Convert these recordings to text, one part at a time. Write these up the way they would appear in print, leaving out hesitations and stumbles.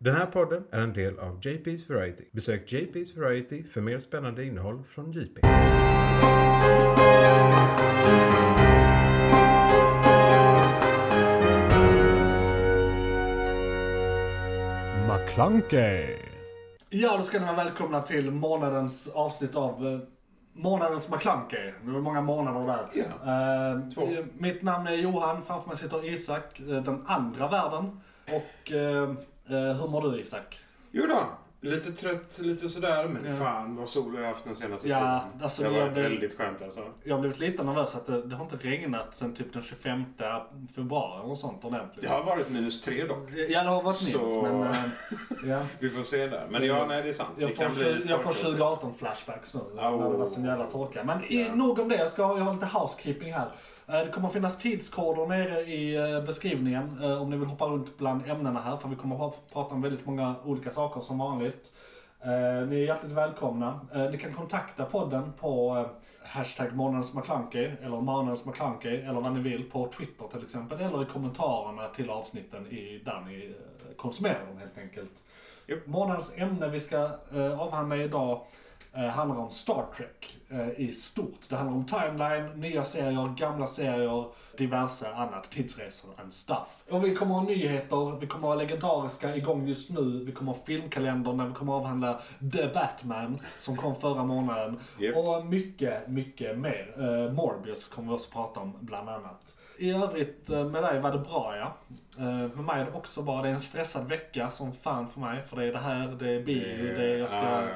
Den här podden är en del av JP's Variety. Besök JP's Variety för mer spännande innehåll från JP. McClunkey. Ja, då ska ni vara välkomna till månadens avsnitt av månadens McClunkey. Det var många månader där. Yeah. Mitt namn är Johan, framför mig sitter Isak, den andra världen. Och hur mår du, Isak? Jo då, lite trött, lite sådär, men fan vad sol jag har haft den senaste tiden. Alltså, det har varit väldigt skönt alltså. Jag har blivit lite nervös att det har inte regnat sen typ den 25 februari eller sånt ordentligt. Det har varit -3 dock. Ja, det har varit minus, men ja. Vi får se där. Men nej, det är sant. Jag får 2018 flashbacks nu, när det var sån jävla torka. Men nog om det, jag har lite housekeeping här. Det kommer att finnas tidskoder nere i beskrivningen om ni vill hoppa runt bland ämnena här, för vi kommer att prata om väldigt många olika saker som vanligt. Ni är hjärtligt välkomna. Ni kan kontakta podden på hashtag månadens McClunkey eller månadens McClunkey eller vad ni vill på Twitter till exempel, eller i kommentarerna till avsnitten där ni konsumerar dem helt enkelt. Yep. Månadens ämne vi ska avhandla idag handlar om Star Trek i stort. Det handlar om timeline, nya serier, gamla serier, diverse annat, tidsresor and stuff. Och vi kommer ha nyheter, vi kommer ha legendariska igång just nu, vi kommer ha filmkalendern när vi kommer avhandla The Batman som kom förra månaden. Yep. Och mycket, mycket mer. Morbius kommer vi också prata om bland annat. I övrigt med dig var det bra, ja. Med mig är det också bra. Det är en stressad vecka som fan för mig. För det är det här, det är bio, det är, jag ska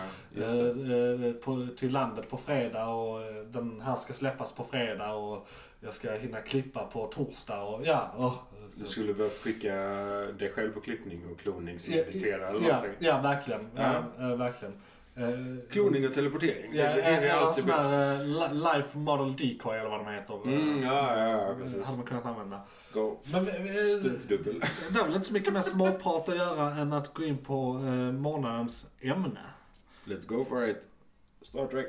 till landet på fredag och den här ska släppas på fredag och jag ska hinna klippa på torsdag och Du skulle behöva skicka dig själv på klippning och kloning som irriterar eller någonting. Ja, verkligen. Verkligen. Kloning och teleportering. Ja, det är alltid sån här life model decoy eller vad de heter. Ja, precis. Hade man kunnat använda. Go. Men Dubbel. det är väl inte så mycket mer småprat att göra än att gå in på månadens ämne. Let's go for it. Star Trek.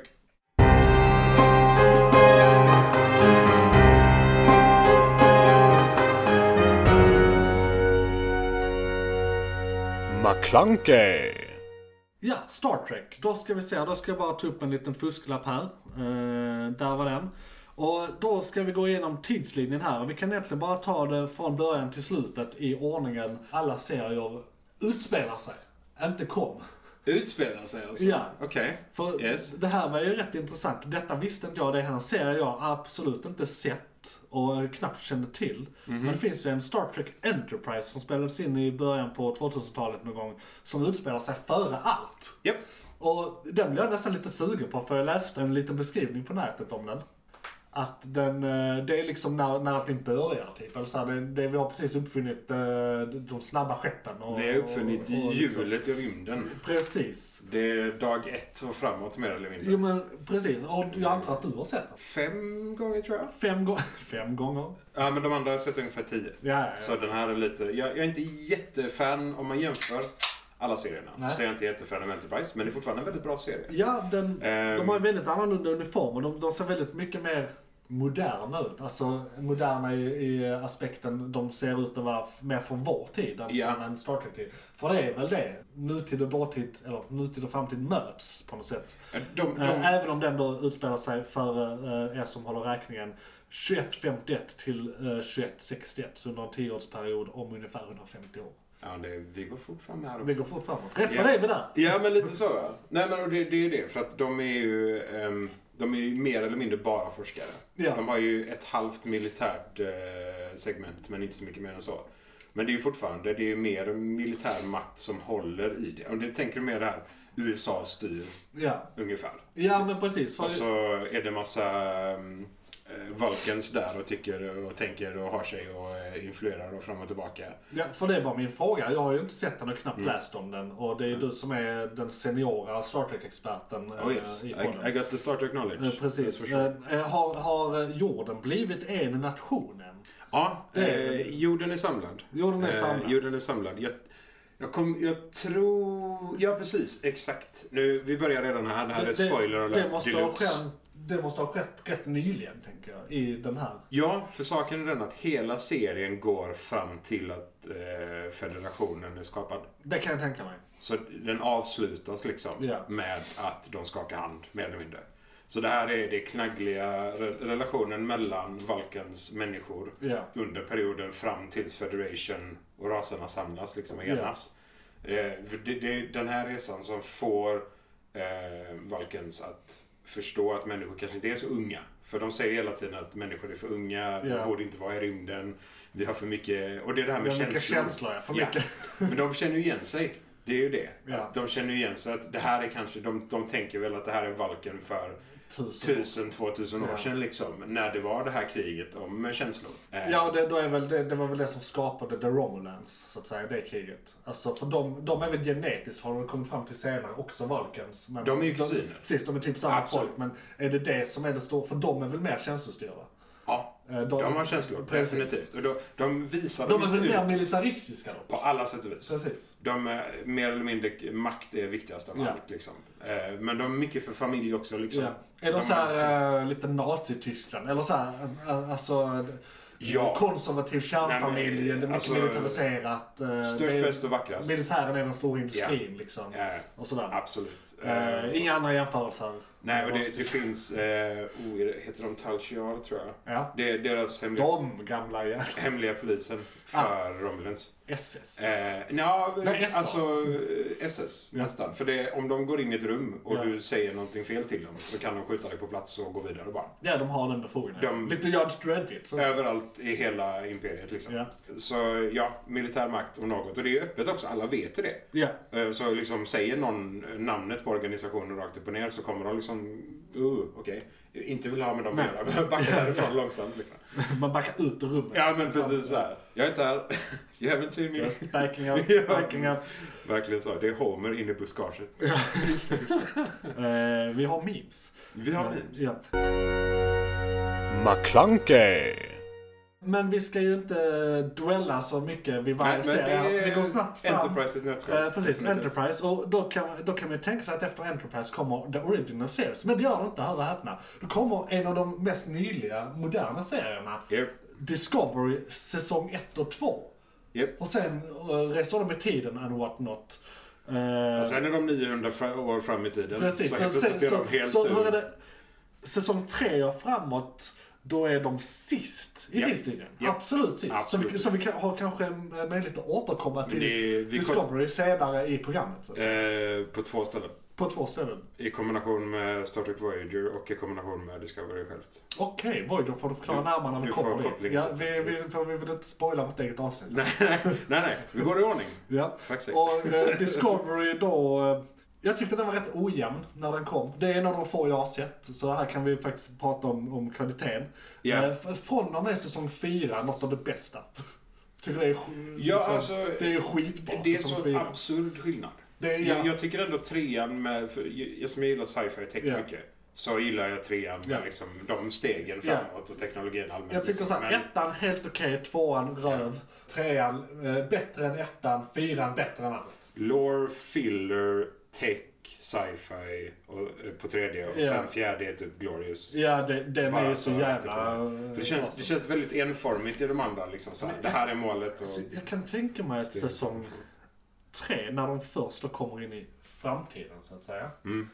McClunkey. Ja, Star Trek. Då ska vi se. Då ska jag bara ta upp en liten fusklapp här. Där var den. Och då ska vi gå igenom tidslinjen här. Vi kan egentligen bara ta det från början till slutet i ordningen alla serier utspelar sig. Inte kom. Utspelar sig alltså? Ja. Okej. För det här var ju rätt intressant. Detta visste inte jag. Det här en serie jag absolut inte sett och knappt kände till. Men det finns ju en Star Trek Enterprise som spelades in i början på 2000-talet någon gång. Som utspelar sig före allt. Japp. Och den blev jag nästan lite sugen på, för jag läste en liten beskrivning på nätet om den. Att det är liksom när allting börjar typ. Alltså det vi har precis uppfunnit de snabba skeppen. Och, vi har uppfunnit hjulet i rymden. Precis. Det är dag 1 och framåt mer eller mindre. Jo men precis. Och jag antar att du har sett den. 5 gånger tror jag. 5 gånger? Ja, men de andra har sett ungefär 10. Ja. Så den här är lite... Jag är inte jättefan om man jämför alla serierna. Nej. Så jag är inte jättefan av Enterprise. Men det är fortfarande en väldigt bra serie. Ja, de har ju väldigt annorlunda uniformer. De ser väldigt mycket mer moderna ut. Alltså moderna i aspekten de ser ut att vara mer från vår tid än en Star Trek-tid. För det är väl det. Nutid och dåtid, eller nutid och framtid möts på något sätt. Även om den då utspelar sig för er som håller räkningen 2151 till 2161. Så under en 10-årsperiod om ungefär 150 år. Ja, vi går fort fram här också. Vi går fort framåt. Rätt vad det är vi där. Ja, men lite så. Ja. Nej, men det är ju det. För att de är ju mer eller mindre bara forskare. Ja. De har ju ett halvt militärt segment, men inte så mycket mer än så. Men det är ju fortfarande, det är ju mer militär makt som håller i det. Och det tänker du mer det här, USA styr ungefär. Ja, men precis. Och så är det massa Vulcans där och tycker och tänker och har sig och influerar och fram och tillbaka. Ja, för det var min fråga. Jag har ju inte sett den och knappt läst om den. Och det är du som är den seniora Star Trek-experten i podden. I got the Star Trek knowledge. Precis. Har jorden blivit en nation än? Ja, jorden är samlad. Jorden är samlad. Jag tror... Ja, precis. Exakt. Nu, vi börjar redan här. Det här är spoiler. det måste ha skett rätt nyligen, tänker jag, i den här. Ja, för saken är den att hela serien går fram till att federationen är skapad. Det kan jag tänka mig. Så den avslutas liksom med att de skakar hand, mer eller mindre. Så det här är det knaggliga relationen mellan Vulcans människor under perioden fram tills Federation och raserna samlas liksom och enas. Det är den här resan som får Vulcans att förstå att människor kanske inte är så unga. För de säger hela tiden att människor är för unga, de borde inte vara i rymden, vi har för mycket, och det är det här med känslor. För mycket. Men de känner ju igen sig. Det är ju det. Att de känner igen sig att det här är kanske, de tänker väl att det här är Vulcan för 1000-2000 år sedan liksom, när det var det här kriget om känslor. Ja, det var väl det som skapade The Romulans, så att säga, det kriget. Alltså, för de är väl genetiskt, har de kommit fram till senare, också Vulcans. Men de är ju kusiner. Precis, de är typ samma folk, men är det som är det stora, för de är väl mer känslostyrda? Ja, de har känslor, definitivt. Och de visar de är väl mer militaristiska då? På alla sätt och vis. Precis. De är mer eller mindre, makt är viktigast av allt liksom. Men de är mycket för familj också liksom. Är de så här lite Nazi-Tyskland? Eller så här, alltså... Ja. Konservativ kärnfamilj, det är mycket militariserat. Störst, bäst och vackrast. Militären är den stora industrin liksom. Och sådär. Absolut. Inga andra jämförelser. Nej, och det finns, heter de Talchiar tror jag. Ja. Det är deras hemliga polisen för Romulans. SS? Alltså SS nästan. För om de går in i ett rum och du säger någonting fel till dem så kan de skjuta dig på plats och gå vidare bara. Ja, de har den befogenheten. Lite Judge Dredd. Överallt i hela imperiet liksom. Så militär makt om något. Och det är öppet också, alla vet det. Så liksom säger någon namnet på organisationen rakt upp och ner så kommer de liksom, okej. Inte vill ha med dem att göra. Backa därifrån långsamt. Liksom. Man backar ut ur rummet. Ja, men precis så här. Jag är inte här. You haven't seen me. Just backing up. Verkligen så. Det är Homer inne i buskaget. Just det. Vi har memes. Ja. McClunkey. Men vi ska ju inte duella så mycket vid varje serie. Alltså, vi går snabbt fram. Enterprise är ett nötskal. Precis, Enterprise. Och då kan man ju tänka sig att efter Enterprise kommer The Original Series. Men det gör det inte, hör och häpna. Då kommer en av de mest nyliga, moderna serierna. Discovery, säsong 1 och 2. Och sen reser de med tiden and what not. Och sen är de 900 år fram i tiden. Precis, så hur är det? Säsong 3 och framåt, då är de sist i tidslinjen. Absolut sist. Absolut. Så vi har kanske en möjlighet att återkomma till Discovery senare i programmet. Så på 2 ställen. På 2 ställen. I kombination med Star Trek Voyager och i kombination med Discovery självt. Okej, Voyager får du förklara närmare när vi kommer dit. Ja, vi vill inte spoila vårt eget avsnitt. Nej, vi går i ordning. Ja, och Discovery då... Jag tyckte den var rätt ojämn när den kom. Det är en av de få jag har sett. Så här kan vi faktiskt prata om kvaliteten. Från och med säsong 4, något av det bästa. Tycker det är det är ju skitbra. Det är så absurd skillnad. Jag tycker ändå 3:an med, som jag gillar sci-fi tech mycket. Så gillar jag 3:an med liksom de stegen framåt och teknologin allmänt. Jag tyckte såhär, 1:an helt okej, 2:an röv, 3:an bättre än 1:an, 4:an bättre än allt. Lore, filler, tech, sci-fi på 3D och sen 4D är typ Glorious. Ja, den är så jävla... Det känns väldigt enformigt i de andra liksom så här. Det här är målet. Och jag kan tänka mig att säsong 3, när de först då kommer in i framtiden så att säga.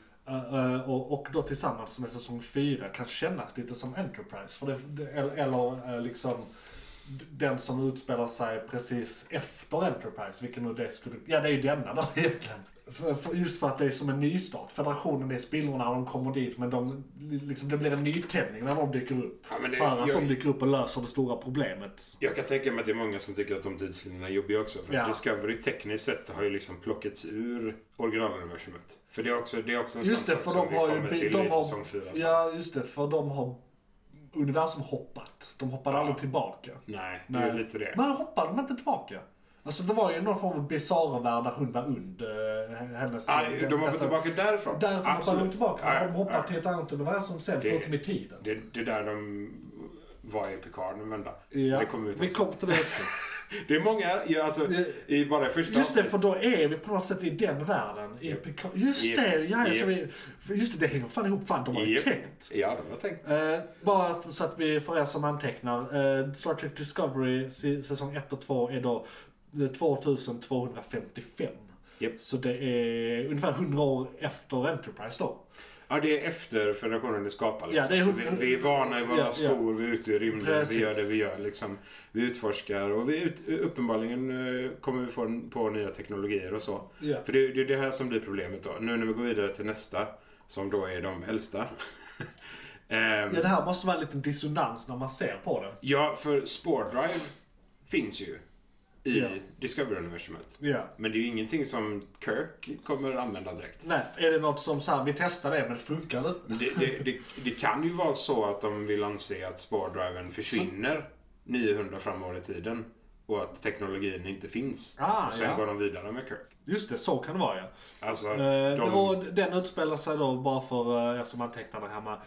Och då tillsammans med säsong 4 kan kännas lite som Enterprise. För eller liksom den som utspelar sig precis efter Enterprise. Vilken nu det skulle... Ja, det är ju denna då egentligen. Just för att det är som en nystart. Federationen är spillrorna när de kommer dit, men det blir en nytändning när de dyker upp. De dyker upp och löser det stora problemet. Jag kan tänka mig att det är många som tycker att de tidslinjerna är jobbiga också. För Discovery tekniskt sett har ju liksom plockats ur originaluniversumet. För det är också en sån sak som vi kommer till i säsong 4. Ja, just det. För de har universum hoppat. De hoppade aldrig tillbaka. Nej, det är lite det. Men hoppade de inte tillbaka? Alltså det var ju någon form av bizarra värld där hon var hennes... de hoppade tillbaka därifrån. Därför hoppade de tillbaka. De hoppade till ett annat universum sen, förutom i tiden. Det är där de var i Picard en vända. Ja, det kom ut vi kom till det också. Det är många, alltså, i bara första... Just det, för då är vi på något sätt i den världen. Just det, det hänger fan ihop. Fan, de har ju tänkt. Ja, de har tänkt. Bara så att vi, för er som antecknar, Star Trek Discovery säsong 1 och 2 är då 2255. Yep. Så det är ungefär 100 år efter Enterprise då. Ja, det är efter Federationen är skapad. Liksom. Ja, det är vi är vana i våra skor, vi är ute i rymden, Precis. vi gör det vi gör. Liksom. Vi utforskar och uppenbarligen kommer vi få på nya teknologier och så. Ja. För det är det här som blir problemet då. Nu när vi går vidare till nästa, som då är de äldsta. Ja, det här måste vara en liten dissonans när man ser på det. Ja, för Spore Drive finns ju i Discovery-universumet. Ja. Men det är ju ingenting som Kirk kommer använda direkt. Nej, är det något som så här, vi testar det men det funkar inte? Det kan ju vara så att de vill anse att Spore-driven försvinner 900 framåt i tiden och att teknologin inte finns. Och sen går de vidare med Kirk. Just det, så kan det vara, ja. Alltså, och den utspelar sig då, bara för er som antecknar det hemma,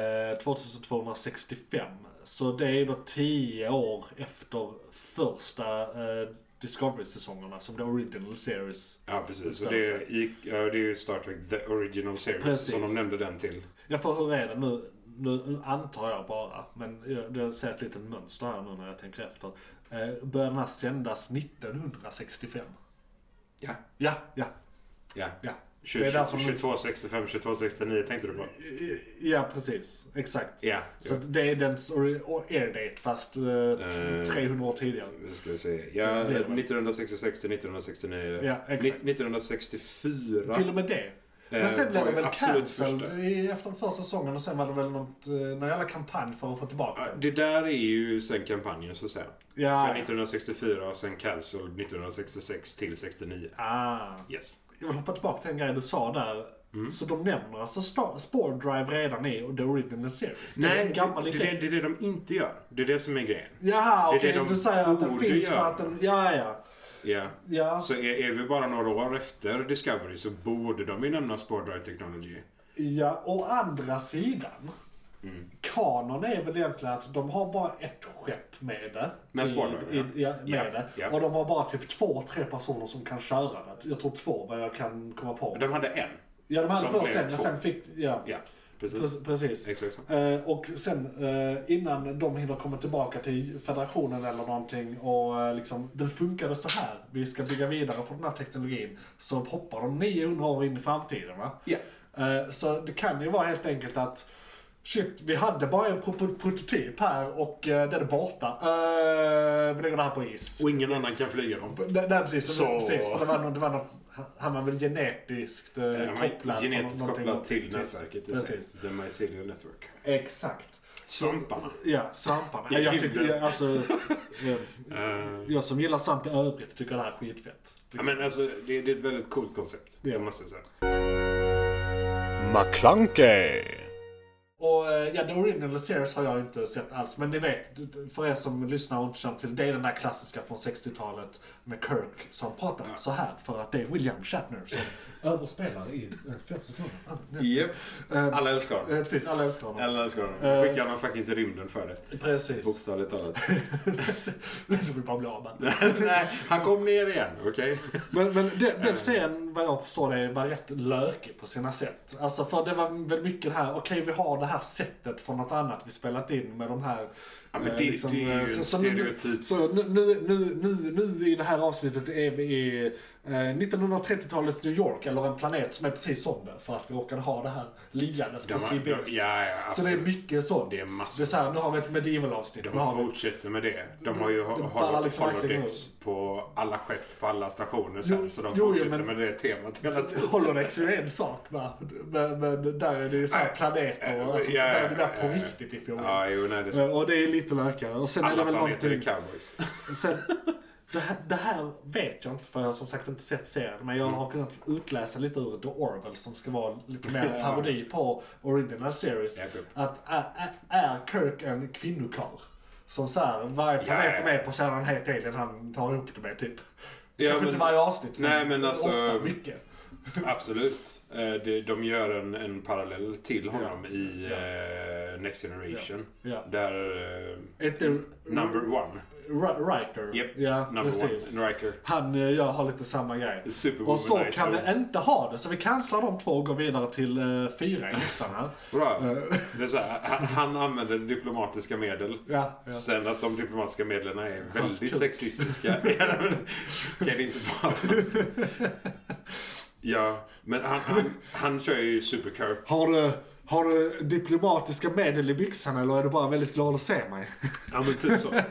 2265. Så det är då 10 år efter första Discovery-säsongerna som The Original Series. Ja, precis. Och det är ju Star Trek The Original Series. Precis. Som de nämnde den till. Ja, för hur är det nu? Nu antar jag bara, men jag ser ett litet mönster här nu när jag tänker efter. Börjar den här sändas 1965? Ja. Ja. 2265, 2269 tänkte du på? Ja, precis. Exakt. Ja. Så det är dens airdate fast 300 år tidigare. Vi ska se. Ja, 1966 till 1969. Ja, exakt. 1964. Till och med det. Men sen blev det väl cancelled efter första säsongen och sen var det väl någon jävla kampanj för att få tillbaka den. Det där är ju sen kampanjen så att säga. Ja. För 1964 och sen cancelled 1966 till 69. Yes. Jag vill hoppa tillbaka till en grej du sa där. Så de nämner alltså Spore Drive redan i The Original Series. Nej, det är det de inte gör. Det är det som är grejen. Jaha, okej. Du säger att den finns för att den... Ja. Så är vi bara några år efter Discovery så borde de ju nämna Spore Drive Technology. Ja, å andra sidan. Kanon är väl egentligen att de har bara ett skepp med det. Med Spore Drive, ja. Och de har bara typ 2-3 personer som kan köra det. Jag tror 2 vad jag kan komma på. De hade en. Ja, de hade först en, men sen fick... Ja. Precis. Exakt. Och sen innan de hinner komma tillbaka till federationen eller någonting och liksom, den funkade så här. Vi ska bygga vidare på den här teknologin. Så hoppar de 900 år in i framtiden, va? Ja. Så det kan ju vara helt enkelt att shit, vi hade bara en prototyp här och den är borta. Vi lägger det här på is. Och ingen annan kan flyga dem. Nej, precis. För det var något han var väl genetiskt kopplad. Genetiskt kopplad till nätverket. Precis. The Mycelium Network. Exakt. Svamparna. Ja, svamparna. Jag tycker, jag som gillar svamp i övrigt tycker det här är skitfett. Liksom. Ja, men alltså, det är ett väldigt coolt koncept. Jag måste säga. McClunkey. Och The Original Series har jag inte sett alls. Men ni vet, för er som lyssnar och inte känner till det är den där klassiska från 60-talet med Kirk som pratar så här. För att det är William Shatner som överspelar i 5 säsonger. Yep. Alla älskar honom. Precis, alla älskar honom. Skickar honom faktiskt till rymden för det. Precis. Bokstavligt talat. Det vill bara bli av med. Nej, han kom ner igen, okej? Men den scenen, vad jag förstår det, var rätt lökig på sina sätt. Alltså för det var väl mycket det här, okej, vi har det här sättet från något annat vi spelat in med de här. Ja, men det är ju en stereotyp. Så nu i det här avsnittet är vi i 1930-talets New York, eller en planet som är precis som det, för att vi råkade ha det här liggandes på CBS. Ja, så det är mycket sånt. Det är massor. Det är så här, nu har vi ett medieval-avsnitt. De fortsätter med det. De har ju holodex på alla skepp, på alla stationer sen, så de fortsätter med det temat hela tiden. Holodex är ju en sak, va? Men där är det så här planeter och alltså, där är det där på riktigt i fjol. Och det är lite lökare. Och sen alla är det väl planeter någonting... är cowboys. Sen, det här vet jag inte, för jag har som sagt inte sett serien, men jag har kunnat utläsa lite ur The Orville som ska vara lite mer parodi på Original Series. Att är Kirk en kvinnokarl? Som såhär, varje planet med på sedan helt alien han tar ihop det med typ. Kanske inte varje avsnitt, men alltså, ofta mycket. Absolut. De gör en parallell till honom i Next Generation. Där number one. Riker. Yep. Ja, Number precis. one. Riker. Han har lite samma grej. Och så nice. kan vi inte ha det. Så vi cancelar de 2 och går vidare till 4 i listan här. Bra. Det är så här, han använder diplomatiska medel. Ja. Sen att de diplomatiska medlen är väldigt sexistiska. Kan det inte vara. Ja, men han kör ju Supercurve. Har du diplomatiska medel i byxan eller är du bara väldigt glad att se mig? Ja, men typ så.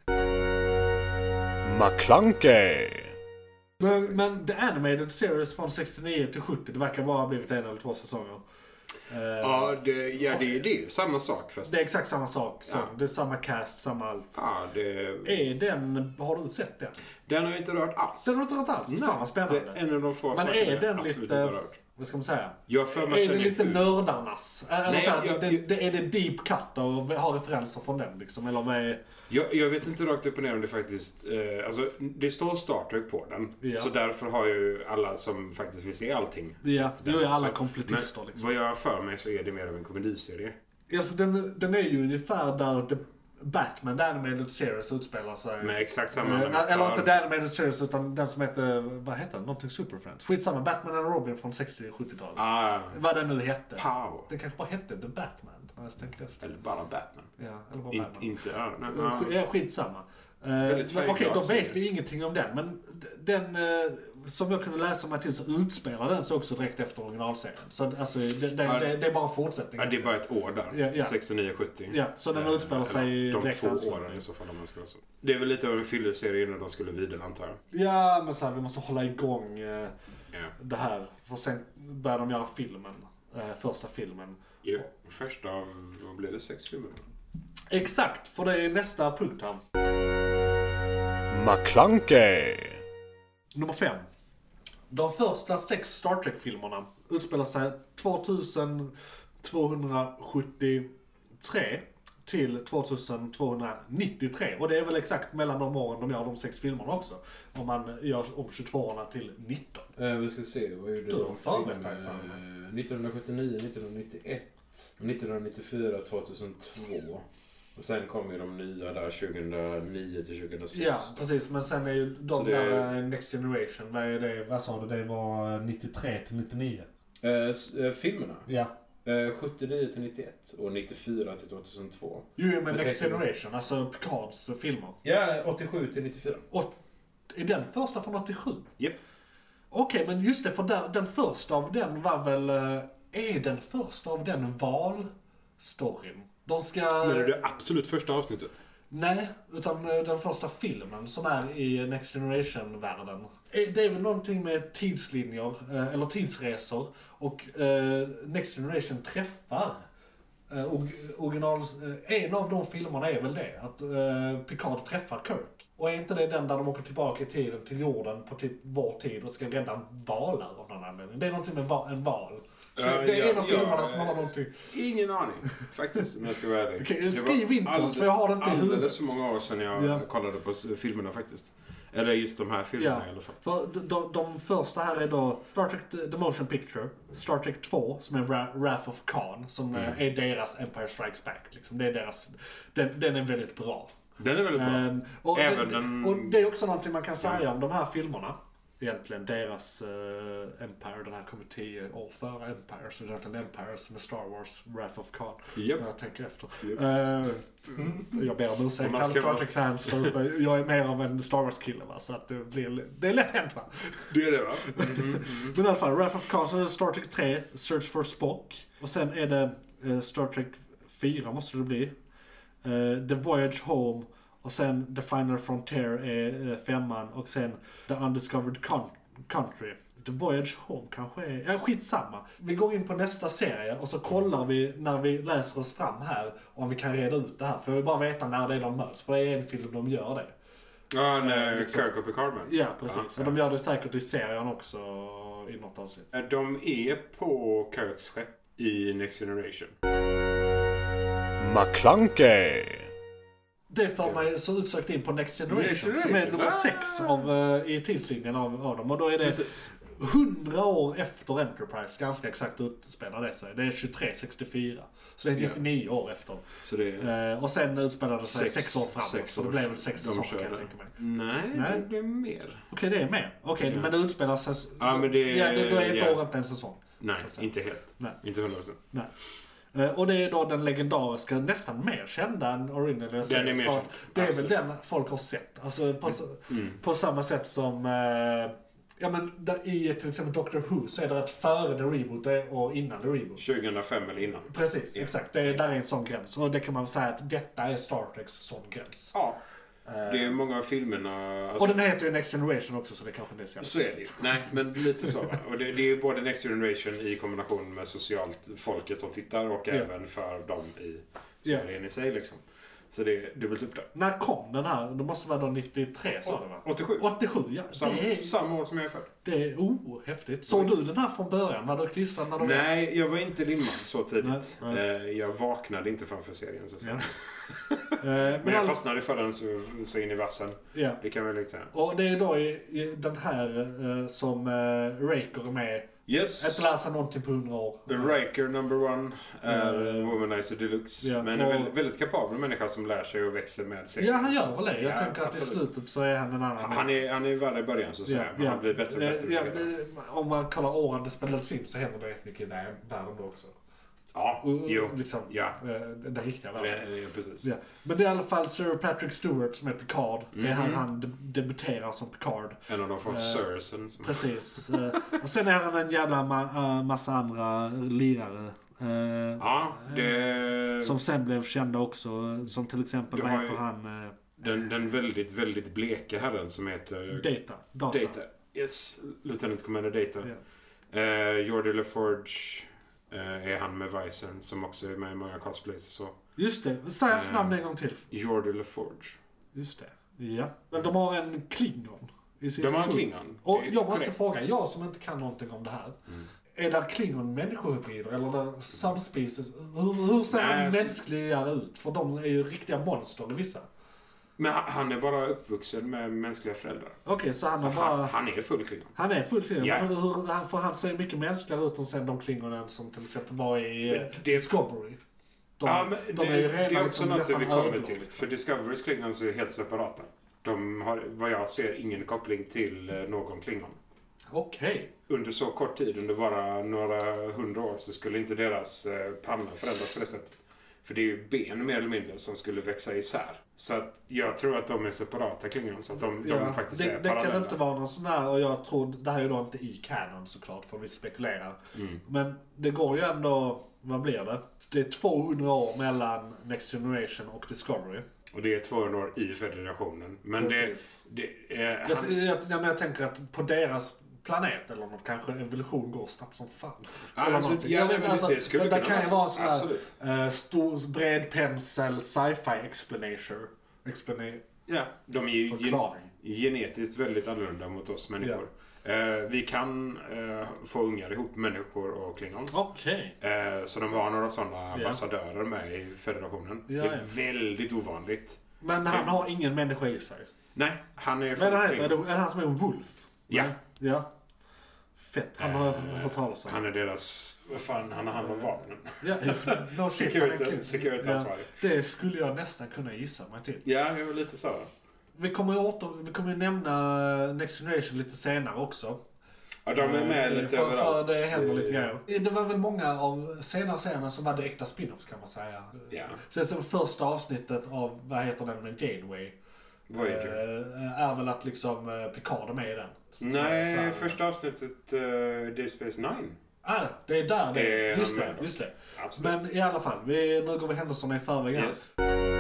McClunkey. Men The Animated Series från 69 till 70, det verkar bara ha blivit 1 eller 2 säsonger. Ja, det är ju samma sak fast. Det är exakt samma sak. Så. Ja. Det är samma cast, samma allt. Ja, har du sett den? Den har jag inte rört alls. Den har inte rört alls? Nej, fan vad spännande. Det är en av de få men är den lite, vad ska man säga? Är det lite nördarnas? Nej, är det deep cut och har referenser från den liksom? Eller vad är... Jag vet inte rakt upp och ner om det faktiskt... alltså, det står Star Trek på den. Ja. Så därför har ju alla som faktiskt vill se allting sett den. Ja, alla kompletister. Men liksom. vad jag för mig så är det mer av en komediserie. Alltså, den är ju ungefär där Batman, The Animated Series, utspelar sig. Med exakt samma eller inte The Animated Series utan den som heter, vad heter den? Någonting Superfriends. Skitsamma, Batman and Robin från 60-70-talet. Vad den nu hette. Pow. Den kanske bara hette The Batman. Eller bara Batman. Ja, eller bara Batman. Inte, skitsamma. Okej, då vet vi ingenting om den. Men den, som jag kunde läsa mig till, så utspelar den sig också direkt efter originalserien. Så alltså, det är bara fortsättning. Ja, det är bara ett år där. Ja. 69-70. Ja, så den utspelar sig direkt de 2 åren i så fall om man ska vara så. Det är väl lite av en fyllerserie innan de skulle vidare, antar jag. Ja, men så här, vi måste hålla igång det här. För sen börjar de göra filmen. Första filmen. Ja, första av, vad blev det, 6 filmer? Exakt, för det är nästa punkt här. McClunkey. Nummer 5. De första 6 Star Trek-filmerna utspelar sig 2273 till 2293. Och det är väl exakt mellan de åren de gör de 6 filmerna också. Om man gör om 22-årna till 19. Vi ska se, vad gjorde de filmerna? 1979, 1991, 1994, 2002. Och sen kom ju de nya där 2009 till 2006. Ja, precis. Men sen är ju de där Next Generation. Vad är det? Vad sa du? Det var 93 till 99? Filmerna? Ja. 79 till 91 och 94 till 2002. Jo, men Next Generation, alltså Picards filmer. Ja, 87 till 94. Är den första från 87? Japp. Okej, men just det, för den första av den var väl... Är den första av den valstoryn? De ska... Men är det absolut första avsnittet? Nej, utan den första filmen som är i Next Generation-världen. Det är väl någonting med tidslinjer, eller tidsresor, och Next Generation träffar en av de filmerna är väl det, att Picard träffar Kirk. Och är inte det den där de åker tillbaka i tiden till jorden på typ vår tid och ska rädda valar av någon anledning? Det är någonting med en val. Det är en av filmerna som har någonting. Ingen aning, faktiskt, om jag ska vara ärlig. Okay, skriv in oss, för jag har det inte i huvudet. Alldeles så många år sedan jag kollade på filmerna faktiskt. Eller just de här filmerna i alla fall. För de första här är då Star Trek The Motion Picture, Star Trek 2 som är Wrath of Khan, som är deras Empire Strikes Back. Liksom. Det är deras, den är väldigt bra. Den är väldigt bra. Och det är också någonting man kan säga om de här filmerna. Egentligen deras Empire, den här kommer 10 år före Empire, så det är en Empire som är Star Wars Wrath of Khan. Yep. Jag tänker efter. Jag ber om ursäkt alla Star Trek-fans där ute. Jag är mer av en Star Wars-kille, va? Så att det är lätt hänt, va? Det är det, va? Men i alla fall, Wrath of Khan, så är det Star Trek 3, Search for Spock. Och sen är det Star Trek 4 måste det bli. The Voyage Home. Och sen The Final Frontier är 5:an och sen The Undiscovered Country. The Voyage Home kanske är... Ja, skitsamma. Vi går in på nästa serie och så kollar vi när vi läser oss fram här om vi kan reda ut det här. För vi vill bara veta när det är de möts. För det är en film de gör det. Ja, när Kirk och Picard möts. Ja, precis. Och de gör det säkert i serien också i något avsnitt. De är på Kirks skepp i Next Generation. McClunkey. Det för mig så utsökt in på Next Generation som är nummer 6 i tidslinjen av dem. Och då är det 100 år efter Enterprise, ganska exakt utspelar det sig. Det är 2364. Så det är 99 år efter. Så det och sen utspelade det sig 6 år framåt. Så det blev väl 6 säsonger kan jag tänka mig. Nej, det blev mer. Okej, det är mer. Okej, men det utspelar sig... Ja, men det... då är ett år inte en säsong. Nej, inte helt. Nej. Inte 100%. Nej. Och det är då den legendariska, nästan mer kända än Original Series. Den är mer känd. Det är väl den folk har sett. Alltså på samma sätt som... ja men i till exempel Doctor Who så är det rätt före the reboot och innan the reboot. 2005 eller innan. Precis, exakt. Där är en sån gräns. Och det kan man säga att detta är Star Treks sån gräns. Ja. Det är många av filmerna... Alltså, och den heter ju Next Generation också, så det kanske inte är så. Så är det ju. Nej, men lite så. Och det är ju både Next Generation i kombination med socialt folket som tittar och även för dem i serien i sig liksom. Så det är dubbelt upp där. När kom den här? Det måste vara då 93 sa det va? 87. 87, ja. Samma år som jag är född. Det är häftigt. Såg du den här från början? Var du klistrad när du Nej, jag var inte limmad så tidigt. Nej. Jag vaknade inte framför serien så att säga. Men jag fastnade för den så in i vassen. Ja. Det kan jag väl inte säga. Och det är då i den här som Raker är med. Yes. Inte läsa någonting på 100 år. Raker number 1 är Womanizer Deluxe. Yeah. Men en väldigt kapabel människa som lär sig och växer med serien. Ja, han gör väl det. Jag tänker att i slutet så är han en annan. Han är värre i början så att säga. Han blir bättre och bättre. Om man kollar åren det spelades in så händer det rätt mycket i världen då också. Ja, liksom, det riktiga världen. Precis. Ja. Men det är i alla fall Sir Patrick Stewart som är Picard. Det är han debuterar som Picard. En av dem från Sursen. Precis. Och sen är han en jävla massa andra lirare. Som sen blev kända också. Som till exempel, vad heter han? Den väldigt, väldigt bleka herren som heter... Data. Yes, Lieutenant Commander Data. Yeah. Geordi LaForge... är han med Vicen som också är med i många cosplays och så. Just det. Säg hans namn en gång till. Geordi LaForge. Just det. Ja. Men de har en Klingon i sitt De har en Klingon. Och jag måste fråga, jag som inte kan någonting om det här. Är det Klingon människohybrider eller är det subspecies? Hur ser han mänskligare ut? För de är ju riktiga monster i vissa. Men han är bara uppvuxen med mänskliga föräldrar. Okej, så han är full Klingon. Han är full Klingon. Yeah. För han ser mycket mänskligare ut än sen de Klingonen som till exempel var i Discovery. Det är också något vi kommer till. Liksom. För Discoverys Klingons är helt separata. De har, vad jag ser, ingen koppling till någon Klingon. Okej. Under så kort tid, under bara några 100 år, så skulle inte deras panna förändras på det sättet. För det är ju ben mer eller mindre som skulle växa isär. Så att jag tror att de är separata Klingon. Så att de faktiskt är parallella. Det kan inte vara någon sån här, och jag tror, det här är ju då inte i canon såklart, för vi spekulerar. Men det går ju ändå, vad blir det? Det är 200 år mellan Next Generation och Discovery. Och det är 200 år i federationen. Men jag tänker att på deras planet eller något, kanske evolution går snabbt som fan. Det kan ju vara sån här stor, bred pensel, sci-fi explanation. Ja, de är ju genetiskt väldigt annorlunda mot oss människor. Vi kan få ungar ihop människor och klingons. Okej. Så de har några sådana ambassadörer med i federationen. Det är väldigt ovanligt. Men han har ingen människa i sig? Nej, han är... Men är det han som är en wolf? Ja. Ja. Fett, han har hört talas om. Han är deras... Vad fan, han har hand om vapnen. Ja, security-ansvarig. Det skulle jag nästan kunna gissa mig till. Ja, det var lite så. Vi kommer ju nämna Next Generation lite senare också. Ja, de är med lite överallt. För det händer lite grejer. Det var väl många av senare serierna som var direkta spin-offs kan man säga. Ja. Sen så första avsnittet av, vad heter den med Janeway? Voyager. Är väl att liksom Picard är med i den. Nej, första avsnittet Deep Space Nine. Det är där det är. Just det. Absolut. Men i alla fall, nu går vi händelserna i förväg här. Yes.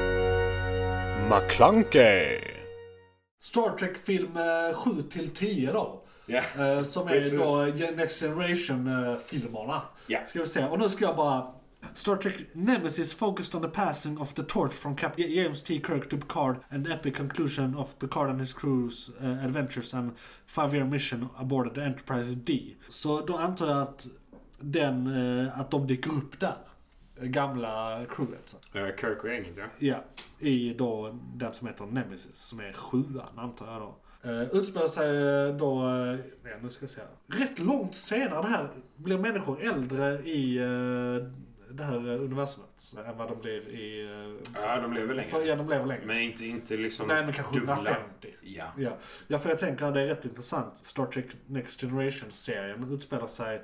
McClunkey. Star Trek film 7-10 då. Yeah. Som är då Next Generation-filmerna. Yeah. Ska vi se. Och nu ska jag bara... Star Trek Nemesis focused on the passing of the torch from Captain James T. Kirk to Picard and the epic conclusion of Picard and his crew's adventures and 5-year mission aboard the Enterprise D. Så då antar jag att att de dyker upp där. Gamla crewet. Kirk och gänget, ja. Ja, i då den som heter Nemesis, som är 7:an antar jag då. Utspelar sig då, serien, nu ska jag säga. Rätt långt senare det här blir människor äldre i det här universumet än vad de blir i... Ja, de lever längre. Ja, de lever längre. Men inte liksom... Nej, men kanske 150. Ja, för jag tänker att det är rätt intressant. Star Trek Next Generation-serien utspelar sig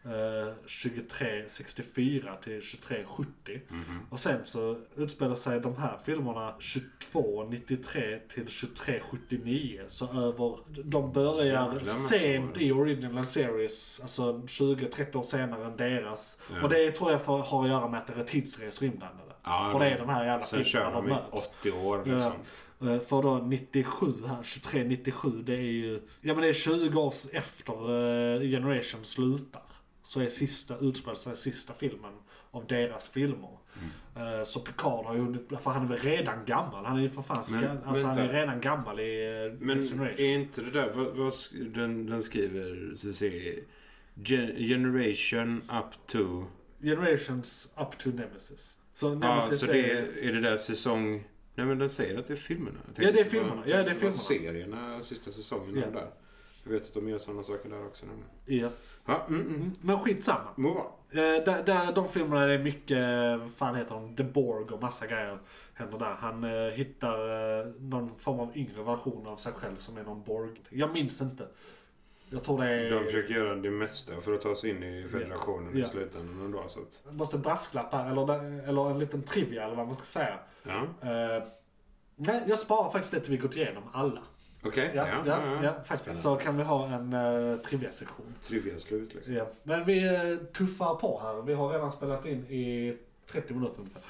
2364 till 2370. Och sen så utspelar sig de här filmerna 2293 till 2379. Så de börjar sent i original series, alltså 20-30 år senare än deras. Och det tror jag har att göra med att det är tidsresor inblandade. För det är den här jävla filmen. Sen kör de i 80 år liksom. För då 97 här, 2397, det är ju... Ja, men det är 20 år efter Generation slutar. Så utspelar sig sista filmen av deras filmer. Så Picard har ju... För han är väl redan gammal. Han är ju för fan... han är redan gammal i Next Generation. Men är inte det där... Vad den skriver... Så se, Generation up to... Generations up to Nemesis. Så Nemesis så det är det där säsong... Nej, men den säger att det är filmerna. Ja, det är filmerna. Ja, det är filmerna. Serierna, sista säsongen där. Jag vet att de gör sådana saker där också. Ja. Men skitsamma. De filmerna är mycket, fan heter de, The Borg och massa grejer händer där. Han hittar någon form av yngre version av sig själv som är någon Borg. Jag minns inte. Jag tror det är... De försöker göra det mesta för att ta sig in i federationen i slutändan ändå, så att... Jag måste brasklapp här, eller en liten trivia eller vad man ska säga. Ja. Nej, jag sparar faktiskt det till vi gått igenom alla. Okej, ja, faktiskt. Så kan vi ha en trivia-sektion. Trivia-slut liksom. Ja. Men vi tuffar på här. Vi har redan spelat in i 30 minuter ungefär.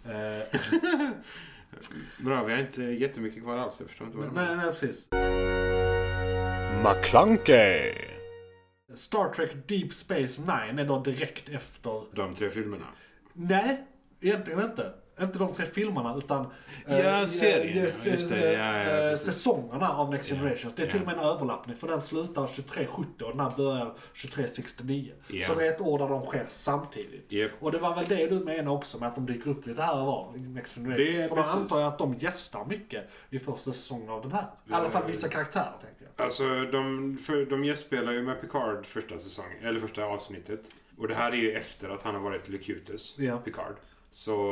Bra, vi har inte jättemycket kvar alls. Jag förstår inte vad det är. Nej, precis. McClunkey. Star Trek Deep Space Nine är då direkt efter... De 3 filmerna? Nej, egentligen inte. Inte de 3 filmerna utan serien. Säsongerna av Next Generation. Det är till och med en överlappning för den slutar 2370 och den här börjar 2369. Så det är ett år där de sker samtidigt. Och det var väl det du menar också med att de dyker upp lite här och var i Next Generation. För då antar jag att de gästar mycket i första säsongen av den här. I alla fall vissa karaktärer, tänker jag. Alltså de gästspelar ju med Picard första avsnittet. Och det här är ju efter att han har varit Locutus, Picard. Så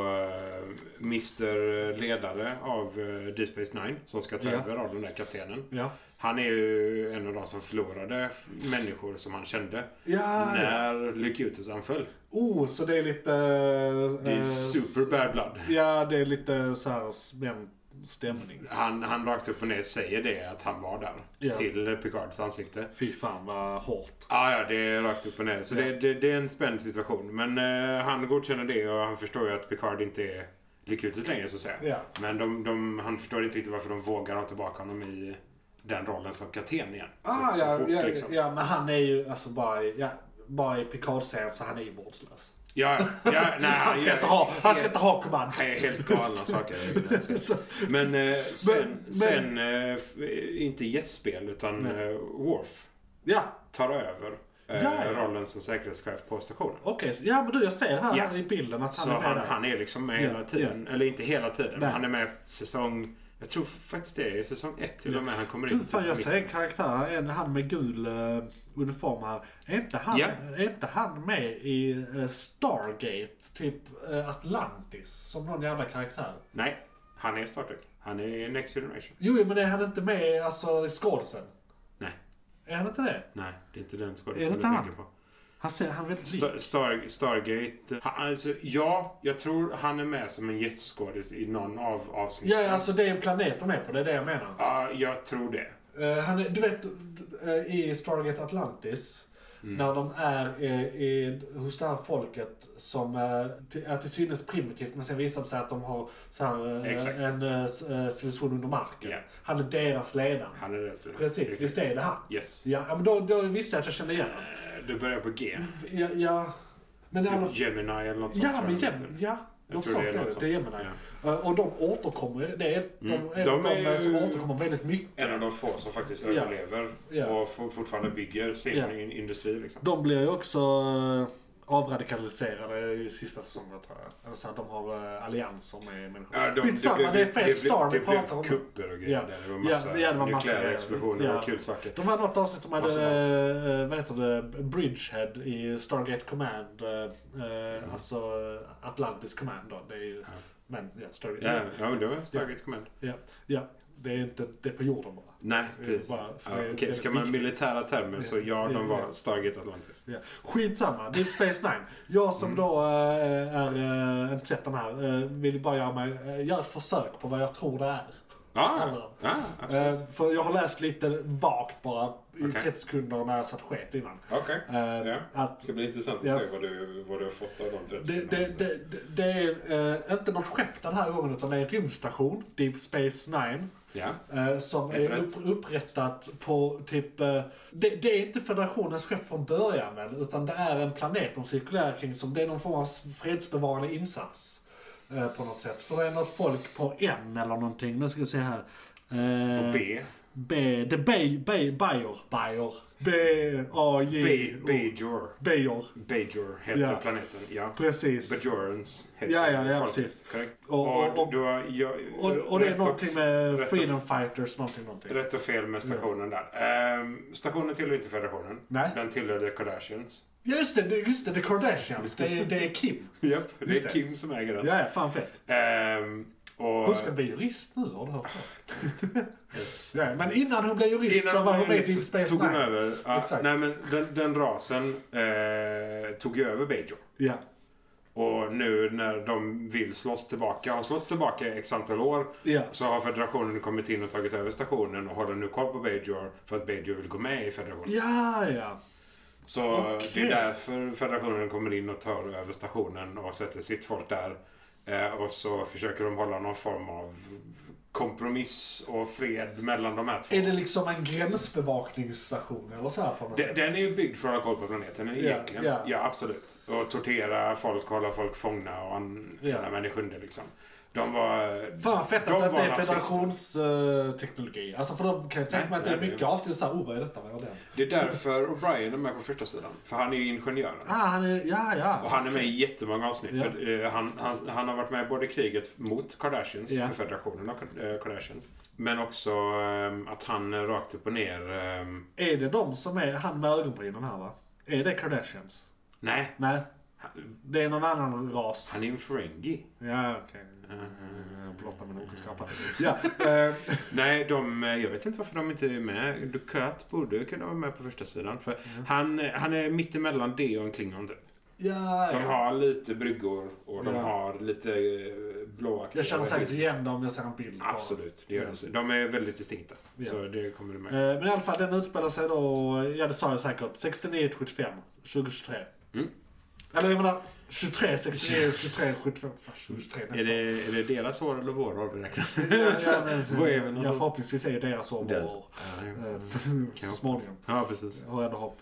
Mr. ledare av Deep Space Nine som ska ta över av den där kaptenen. Han är ju en av de som förlorade människor som han kände när Locutus anföll. Så det är lite... det är super bad blood. Ja, det är lite så här stämning. Han rakt upp och ner säger det att han var där till Picards ansikte. Fy fan vad hårt. Ja, det är rakt upp och ner. Så det är en spänd situation. Men han godkänner det och han förstår ju att Picard inte är Locutus längre, så att säga. Men han förstår inte riktigt varför de vågar ha tillbaka honom i den rollen som kapten igen. Så fort, liksom. Ja, men han är ju alltså bara i Picard-serien så han är ju vårdslös. Nej, han ska inte ha kommando. Han är helt galna saker. Men sen inte gästspel utan Worf tar över rollen som säkerhetschef på stationen. Okej, men jag ser här i bilden att han är med där. Han är liksom med hela tiden, eller inte hela tiden, men han är med säsong... Jag tror faktiskt det är säsong 1 till och med han kommer in. Fan, jag ser en karaktär, han med gul uniform här. Är inte han med i Stargate, typ Atlantis, som någon jävla karaktär? Nej, han är Star Trek. Han är Next Generation. Jo, men är han inte med i skådisen? Nej. Är han inte det? Nej, det är inte den skådisen du tänker på. Han vet Stargate. Jag tror han är med som en gästskådis i någon av avsnitten. Ja, alltså det är en planet de är på, det är det jag menar. Ja, jag tror det. Du vet, i Stargate Atlantis, när de är hos det här folket som är till synes primitivt, men sen visar det sig att de har så här, en civilisation under marken. Yeah. Han är deras ledare. Precis, visst är det han? Yes. Ja, men då visste jag att jag kände igen honom. Du börjar på G. Ja. Men Gemini eller något sånt. De sa det är Gemini. Och de återkommer. Det är de som återkommer väldigt mycket. En av de få som faktiskt överlever och fortfarande bygger sin industri. Liksom. De blir ju också avradikaliserade i sista säsongen, tror jag. Alltså att de har allianser med människor. Ja, Skitsamma, det är fel Star vi pratar om. Det blev kupper och grejer. Ja. Det var massa det var nukleära explosioner och kul saker. De var något avsnitt med vad heter det, Bridgehead i Stargate Command. Alltså Atlantis Command då. Det är ju, men Stargate. Ja, men det var Stargate Command. Ja. Det är inte det är på jorden bara. Nej, precis. Okej, ska man militära termer så de var Stargate Atlantis. Ja. Skitsamma, Deep Space Nine. Jag som då är inte sett den här vill bara göra ett försök på vad jag tror det är. Absolut. För jag har läst lite vagt bara i 30 sekunder när jag satt skit innan. Okej. Det ska bli intressant att se vad du har fått av de 30 sekunderna. Det är inte något skepp den här gången utan det är en rymdstation, Deep Space Nine. Som är upprättat på typ... Det är inte federationens skepp från början väl, utan det är en planet de cirkulerar kring som det är någon form av fredsbevarande insats. På något sätt. För det är något folk på N eller någonting. Nu ska vi se här. På B. Det är Bajor. Bajor heter planeten. Ja. Precis. Bajorans heter ja, precis. Korrekt. Och det är någonting med Freedom Fighters, någonting. Rätt och fel med stationen där. Stationen tillhör inte federationen. Nej. Den tillhör The Kardashians. Just det, The Kardashians. Det är Kim. Japp, det är Kim som äger den. Ja, fan fett. Hon ska bli jurist nu, har du hört det? Yes. Ja, men innan hon blev jurist så var hon med i Deep Space Nine. Tog hon över. Ja, nej, men den rasen tog ju över Bajor. Ja. Och nu när de vill slåss tillbaka x antal år, så har federationen kommit in och tagit över stationen och håller nu koll på Bajor för att Bajor vill gå med i federationen. Ja. Så det är därför federationen kommer in och tar över stationen och sätter sitt folk där. Och så försöker de hålla någon form av kompromiss och fred mellan de här två. Är det liksom en gränsbevakningsstation eller så här på något sätt? Den är ju byggd för att ha koll på planeten egentligen. Ja, absolut. Och tortera folk, hålla folk fångna och andra människor liksom. De var... Fan fett att det är federationsteknologi. Alltså för då kan jag tänka mig att det är mycket avsnitt såhär, vad är detta? Det är därför O'Brien är med på första sidan. För han är ju ingenjören. Han är, och han är med i jättemånga avsnitt. Ja. För, han har varit med både i kriget mot Kardashians, för federationen av Kardashians. Men också att han rakt upp och ner... Är det de som är han med ögonbrynen här va? Är det Kardashians? Nej. Det är någon annan ras. Han är en Ferengi. Ja, okej. Blotta min okunskap. Nej, jag vet inte varför de inte är med. Dukat borde kunna vara med på första sidan. För han är mitt emellan det och en Klingon. De har lite bryggor och de har lite blåaktiga. Jag känner säkert igen dem, jag ser en bild. Absolut, det gör det. De är väldigt distinkta. Så det kommer du med. Men i alla fall, den utspelar sig då, det sa jag säkert, 69-75, 2023. Eller jag menar 23, 69, 23, 75, 2023 nästan. Är det deras år eller våra år vi räknar? Ja, förhoppningsvis är det deras år våra år. Så småningom. Ja, precis. Jag har ändå hopp.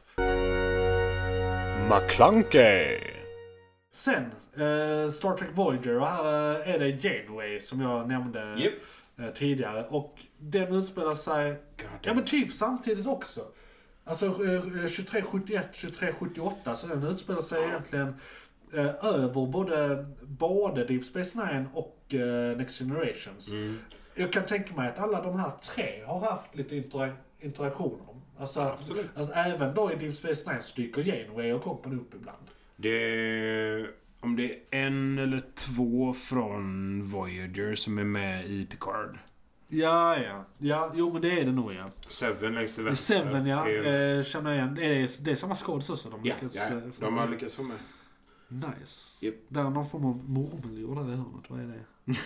McClunkey. Sen, Star Trek Voyager, och här är det Janeway som jag nämnde tidigare. Och den utspelar sig, men typ samtidigt också. Alltså 2371, 2378, så den utspelar sig egentligen över både Deep Space Nine och Next Generations. Jag kan tänka mig att alla de här tre har haft lite interaktioner. Alltså även då i Deep Space Nine dyker Janeway och Company upp ibland. Om det är en eller två från Voyager som är med i Picard. Ja, jo men det är det nog Seven längst till vänster. Seven känner jag igen. Det är samma skådis också. De har lyckats få med. Nice. Där är någon form av mormor där i hörnet. Vad är det?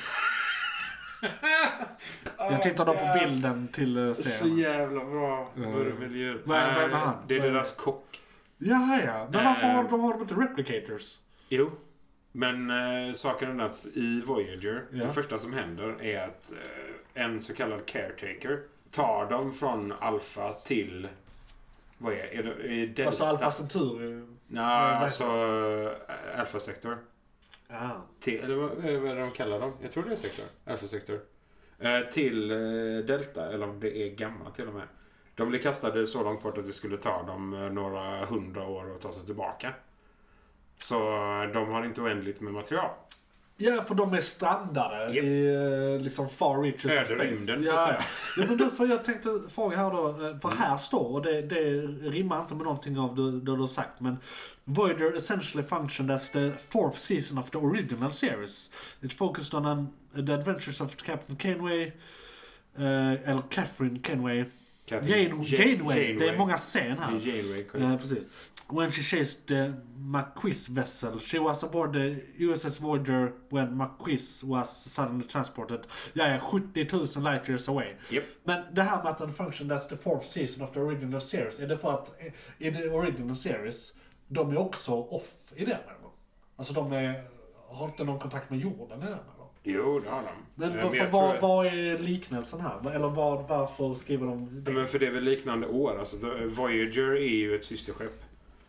Jag tittar då på bilden till serien. Så jävla bra miljö. Vad är han? Det är deras kock. Ja. Men varför har de inte replicators? Jo. Men saken är att i Voyager, det första som händer är att en så kallad caretaker tar dem från Alpha till vad är det? Delta? Alltså Alpha Centauri? Alltså Alpha Sector. Eller vad är det de kallar dem? Jag tror det är Sector. Alpha Sector. Till Delta, eller om det är Gamma till och med. De blev kastade så långt bort att det skulle ta dem några 100 år att ta sig tillbaka. Så de har inte oändligt med material. Ja, för de är strandade i liksom far reaches of space. Rymden, så att säga. Ja, men då, för jag tänkte fråga här då, för här står, och det rimmar inte med någonting av det du har sagt, men Voyager essentially functioned as the fourth season of the original series. It focused on the adventures of Captain Kenway, eller Catherine Kenway. Janeway. Det är många scen här. Janeway, precis. When she chased the McQuiz vessel, she was aboard the USS Voyager when McQuiz was suddenly transported 70 000 light years away. Yep. Men det här med att den functioned as the fourth season of the original series, är det för att i the original series, de är också off i den eller? Alltså har inte någon kontakt med jorden i den eller? Jo, det har de. Men vad är liknelsen här? Eller varför skriver de det? Men för det är väl liknande år. Alltså, Voyager är ju ett systerskepp.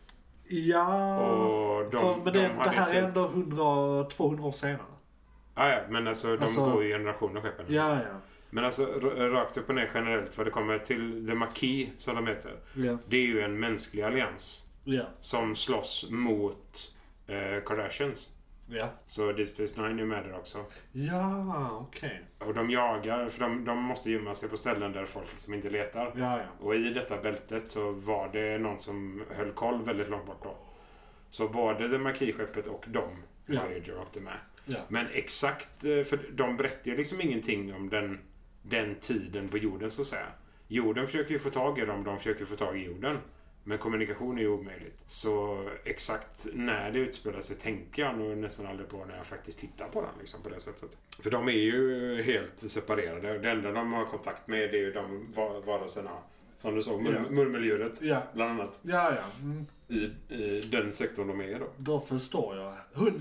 Ja, och men det här är ändå 200 år senare. Ja, men alltså de går ju generationer skeppen. Ja. Men alltså rakt upp och ner generellt, för det kommer till The Maquis som de heter. Ja. Det är ju en mänsklig allians. Ja. Som slåss mot Kardashians. Ja. Så Deep Space Nine är med där också. Ja, okej. Och de jagar, för de måste gömma sig på ställen där folk liksom inte letar. Ja. Och i detta bältet så var det någon som höll koll väldigt långt bort då. Så både The Maquis-skeppet och Voyager åkte med. Ja. Men exakt, för de berättar liksom ingenting om den tiden på jorden så att säga. Jorden försöker ju få tag i dem, de försöker få tag i jorden. Men kommunikation är ju omöjligt. Så exakt när det utspelar sig tänker jag nog nästan aldrig på när jag faktiskt tittar på den liksom, på det sättet. För de är ju helt separerade. Det enda de har kontakt med det är ju de varelserna. Som du såg, murmeldjuret bland annat. Ja. Mm. I den sektorn de är då. Då förstår jag.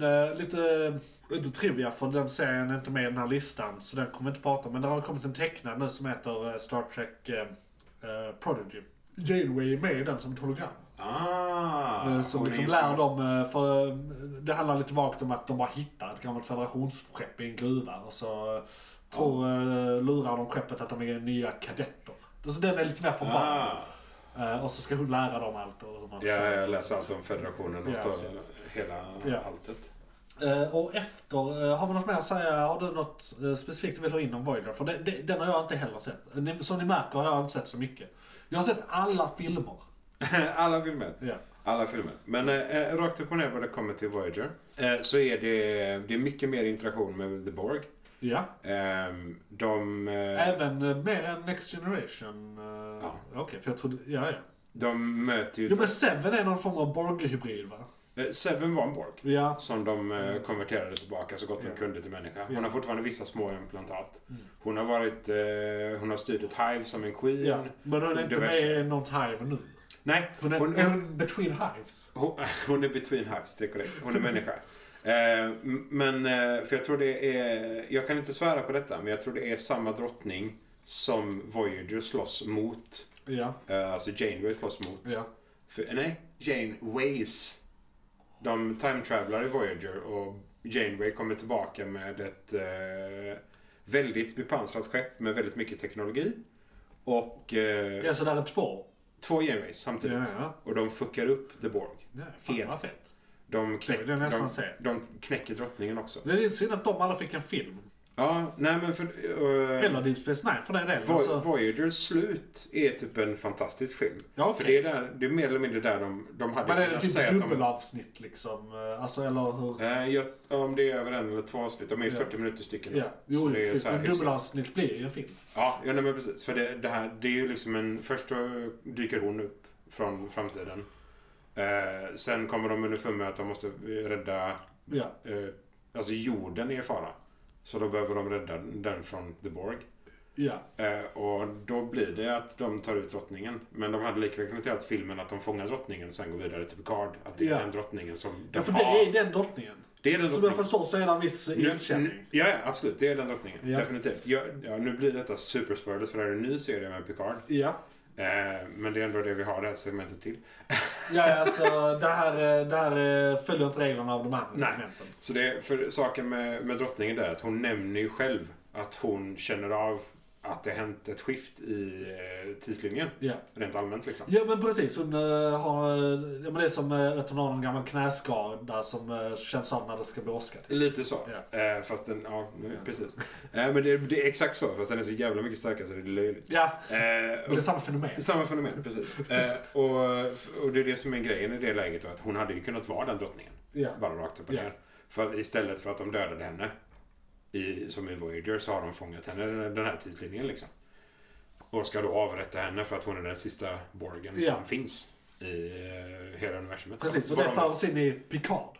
Lite trivia, för den serien är inte med i den här listan, så den kommer inte prata om. Men det har kommit en tecknad nu som heter Star Trek Prodigy. Janeway är med i den som ett hologram. Som liksom lär dem, för det handlar lite vagt om att de bara hittar ett gammalt federationsskepp i en gruva. Och så lurar de skeppet att de är nya kadetter. Så den är lite mer för barn. Och så ska hon lära dem allt. Och hur man jag läser allt om federationen och hela alltet. Och efter, har vi något mer att säga? Har du något specifikt du vill ha in om Voyager? För den har jag inte heller sett. Som ni märker har jag inte sett så mycket. Jag har sett alla filmer. Alla filmer? Ja. Alla filmer. Men rakt upp och ner vad det kommer till Voyager så är det är mycket mer interaktion med The Borg. Ja. Även mer än Next Generation. Okej, för jag trodde... Ja. De möter ju... Jo, men Seven är någon form av Borg-hybrid, va? Seven var en Borg. Ja. Som de konverterade tillbaka så gott de kunde till människa. Hon har fortfarande vissa små implantat. Hon har styrt ett hive som en queen. Ja. Men hon är inte med i något hive nu. Nej. Hon är between hives. Hon är between hives, det är korrekt. Hon är människa. Men för jag tror det är, jag kan inte svära på detta, men jag tror det är samma drottning som Voyager slåss mot. Ja. Alltså Janeway slåss mot. Ja. Janeways. De time travelar i Voyager och Janeway kommer tillbaka med ett väldigt bepansrat skepp med väldigt mycket teknologi. Och så där är två Janeways samtidigt. Ja. Och de fuckar upp The Borg. Ja, fan vad fett. De knäcker drottningen också. Det är synd att de alla fick en film. Ja, nej men för... Eller Deep Space Nine för den delen. Voyagers slut är typ en fantastisk film. Ja, okay. För det är mer eller mindre där de hade... Men är det typ dubbelavsnitt liksom? Alltså, eller hur? Om det är över en eller två avsnitt. De är 40 minuter stycken. Ja, jo, det precis. Men dubbelavsnitt blir ju en film. Ja, nej, men precis. För det här, det är ju liksom först då dyker hon upp från framtiden. Sen kommer de underfund med att de måste rädda... Ja. Alltså jorden är i fara. Så då behöver de rädda den från The Borg. Ja. Och då blir det att de tar ut drottningen. Men de hade likväl kunnat göra filmen att de fångar drottningen och sen går vidare till Picard. Att det är den drottningen som... Ja, för det är den drottningen. Det är den drottningen. Som jag förstår så är det en viss inkänning. Ja, absolut. Det är den drottningen. Ja. Definitivt. Ja, nu blir detta superspoilers för det är en ny serie med Picard. Ja. Men det är ändå det vi har det här segmentet till. Ja, alltså det här följer inte reglerna av de andra segmenten. Så det är för saken med drottningen där att hon nämner ju själv att hon känner av att det hänt ett skift i tidslinjen. Rent allmänt liksom. Ja men precis, hon har, det är som att hon har en gammal knäskada som känns av när det ska bli Oscar. Lite så. Fast den, precis. Men det är exakt så, fast den är så jävla mycket starkare så det är löjligt. Ja, men det är samma fenomen. Samma fenomen, precis. Och det är det som är grejen i det läget, att hon hade ju kunnat vara den drottningen. Bara rakt upp och ner. För istället för att de dödade henne som i Voyager, så har de fångat henne den här tidslinjen liksom. Och ska då avrätta henne för att hon är den sista Borgen som finns i hela universumet. Precis, och det för oss in i Picard.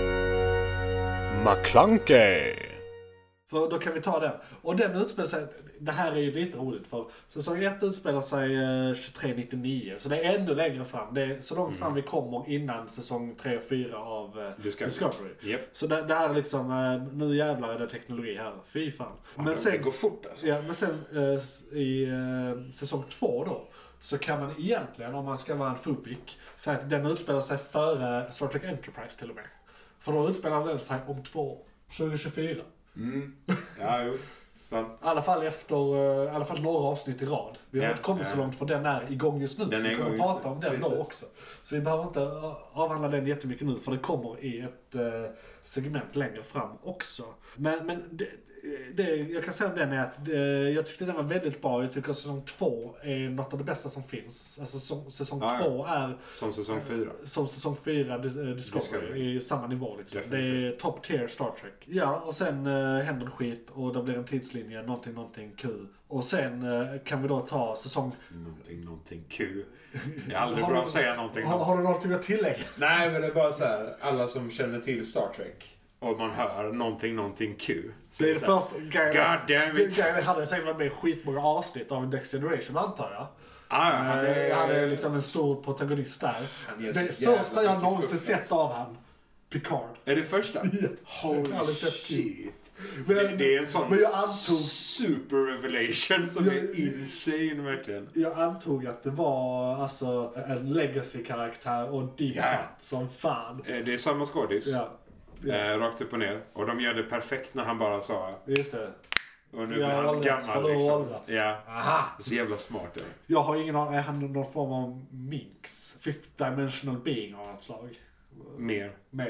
McClunkey. För då kan vi ta den. Och den utspelar sig, det här är ju lite roligt för säsong 1 utspelar sig 2399. Så det är ännu längre fram. Det är så långt fram vi kommer innan säsong 3 och 4 av Discovery. Yep. Så det här är liksom, nu jävlar är det teknologi här. Fy fan. Men sen, det går fort alltså. Ja, men sen i säsong 2 då, så kan man egentligen, om man ska vara en fubik, säga att den utspelar sig före Star Trek Enterprise till och med. För då utspelar den sig om 2 år, 2024. Ja, jo. I alla fall några avsnitt i rad. Vi har inte kommit så långt för den är igång just nu. Så vi kommer prata om den då också. Så vi behöver inte avhandla den jättemycket nu, för det kommer i ett segment längre fram också. Men det jag kan säga om den är att jag tyckte den var väldigt bra. Jag tycker att säsong 2 är något av det bästa som finns. Alltså säsong 2 är som säsong 4. Som säsong 4 Discovery i samma nivå liksom. Definitivt. Det är top tier Star Trek. Ja, och sen händer det skit och det blir en tidslinje, någonting kul. Och sen kan vi då ta säsong... Någonting kul. Det är aldrig bra att säga någonting. Har du någonting att tillägga? Nej, men det är bara så här, alla som känner till Star Trek och man hör någonting kul. Det är det första grejen. God damn it. Det hade säkert varit med skitmånga avsnitt av Next Generation, antar jag. Jag hade liksom en stor protagonist där. Det första jag någonsin sett av han, Picard. Är det första? Ja. Holy shit. Det är en sån super revelation som är insane verkligen. Jag antog att det var alltså en legacy-karaktär och deep cut som fan. Det är samma skådis. Rakt upp och ner. Och de gör det perfekt när han bara sa... Just det. Och nu blir han gammal liksom. Ja. Aha. Så jävla smart. Jag har ingen aning. Är han någon form av minx? Fifth dimensional being av ett slag? Mer.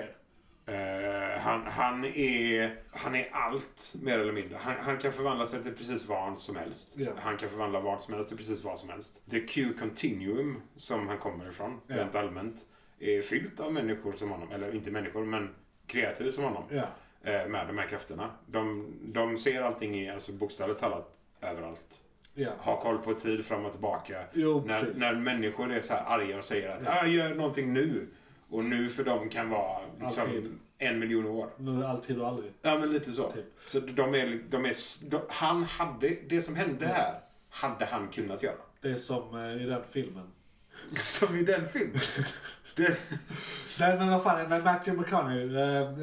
Han är allt, mer eller mindre. Han kan förvandla sig till precis vad som helst. Han kan förvandla vad som helst till precis vad som helst. Det Q-continuum som han kommer ifrån, rent allmänt, är fyllt av människor som honom. Eller inte människor, men kreatur som honom. Med de här krafterna. De ser allting i, alltså bokstavligt talat, överallt. Ha koll på tid fram och tillbaka. När människor är så här arga och säger att gör någonting nu. Och nu för dem kan vara liksom 1 miljon år. Nu är alltid och aldrig. Ja, men lite så. Typ. Så han hade, det som hände här, hade han kunnat göra. Det är som i den filmen. Som i den filmen? Nej, men vad fan, med Matthew McConaughey,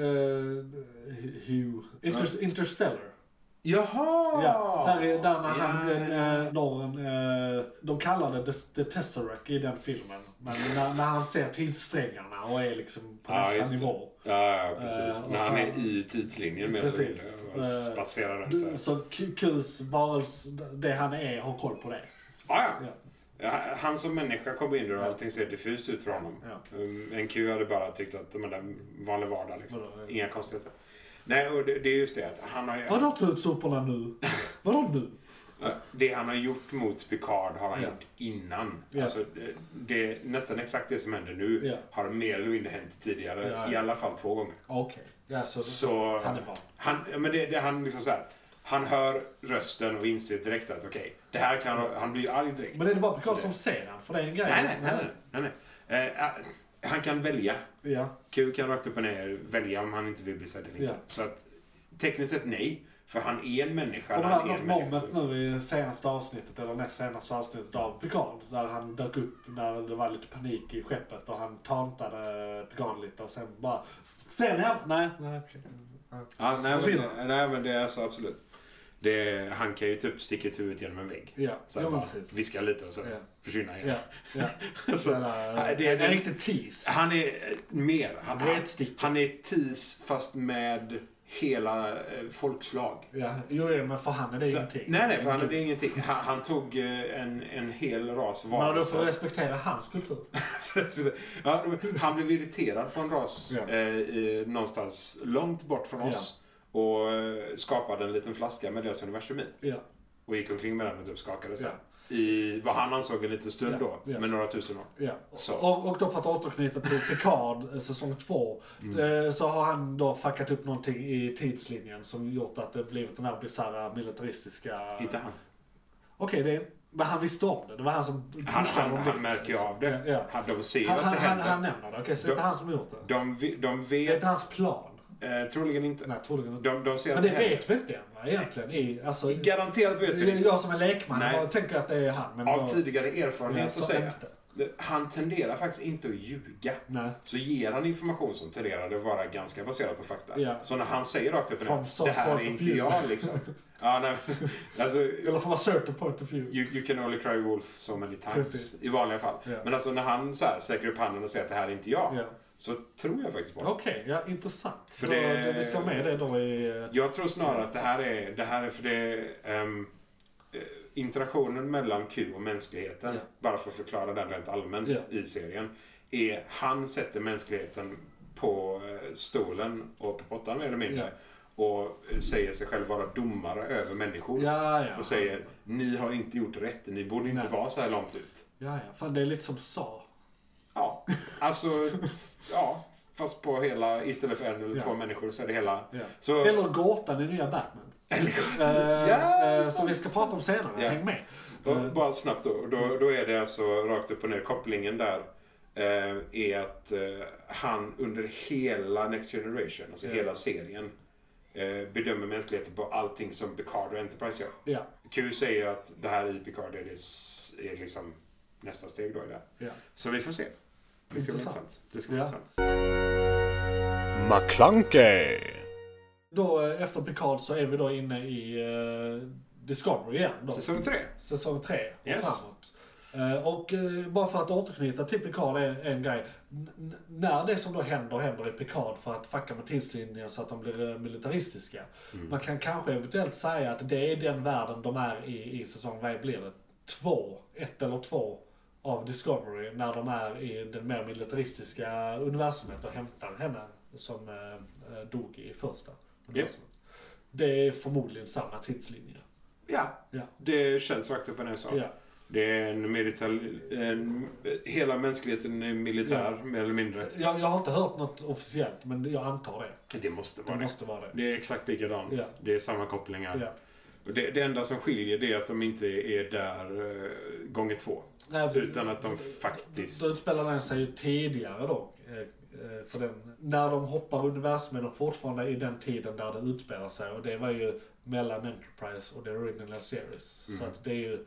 Interstellar. Jaha! Ja, där när han, de kallar det The Tesseract i den filmen. Men när han ser tidssträngarna och är liksom på nästa nivå. Ja, precis. När han är i tidslinjen med precis. Och spatserar runt. Så Qs varelse, det han är, har koll på det. Han som människa kommer in och allting ser diffust ut för honom. En Q hade bara tyckt att de är vanlig vardag liksom. Inga konstigheter. Nej, och det är just det att han har... Vadå ta ut soporna nu? Vadå nu? Det han har gjort mot Picard har han gjort innan. Alltså, det nästan exakt det som händer nu har mer eller mindre hänt tidigare. I alla fall 2 gånger. Okej. Så han är van. Men han liksom så här, han hör rösten och inser direkt att det här kan han blir arg direkt. Men är det bara Picard som ser han? För det är en grej. Nej. Han kan välja. Ja. Q kan rakt upp och ner välja om han inte vill bli sedd eller inte. Så att tekniskt sett nej. För han är en människa. För det var något moment nu i senaste avsnittet eller näst senaste avsnittet av Picard. Där han dök upp när det var lite panik i skeppet och han tantade Picard lite och sen bara... Ser ni här? Nej. Nej, men det är så absolut. Han kan ju typ sticka ut huvudet genom en vägg. Så bara viska lite och så försvinna igen. Så, det är en riktig tease. Han är mer. Han är tease fast med hela folkslag. Ja, men för han är det ingenting. Nej, för han är det ingenting. Han tog en hel ras varelser. Men du får respektera hans kultur. Ja, han blev irriterad på en ras någonstans långt bort från oss. Och skapade en liten flaska med deras universum i. Ja. Och gick omkring med den och typ skakade sig. I vad han ansåg en liten stund då, med några tusen år. Ja. Och då för att återknyta till Picard säsong 2 så har han då fuckat upp någonting i tidslinjen som gjort att det blivit den här bizarra militaristiska... Inte han. Okej, men han visste om det. Det var han som pushade dem. Han märker av det. Ja. De ser att det händer. Han nämner det. Okej, så det är inte han som har gjort det. De vet... Det är inte hans plan. Troligen inte. Nej, troligen inte. De ser men det vet vi inte än, va? Egentligen. Garanterat vet vi. Jag som är lekman tänker att det är han. Men av tidigare erfarenhet så säger han tenderar faktiskt inte att ljuga. Nej. Så ger han information som tenderar att vara ganska baserad på fakta. Ja. Så när han säger rakt upp det här är inte jag liksom. Alltså, eller från a certain point of view. You can only cry wolf so many times. I vanliga fall. Ja. Men alltså när han så här sträcker upp handen och säger att det här är inte jag. Ja. Så tror jag faktiskt på det. Okej, intressant. För vi ska ha med det då i... Jag tror snarare att det här är för det... interaktionen mellan Q och mänskligheten, bara för att förklara den rent allmänt i serien, är han sätter mänskligheten på stolen och på pottan mer eller mindre och säger sig själv vara domare över människor. Och säger, ni har inte gjort rätt, ni borde inte vara så här långt ut. Fan det är lite som Sa. Ja, alltså fast på hela, istället för en eller två människor så är det hela. Så, eller gåtan i nya Batman. Så vi ska prata om senare, häng med. Bara snabbt då är det alltså rakt upp och ner. Kopplingen där är att han under hela Next Generation, alltså hela serien, bedömer mänskligheten på allting som Picard och Enterprise gör. Q säger att det här i Picard är liksom nästa steg då i det. Så vi får se. Det ska bli intressant. McClunkey. Då efter Picard så är vi då inne i Discovery igen. Då. Säsong 3 och framåt. Och bara för att återknyta till Picard är en grej. När det som då händer i Picard för att fucka med tidslinjen så att de blir militaristiska. Man kan kanske eventuellt säga att det är den världen de är i säsong, vad blir det? 1 eller 2 av Discovery när de är i den mer militaristiska universumet och hämtar henne som dog i första universumet. Det är förmodligen samma tidslinje. Ja. Det känns faktiskt på den saken. Det är hela mänskligheten är militär, mer eller mindre. Jag har inte hört något officiellt, men jag antar det. Det måste vara det. Det är exakt likadant. Det är samma kopplingar. Det enda som skiljer det är att de inte är där gånger 2. Utan att de faktiskt... Då spelar den sig ju tidigare då. För när de hoppar universum är de fortfarande i den tiden där det utspelar sig. Och det var ju mellan Enterprise och The Original Series. Så att det är ju...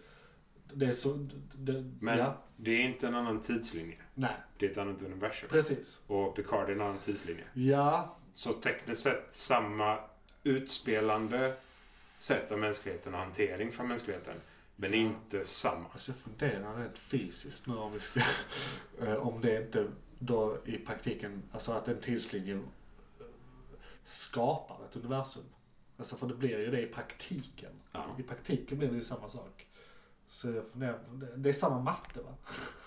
Men det är inte en annan tidslinje. Nej. Det är ett annat universum. Precis. Och Picard är en annan tidslinje. Ja. Så tekniskt sett samma utspelande sätt av mänskligheten och hantering från mänskligheten. Men inte samma. Alltså jag funderar rent fysiskt nu om vi ska... om det inte då i praktiken... Alltså att en tidslinje skapar ett universum. Alltså för det blir ju det i praktiken. Ja. I praktiken blir det ju samma sak. Så jag funderar, det är samma matte va?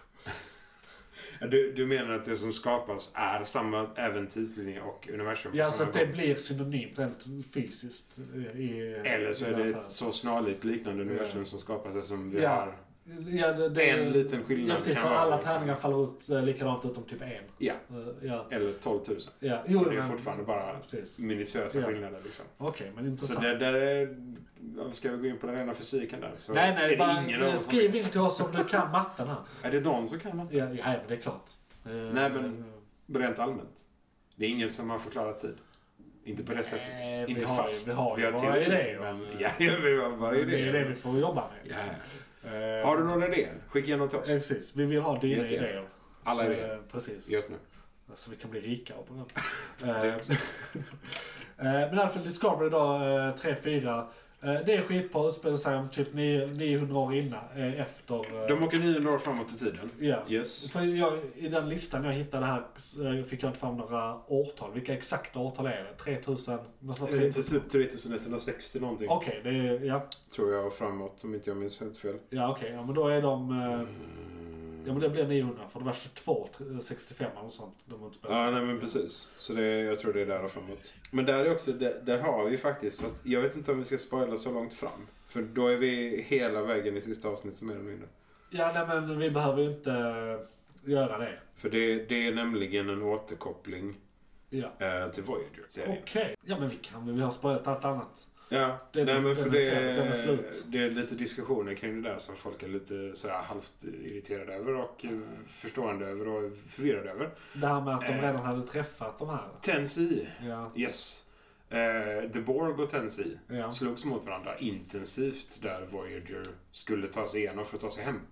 Du menar att det som skapas är samma även tidslinje och universum? Ja, så att det blir synonymt rent fysiskt. Eller så är det ett så snarlikt liknande universum som skapas som vi har. Ja, en liten skillnad. Ja, precis, för alla tärningar faller ut likadant utom typ en. Ja. Eller 12 000. Ja. Jo, det är fortfarande bara minutiösa skillnader. Liksom. Okej, men intressant. Så där är... Ska vi gå in på den rena fysiken där? Så nej, bara skriv in till oss om du kan matten här. Är det någon som kan matten? Ja, men det är klart. Nej, men rent allmänt. Det är ingen som har förklarat tid. Inte på det sättet. Inte fast. Vi har våra idéer. Men, vi har våra idéer. Det är det vi får jobba med. Liksom. Har du några idéer? Skicka igenom till oss. Precis, vi vill ha dina idéer. Alla idéer. Precis. Just nu. Så vi kan bli rikare på den. Men i alla fall Discovery då, 3-4. Det är skitbra, utspelar sig om typ 900 år innan, efter... De åker 900 år framåt i tiden? Ja. Yes. För i den listan jag hittade här fick jag inte fram några årtal. Vilka exakta årtal är det? 3000? Är det inte typ 3160 någonting? Okej, det är... Ja. Tror jag framåt, om inte jag minns helt fel. Ja, okej. Ja, men då är de... Ja, men det blir 900, för det var 2265 eller sånt. Ja, nej men precis. Så jag tror det är där och framåt. Men där är också, där har vi faktiskt, fast jag vet inte om vi ska spoila så långt fram. För då är vi hela vägen i sista avsnittet mer eller mindre. Ja, nej men vi behöver ju inte göra det. För det är nämligen en återkoppling till Voyager-serien. Okej. Ja, men vi har spoilat allt annat. Ja, den är slut. Det är lite diskussioner kring det där som folk är lite så här halvt irriterade över och förstående över och förvirrade över. Det här med att de redan hade träffat de här. Tensi, ja. Yes. The Borg och Tensi slogs mot varandra intensivt där Voyager skulle ta sig igenom för att ta sig hem.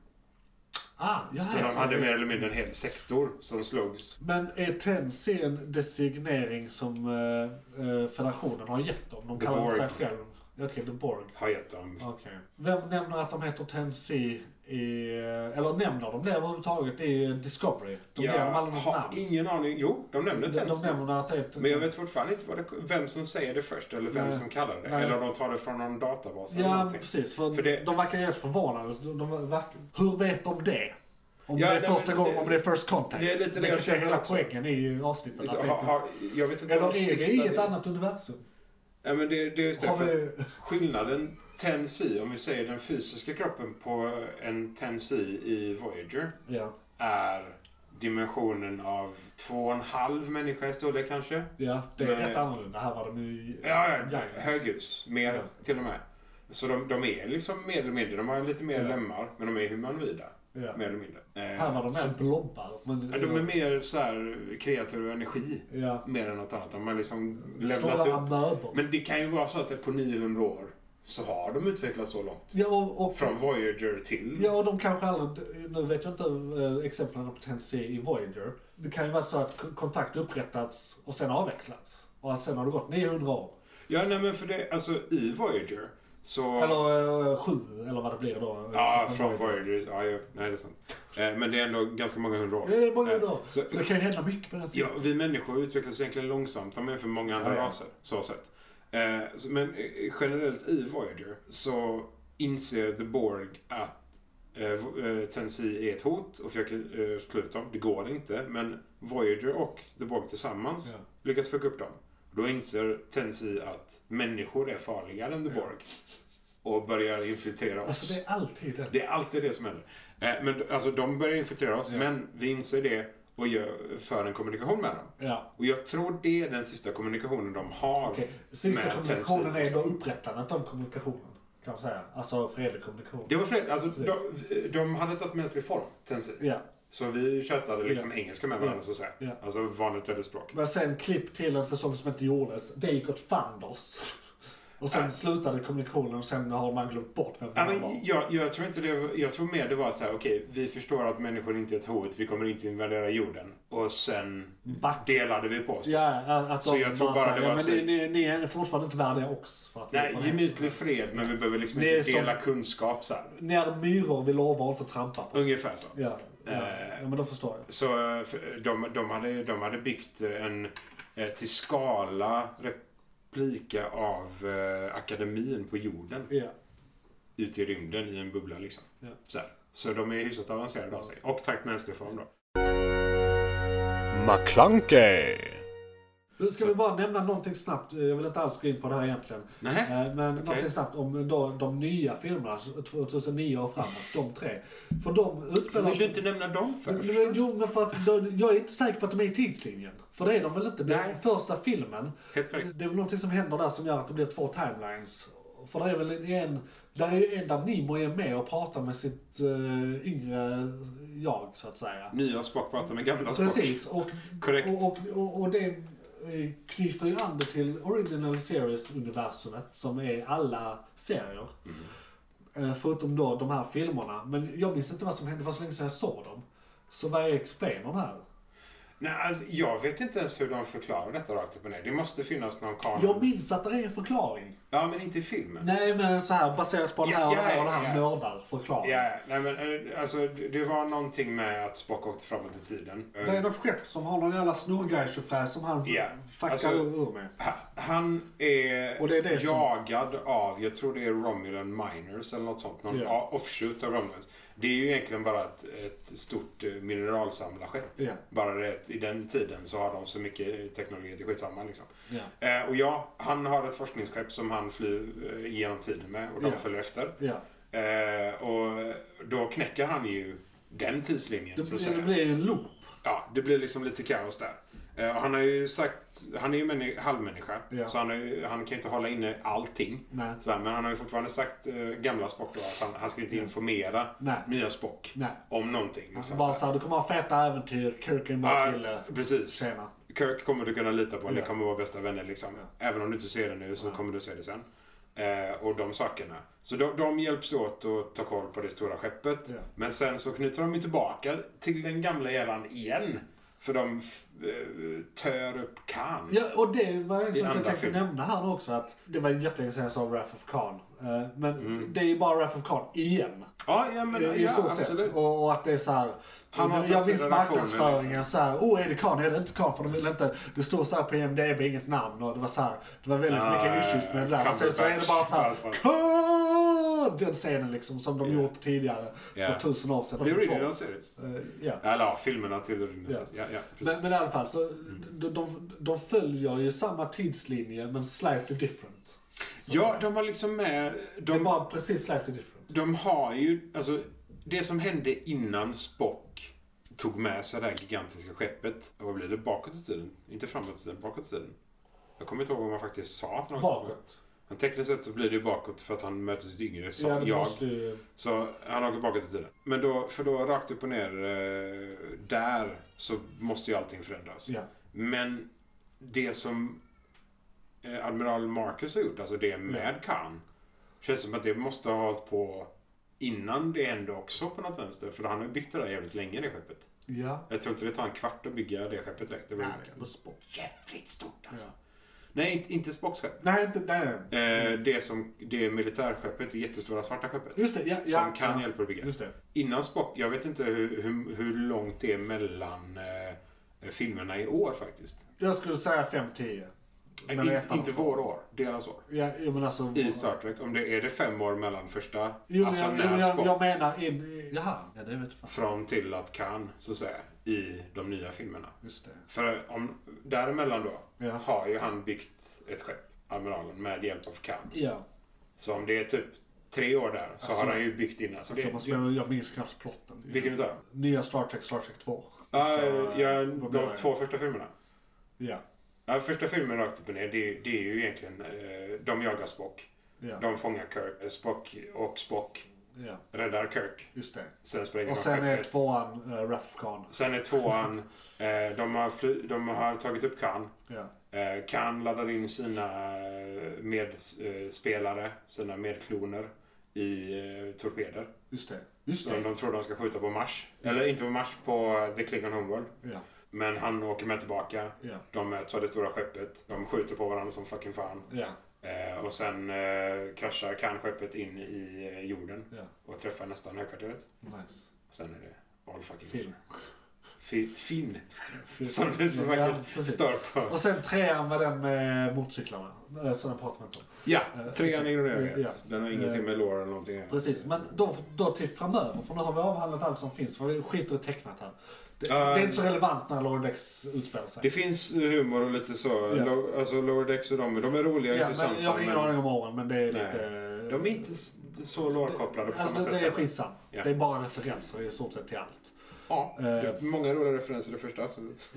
Så de hade mer eller mindre en hel sektor som slogs. Men är Tensi en designering som federationen har gett dem? De kallar sig själv. Okej, The Borg. Har gett dem. Okay. Vem nämner att de heter Tensi eller nämner de det överhuvudtaget i Discovery? De har ingen aning. Jo, de nämner Tensi. De nämner att det är men jag vet fortfarande inte vem som säger det först eller vem som kallar det. Eller de tar det från någon databas. Ja, precis. För de verkar helt förvånade. Hur vet de det? Om det är första gången, om det är first contact. Det är lite det kanske är hela poängen i avsnittet. Jag vet inte. Eller är det i ett annat universum? Ja, men det är just det. Skillnaden Tensi, om vi säger den fysiska kroppen på en Tensi i Voyager, är dimensionen av 2,5 människa i storlek kanske. Ja, det är rätt annorlunda. Här var de ju... höghus. Mer till och med. Så de är liksom mer eller mindre, de har lite mer lemmar, men de är humanoida. Ja. Mer eller mindre. Här var de mer blobbar. De är mer så här kreatur och energi. Ja. Mer än något annat. De har liksom levlat upp. Men det kan ju vara så att på 900 år så har de utvecklats så långt. Ja, och från Voyager till... Ja, och de kanske aldrig... Nu vet jag inte exemplen på Tensi i Voyager. Det kan ju vara så att kontakt upprättats och sen avvecklats. Och att sen har det gått 900 år. Ja, nej men för det... Alltså i Voyager... Så... Eller 7, eller vad det blir då. Ja, från Voyager. Ja, nej, det är sant. Men det är ändå ganska många hundra år. Ja, det är många hundra år. Det kan ju hända mycket på den tiden. Ja, vi människor utvecklas egentligen långsamt med för många andra raser. Så sett. Men generellt i Voyager så inser The Borg att Tensi är ett hot och försöker sluta dem. Det går inte. Men Voyager och The Borg tillsammans lyckas fucka upp dem. Då inser Tensi att människor är farligare än The Borg. Och börjar infiltrera oss. Alltså det är alltid det. Det är alltid det som händer. Men alltså de börjar infiltrera oss. Men vi inser det och för en kommunikation med dem. Ja. Och jag tror det är den sista kommunikationen de har. Okay. Sista kommunikationen är då upprättandet av kommunikationen. Kan man säga. Alltså fredlig kommunikation. Det var fredlig. Alltså de hade tagit mänsklig form. Tensi. Ja. Så vi chattade liksom engelska med varandra så att säga. Ja. Alltså vanligt ödespråk. Men sen klipp till en säsong som inte gjordes. Det gick åt fanders. Och sen slutade kommunikationen och sen har man glömt bort vem det var. Jag tror inte det. Jag tror mer det var så här: okej, vi förstår att människor inte är ett hot. Vi kommer inte invadera jorden. Och sen delade vi på oss. Ja, att så jag tror bara det var så. Men ni är fortfarande inte värdiga oss. För att nej, gemytlig fred, men vi behöver liksom inte dela kunskap så här. Ni är myror vi lovar inte trampa på. Ungefär så. Ja, men då förstår jag. Så de hade byggt en till skala replika av akademin på jorden. Ja. Ute i rymden i en bubbla liksom. Ja. Så de är hyfsat avancerade av sig. Och tack mänsklig form då. McClunkey. Nu ska vi bara nämna någonting snabbt. Jag vill inte alls gå in på det här egentligen. Men någonting snabbt om de nya filmerna 2009 och framåt. De 3. För de utspelar... Vill du inte nämna dem först? Jo, men för att jag är inte säker på att de är i tidslinjen. För det är de väl inte. Den första filmen. Helt korrekt. Det är väl någonting som händer där som gör att det blir 2 timelines. För det är väl en där Nemo är med och pratar med sitt yngre jag så att säga. Nya Spock pratar med gamla Spock. Precis. Korrekt. Och det knyter ju an det till Original Series-universumet som är alla serier. Förutom då de här filmerna. Men jag minns inte vad som hände, det var så länge sedan jag såg dem. Så vad är explainern här? Nej, alltså, jag vet inte ens hur de förklarar detta rakt upp och ner. Det måste finnas någon kanon. Jag minns att det är en förklaring. Ja, men inte i filmen. Nej, men så här baserat på det här och det här och det här mördar förklaring. Ja, nej men alltså det var någonting med att Spock åkte framåt i tiden. Det är något skepp som har någon jävla snurrgajsjofräs som han fuckar ur med. Han är, och det är det jagad av, jag tror det är Romulan Miners eller något sånt. Någon offshoot av Romulans. Det är ju egentligen bara ett stort mineralsamlarskepp. Bara det i den tiden så har de så mycket teknologi till skitsamma liksom. Och han har ett forskningsskepp som han flyr genom tiden med och de följer efter. Och då knäcker han ju den tidslinjen. Det blir en loop. Ja, det blir liksom lite kaos där. Och han har ju sagt, han är ju halvmänniska, så han kan inte hålla inne allting. Så men han har ju fortfarande sagt gamla Spock då, att han ska inte informera nya Spock om någonting. Liksom, bara så här, du kommer ha feta äventyr, Kirk är bara kille. Precis. Tjena. Kirk kommer du kunna lita på, ni kommer vara bästa vänner liksom. Även om du inte ser det nu så kommer du se det sen. Och de sakerna. Så de hjälps åt att ta koll på det stora skeppet. Men sen så knyter de ju tillbaka till den gamla eran igen. För de tör upp Khan. Ja, och det var en som jag tänkte nämna här också. Att det var jättelänge sedan jag sa Wrath of Khan. Men det är ju bara Wrath of Khan igen. Ja, men i så sätt. Och att det är så här. Jag minns marknadsföringen så här. Är det Khan? Är det inte Khan? För de vill inte. Det står så här på IMDb, inget namn. Och det var så här. Det var väldigt mycket issues med det där. Och sen så är det bara så här. Khan! Den scenen liksom som de gjort tidigare för 1000 år sedan. Det är original series. Eller filmerna till original series. Men i alla fall så de följer ju samma tidslinje men slightly different. De har liksom med... Det är bara precis slightly different. De har ju, alltså det som hände innan Spock tog med sig det här gigantiska skeppet. Vad blir det? Bakåt i tiden? Inte framåt i tiden, bakåt i tiden. Jag kommer inte ihåg vad man faktiskt sa. Bakåt. Men tekniskt sett så blir det ju bakåt för att han möter sitt yngre Så han åker bakåt i tiden. Men då rakt upp och ner där så måste ju allting förändras. Men det som Admiral Marcus har gjort, alltså det med Khan, känns som att det måste ha hållit på innan det hände också på något vänster. För han har byggt det där jävligt länge, det skeppet. Jag tror inte det tar en kvart att bygga det skeppet direkt. Det var jävligt stort alltså. Nej, inte Spocks skepp. Nej, inte det militärskeppet, det jättestora svarta skeppet. Just det, som kan hjälpa att bygga. Just det. Innan Spock, jag vet inte hur långt det är mellan filmerna i år faktiskt. Jag skulle säga 5-10. Inte vår år, deras år. Men alltså, i Star Trek, är det 5 år mellan första... Jag menar det vet fan. Från till att Khan, så att säga, i de nya filmerna. Just det. För däremellan då har ju han byggt ett skepp, Admiralen, med hjälp av Khan. Så om det är typ 3 år där så har han ju byggt innan. Så jag minns knappt plotten. Vilken utav dem? Nya Star Trek 2. De 2 första filmerna. Första filmen rakt upp och ner, det är ju egentligen de jagar Spock. De fångar Kirk, Spock räddar Kirk. Just det. Sen springer och sen är 2an Wrath of Khan. Sen är 2an de har tagit upp Khan. Khan laddar in sina medspelare, sina medkloner i torpeder. Just det. Som de tror de ska skjuta på Mars. Eller inte på Mars, på The Klingon Homeworld. Men han åker med tillbaka. De möts av det stora skeppet. De skjuter på varandra som fucking fan. Och sen kraschar Khan-skeppet in i jorden. Och träffar nästan högkvarteret. Nice. Och sen är det all fucking film. Fin. Som det så vackert står på. Och sen 3an var den med motorcyklarna. Som den pratar om. Ja, 3an ignorerar jag. Den har ingenting med lore eller någonting. Precis, men då till framöver. För nu har vi avhandlat allt som finns. För vi skiter i tecknat här. Det är inte så relevant när Lower Decks utspelar sig. Det finns humor och lite så. Alltså Lower Decks och de är roliga och intressanta. Men jag har ingen aning om åren, men det är lite... De är inte så lårkopplade på samma sätt. Det är skitsam. Det är bara referenser i stort sett till allt. Ja, många roliga referenser i det första.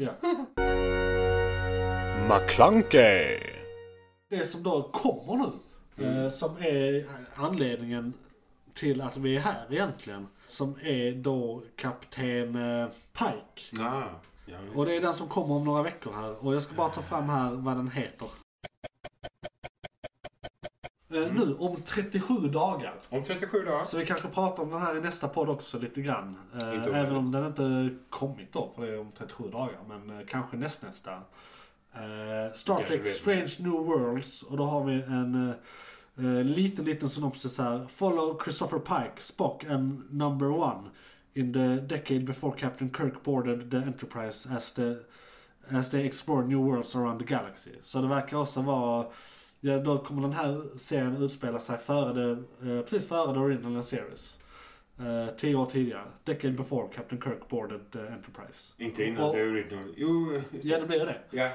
McClunkey. Det som då kommer nu, som är anledningen till att vi är här egentligen, som är då kapten Pike. Och det är den som kommer om några veckor här. Och jag ska bara ta fram här vad den heter. Nu om 37 dagar. Om 37 dagar. Så vi kanske pratar om den här i nästa podd också lite grann. Även om den inte kommit då, för det är om 37 dagar. Men kanske nästa. Star Trek Strange New Worlds. Och då har vi en liten synopsis här. Follow Christopher Pike, Spock and Number One in the decade before Captain Kirk boarded the Enterprise as they explore new worlds around the galaxy. Så det verkar också vara... Ja, då kommer den här serien utspela sig precis före the original series. 10 år tidigare. Decade before Captain Kirk boarded the Enterprise. Inte innan the original. Jo. Ja, det blir det. Ja,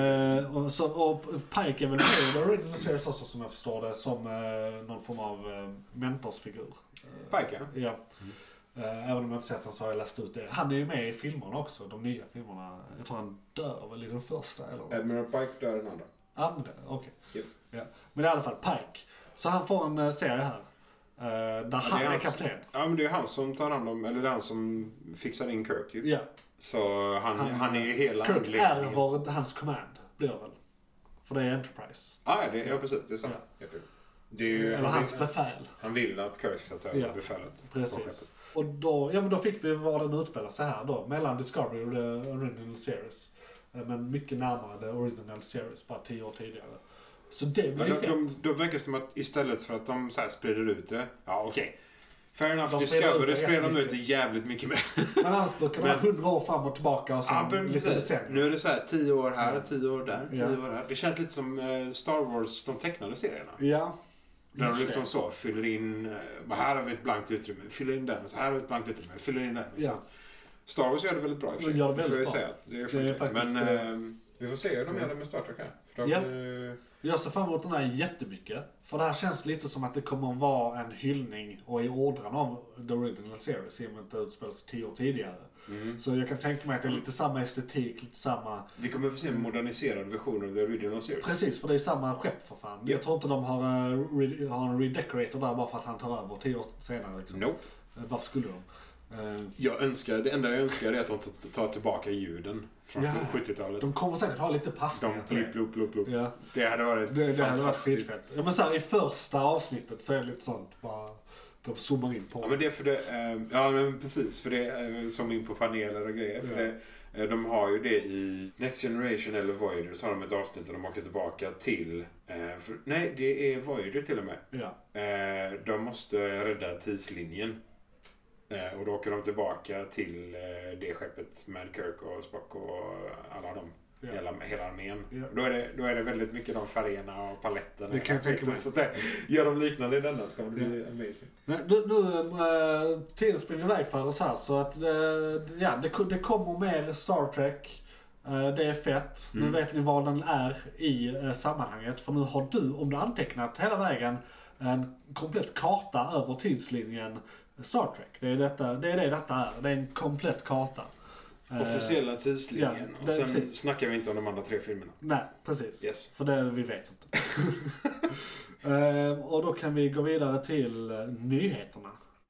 och Pike är väl med i the original series också, som jag förstår det, som någon form av mentorsfigur. Pike, ja. Ja. Även om jag inte sett den så har jag läst ut det. Han är ju med i filmerna också, de nya filmerna. Jag tror han dör väl i den första. Eller Admiral Pike dör den andra. Okej. Yep. Ja. Men i alla fall, Pike. Så han får en serie här. Där han är kapten. Ja, men det är han som tar hand om, eller det är han som fixar in Kirk ju. Ja. Så han är ju hela Kirk ärver hans command, blir det väl. För det är Enterprise. Ja, precis. Det är sant. Ja. Det är ju, eller hans befäl. Han vill att Kirk ska ta över befälet. Precis. Och då fick vi var den utspelar sig här då. Mellan Discovery och the original series. Men mycket närmare the original series, bara 10 år tidigare. Så det blir ju fett. Då verkar det som att istället för att de så här sprider ut det. Ja, okej. Fair enough, Discovery sprider de ut det jävligt mycket mer. Men annars brukar det vara 100 år fram och tillbaka och sen lite decennier. Nu är det så här 10 år här, 10 år där, 10 år här. Det känns lite som Star Wars, de tecknade serierna. Ja. Där de liksom så fyller in, här har vi ett blankt utrymme, fyller in den, och så här har vi ett blankt utrymme, fyller in den. Ja. Star Wars gör det väldigt bra i och för sig. Gör det väldigt bra. Det är faktiskt, men vi får se hur de gör det med Star Trek här. För jag ser fram emot den här jättemycket. För det här känns lite som att det kommer att vara en hyllning och i ådran av the original series, i och med att det utspelas 10 år tidigare. Så jag kan tänka mig att det är lite samma estetik, lite samma... Vi kommer få se en moderniserad version av the original series. Precis, för det är samma skepp för fan. Jag tror inte de har en redecorator där bara för att han tar över 10 år senare. Liksom. Nope. Varför skulle de? Det enda jag önskar är att de tar tillbaka ljuden från 70-talet. De kommer säkert ha lite passningar. Blip. Ja. Det hade varit det hade varit skitfett. Ja, men så här, i första avsnittet så är det lite sånt bara... De zoomar in på. Ja, men det är för det... ja, men precis. För det är som in på paneler och grejer. För det, de har ju det i Next Generation eller Voyager, så har de ett avsnitt där de åker tillbaka till... nej, det är Voyager till och med. Ja. De måste rädda tidslinjen. Och då åker de tillbaka till det skeppet med Kirk och Spock och alla dem. Hela armén. Ja. Då är det väldigt mycket de färgerna och paletterna. Det kan jag tänka mig. Så att gör de liknande i denna ska det bli amazing. Men nu tiden springer iväg för oss här. Så att det kommer mer Star Trek. Det är fett. Nu vet ni vad den är i sammanhanget. För nu har du, om du antecknat hela vägen, en komplett karta över tidslinjen Star Trek. Det är det detta är. Det är en komplett karta. Officiella tidslinjen. Och sen precis. Snackar vi inte om de andra 3 filmerna. Nej, precis. Yes. För det vi vet inte. Och då kan vi gå vidare till nyheterna.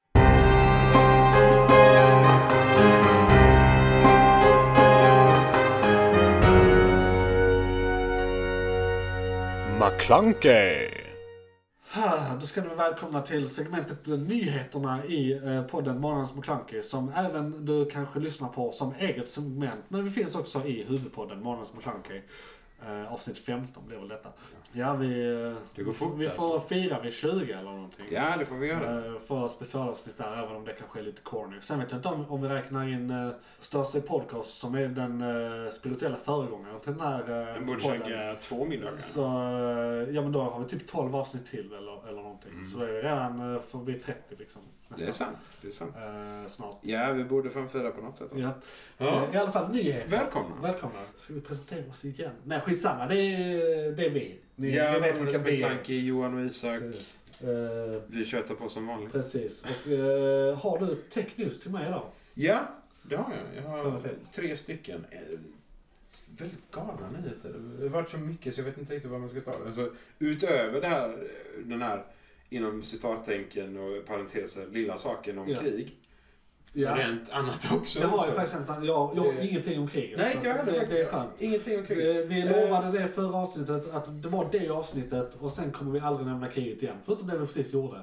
McClunkey. Då ska ni vara välkomna till segmentet Nyheterna i podden Månadens McClunkey, som även du kanske lyssnar på som eget segment, men vi finns också i huvudpodden Månadens McClunkey. Avsnitt 15 blir väl detta. Ja, det går fort, vi får fira vid 20 eller någonting. Ja, det får vi göra. För specialavsnitt där, även om det kanske är lite corny. Sen vet jag inte om vi räknar in Störse Podcast, som är den spirituella föregångaren till den här den borde käka 2 middagar. Så ja, men då har vi typ 12 avsnitt till eller någonting. Så då är vi redan förbi 30 liksom. Nästan. Det är sant. Snart. Ja, vi borde fan fira på något sätt. Alltså. Ja. I alla fall nyheter. Välkomna. Ska vi presentera oss igen? Nej, skitsamma. Det är vi. Ni vet vilka vi är. Johan och Isak. Vi köter på som vanligt. Precis. Och har du tech news till mig idag? Ja, det har jag. Jag har 3 stycken. Väldigt galna nyheter. Det har varit så mycket så jag vet inte riktigt vad man ska ta. Alltså, utöver den här inom citattänken och parenteser lilla saken om krig, rent annat också. Det har jag faktiskt inte. Jag har ingenting om kriget. Nej, inte jag heller. Det är skönt. Ingenting om kriget. Vi lovade det förra avsnittet att det var det avsnittet och sen kommer vi aldrig nämna kriget igen. Förutom det vi precis gjorde.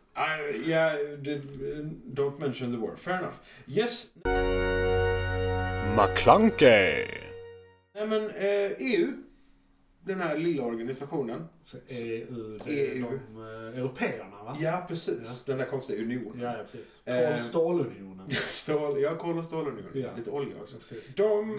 Don't mention the war. Fair enough. Yes. McClunkey. Nej men EU. Den här lilla organisationen. EU. De européerna va? Ja, precis. Den där konstiga unionen. Ja, precis. Kol- och stålunionen. Kol- och stålunionen. Ja. Lite olja också. Precis. De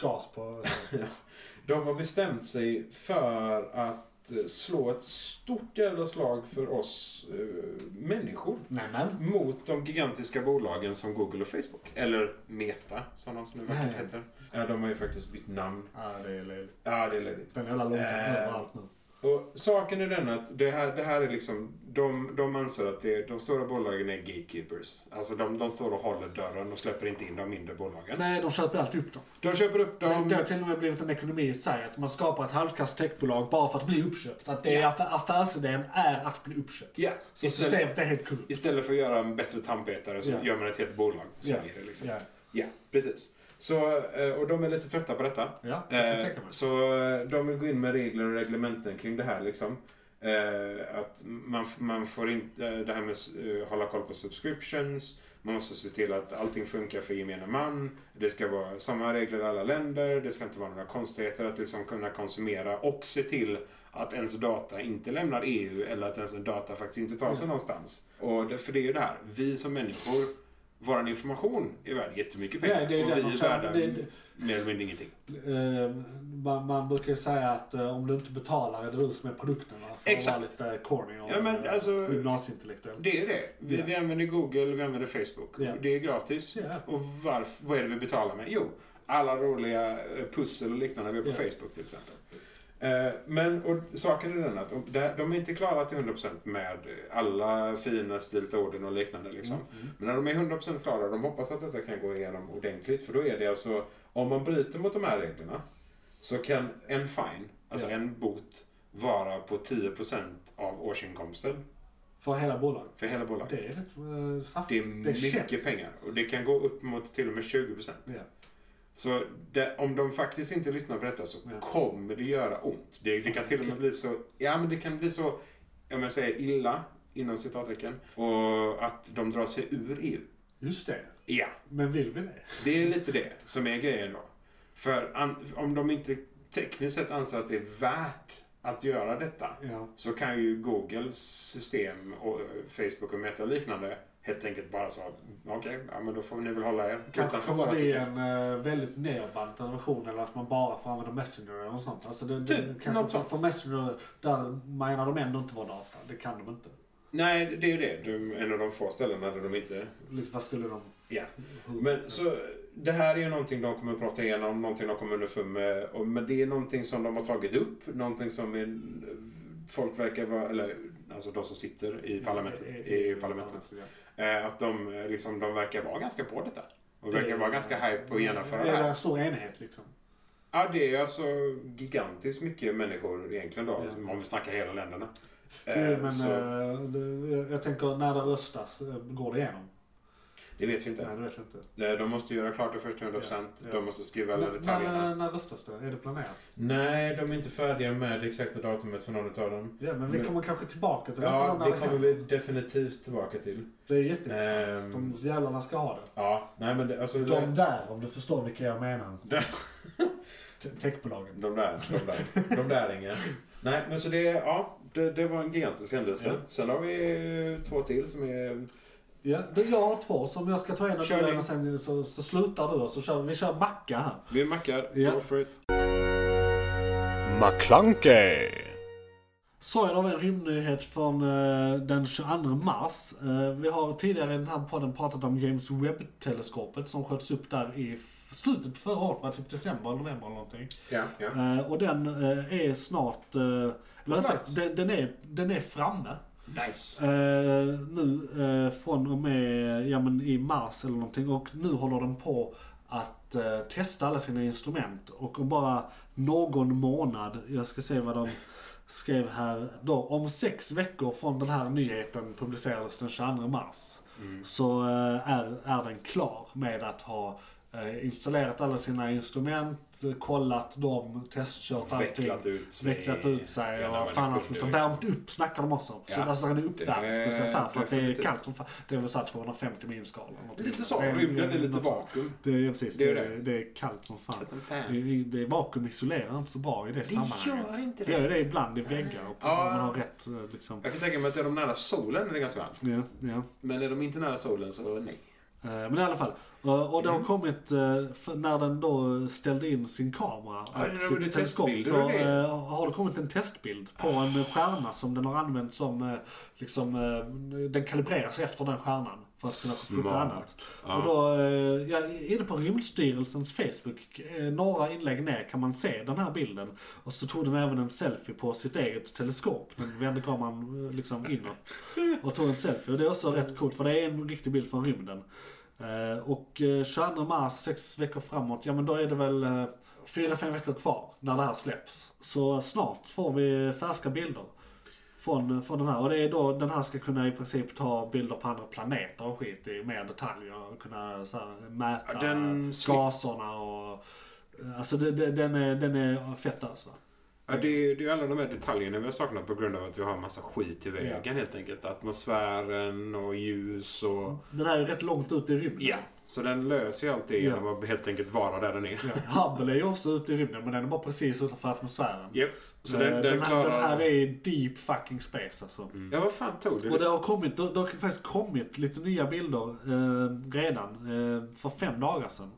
har bestämt sig för att slå ett stort jävla slag för oss människor. Mot de gigantiska bolagen som Google och Facebook. Eller Meta, som de som nu heter. Ja, de har ju faktiskt bytt namn. Ja, det är ledigt. Ja, det är ledigt. Den hela långt överallt nu. Och saken är den att det här är liksom, de anser att de stora bolagen är gatekeepers. Alltså de står och håller dörren och släpper inte in de mindre bolagen. Nej, de köper alltid upp dem. De köper upp dem. Det har till och med blivit en ekonomi i sig att man skapar ett halvkast techbolag bara för att bli uppköpt. Att affärsidén är att bli uppköpt. Ja. Så systemet är helt korrupt. Istället för att göra en bättre tandpetare så gör man ett helt bolag. Säljer det liksom. Ja, precis. Så, och de är lite trötta på detta. Ja, så de vill gå in med regler och reglementen kring det här liksom. Att man får inte det här med hålla koll på subscriptions. Man måste se till att allting funkar för gemene man. Det ska vara samma regler i alla länder. Det ska inte vara några konstigheter att liksom kunna konsumera och se till att ens data inte lämnar EU eller att ens data faktiskt inte tar sig någonstans. Och för det är ju det här. Vi som människor, vår information är värd jättemycket pengar. Och vi är värda mer eller mindre ingenting. Man brukar säga att om du inte betalar är det du som är produkterna. För att vara lite corny och gymnasieintellektuell. Det är det. Vi använder Google, vi använder Facebook. Det är gratis. Och vad är det vi betalar med? Jo, alla roliga pussel och liknande vi har på Facebook till exempel. Men och saken är den att de är inte klara till 100% med alla fina stiltorden och liknande liksom. Men när de är 100% klara, de hoppas att detta kan gå igenom ordentligt, för då är det alltså, om man bryter mot de här reglerna så kan en fine, alltså en bot, vara på 10% av årsinkomsten. För hela bolaget? För hela bolaget. Det är rätt saftigt. Det är mycket pengar och det kan gå upp mot till och med 20%. Så om de faktiskt inte lyssnar på detta så kommer det göra ont. Det kan till och med bli så, det kan bli så, om jag säger illa, inom citattecken, och att de drar sig ur EU. Just det. Ja. Men vill vi det? Det är lite det som är grejen då. För om de inte tekniskt sett anser att det är värt att göra detta, så kan ju Googles system och Facebook och Meta och liknande helt enkelt bara så, men då får ni väl hålla er utanför våra system. Det är en väldigt nerbantad version, eller att man bara får använda Messenger eller något sånt. Alltså något sånt. För Messenger, där menar de ändå inte vara data. Det kan de inte. Nej, det är ju det. En av de få ställena där de inte... Vad skulle de... Ja. Men så det här är ju någonting de kommer att prata igenom, någonting de kommer underfund med. Men det är någonting som de har tagit upp, någonting som folk verkar vara, eller alltså de som sitter i parlamentet. Att de verkar vara ganska på detta. Och verkar vara ganska hype på att genomföra det här. Det är en stor enhet liksom. Ja, det är alltså gigantiskt mycket människor egentligen då, om vi snackar hela länderna. Jag tänker, när det röstas, går det igenom? Det vet vi inte. Nej, det vet vi inte. De måste göra klart det först 100%. De måste skriva alla detaljerna. När röstas det? Är det planerat? Nej, de är inte färdiga med det exakta datumet för någon av dem. Ja, men vi kommer kanske tillbaka till det. Ja, det kommer vi definitivt tillbaka till. Det är jätteintressant. De jävlarna ska ha det. Ja, nej men det, alltså... De där, om du förstår vilka jag menar. Techbolagen. De där inga. Nej, men så det var en gigantisk händelse. Sen har vi 2 till som är... Ja, jag har 2 som jag ska ta en av och sen så slutar du och så kör vi macka här. Vi mackar, go for it. McClunkey. Så är det en rymdnyhet från den 22 mars. Vi har tidigare i den här podden pratat om James Webb-teleskopet som sköts upp där i slutet på förra året, var typ december eller november eller någonting. Ja. Och den är snart, den är framme. Nice. Nu från och med i mars eller någonting, och nu håller den på att testa alla sina instrument, och om bara någon månad, jag ska se vad skrev här då, om 6 veckor från den här nyheten publicerades den 22 mars. Så är den klar med att ha installerat alla sina instrument, kollat dem, testkört allting. Vecklat ut sig och fan hans måste värmt upp, snackar de också. Så alltså den är uppvärmd, skulle jag säga, för att det är kallt som fan. Det är väl såhär 250 minusgrader. Lite så, rymden är lite vakuum. Det är precis, det är kallt som fan. Det är vakuum isolerar inte så bra i det sammanhanget. Det gör inte det. Det gör det ibland i väggar och om man har rätt liksom. Jag kan tänka mig att är de nära solen är det ganska varmt. Ja. Men är de inte nära solen så nej. Men i alla fall. Och det har kommit, när den då ställde in sin kamera och sitt teleskop, så har det kommit en testbild på en stjärna som den har använt som, liksom, den kalibreras efter den stjärnan för att kunna fota annat. Och då, inne på Rymdstyrelsens Facebook, några inlägg ner kan man se den här bilden. Och så tog den även en selfie på sitt eget teleskop. Den vände kameran liksom inåt och tog en selfie. Och det är också rätt coolt, för det är en riktig bild från rymden. Och 22 mars, 6 veckor framåt, ja men då är det väl 4-5 veckor kvar när det här släpps. Så snart får vi färska bilder från den här. Och det är då den här ska kunna i princip ta bilder på andra planeter och skit i mer detaljer. Och kunna så här, mäta gaserna och... Alltså den är fett alltså. Ja, det är ju alla de här detaljerna vi har saknat på grund av att vi har en massa skit i vägen helt enkelt. Atmosfären och ljus och... Den här är rätt långt ut i rymden. Ja, så den löser ju alltid genom att helt enkelt vara där den är. Ja. Hubble är ju också ute i rymden, men den är bara precis utanför atmosfären. Yep. Så den här är deep fucking space alltså. Ja, vad fan tog det? Och det har faktiskt kommit lite nya bilder redan för 5 dagar sedan.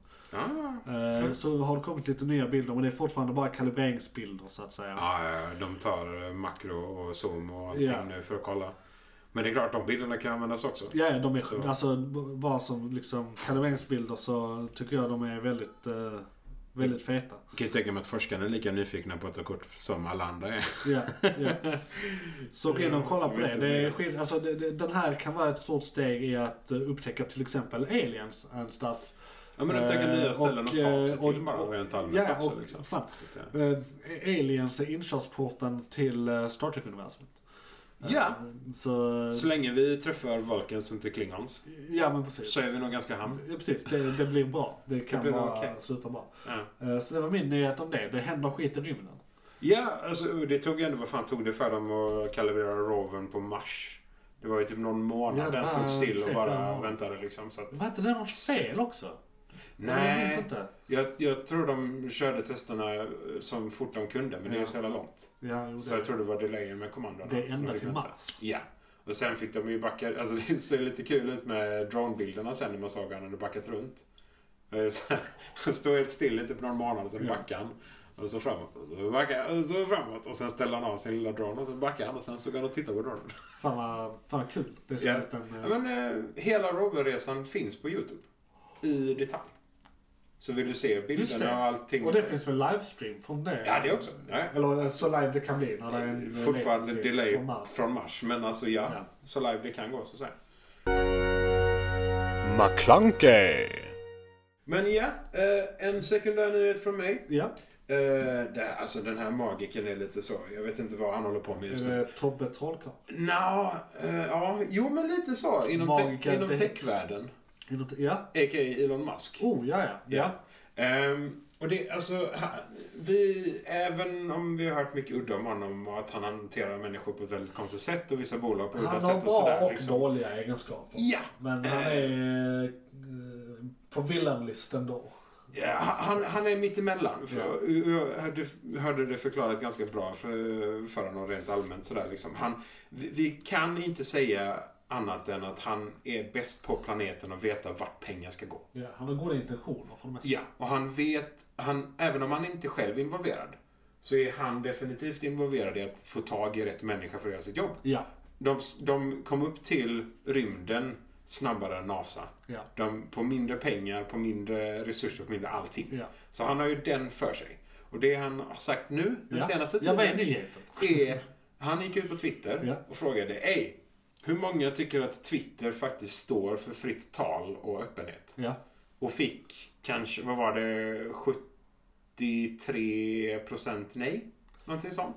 Så har det kommit lite nya bilder, men det är fortfarande bara kalibreringsbilder så att säga. Ja, de tar makro och zoom och allting nu för att kolla. Men det är klart, de bilderna kan användas också. Ja, de är alltså bara som liksom kalibreringsbilder, så tycker jag de är väldigt feta. Jag kan ju tänka mig att forskarna är lika nyfikna på att ta kort som alla andra är. Ja. Så gå in och kolla på det. Alltså, den här kan vara ett stort steg i att upptäcka till exempel aliens and stuff. Ja, men de tänker nya ställen att ta sig till bara rent allmänt också. Och liksom. Fan. Aliens är inkörsporten till Star Trek-universumet. Ja, så länge vi träffar Vulcans och inte Klingons. Ja, men precis. Så är vi nog ganska hamn. Ja, precis. Det blir bra. Det kan bara sluta bra. Ja. Så det var min nyhet om det. Det händer skit i rymden. Ja, alltså det tog ändå, vad fan tog det för dem att kalibrera rovern på Mars? Det var ju typ någon månad den stod still och bara väntade liksom. Så att... Var inte det något fel också? Nej, jag tror de körde testerna som fort de kunde, men det är ju så jävla långt. Så jag tror det var delayen med kommandona. Det är ända till Mars. Ja, och sen fick de ju backa, alltså det ser lite kul ut med dronebilderna sen när man såg han hade backat runt. Så stod helt still lite på några månader, sen backade han. Och så framåt, och så backade och så framåt. Och sen ställde han av sin lilla drone och så backade han och sen såg han och tittade på dronen. Fan vad kul. Det är men hela roverresan finns på YouTube. I detalj. Så vill du se bilderna och allting. Och det finns väl livestream från det? Ja, det också. Ja. Eller så live det kan bli. När det är fortfarande delay från Mars. Men alltså så live det kan gå så att säga. McClunkey. Men en sekundär nyhet från mig. Ja. Alltså den här magiken är lite så. Jag vet inte vad han håller på med just nu. Tobbe Trollkarl? Jo men lite så. Inom techvärlden. Ja. A.k.a. Elon Musk. Ja. Och det, alltså, även om vi har hört mycket udda om honom och att han hanterar människor på ett väldigt konstigt sätt och vissa bolag på udda sätt och sådär. Han har bra och dåliga egenskaper. Ja. Men han är på villanlisten då. Ja, han är mitt emellan. Jag hörde det förklarat ganska bra för honom rent allmänt sådär liksom. Vi kan inte säga annat än att han är bäst på planeten och veta vart pengar ska gå. Ja, han har goda intentioner för det mesta. Ja, och han vet, även om han inte själv är involverad, så är han definitivt involverad i att få tag i rätt människa för att göra sitt jobb. Ja. De kom upp till rymden snabbare än NASA. Ja. På mindre pengar, på mindre resurser, på mindre allting. Ja. Så han har ju den för sig. Och det han har sagt nu, den senaste tiden, är han gick ut på Twitter och frågade, hur många tycker att Twitter faktiskt står för fritt tal och öppenhet? Ja. Och fick kanske, vad var det, 73% nej? Någonting sånt.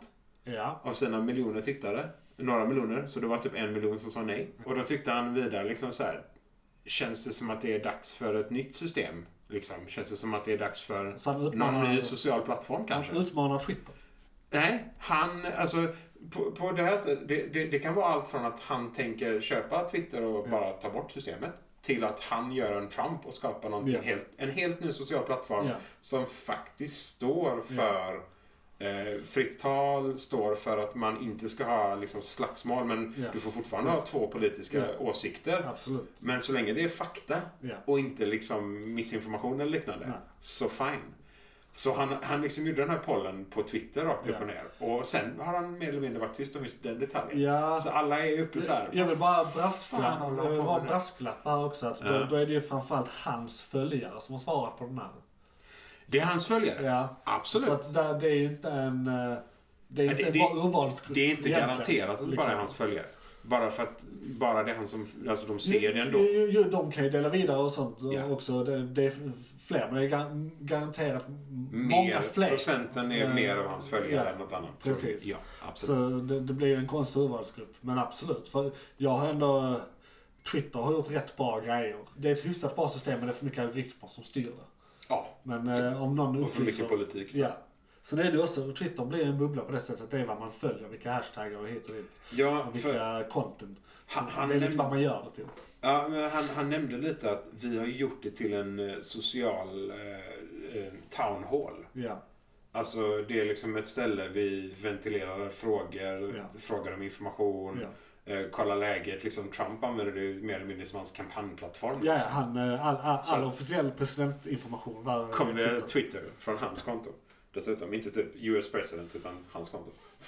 av sina miljoner tittare. Några miljoner, så det var typ 1 miljon som sa nej. Och då tyckte han vidare liksom så här: känns det som att det är dags för ett nytt system? Liksom, känns det som att det är dags för någon ny social plattform kanske? Han utmanar Twitter. Nej, alltså på det här, det kan vara allt från att han tänker köpa Twitter och bara ta bort systemet, till att han gör en Trump och skapar någonting en helt ny social plattform som faktiskt står för fritt tal, står för att man inte ska ha liksom slagsmål, men du får fortfarande ha 2 politiska åsikter. Absolut. Men så länge det är fakta och inte liksom missinformation eller liknande, så fine. Så han liksom gjorde den här pollen på Twitter rakt upp och ner. Och sen har han mer eller mindre varit tyst om just den detaljen. Ja. Så alla är uppe så här. Jag vill bara brasklappa här också. Att då är det ju framförallt hans följare som har svarat på den här. Det är hans följare? Ja. Absolut. Så att det är ju inte en... Det är inte bara urvalsgrupp. Det är inte garanterat att det bara är hans följare. Bara för att det är han som, alltså de ser det ändå. Jo, de kan ju dela vidare och sånt också. Det är fler, men det är garanterat många fler. Procenten är mer av hans följare än något annat. Precis. Ja, absolut. Så det blir en konstig urvalsgrupp. Men absolut. För jag har ändå... Twitter har gjort rätt bra grejer. Det är ett hyfsat bra system, men det är för mycket algoritmer som styr det. Ja. Men om någon och för mycket politik. Ja. Så det är det också. Twitter blir en bubbla på det sättet. Det är vad man följer. Vilka hashtaggar och hit och dit. Ja, och vilka content. Det är lite vad man gör det till. Ja, men han nämnde lite att vi har gjort det till en social town hall. Ja. Alltså det är liksom ett ställe vi ventilerar frågor, frågar om information. Ja. Kolla läget, liksom Trump använder det mer eller mindre som hans kampanjplattform. Ja, all officiell presidentinformation kom via Twitter från hans konto. Dessutom, inte typ US president utan hans konto.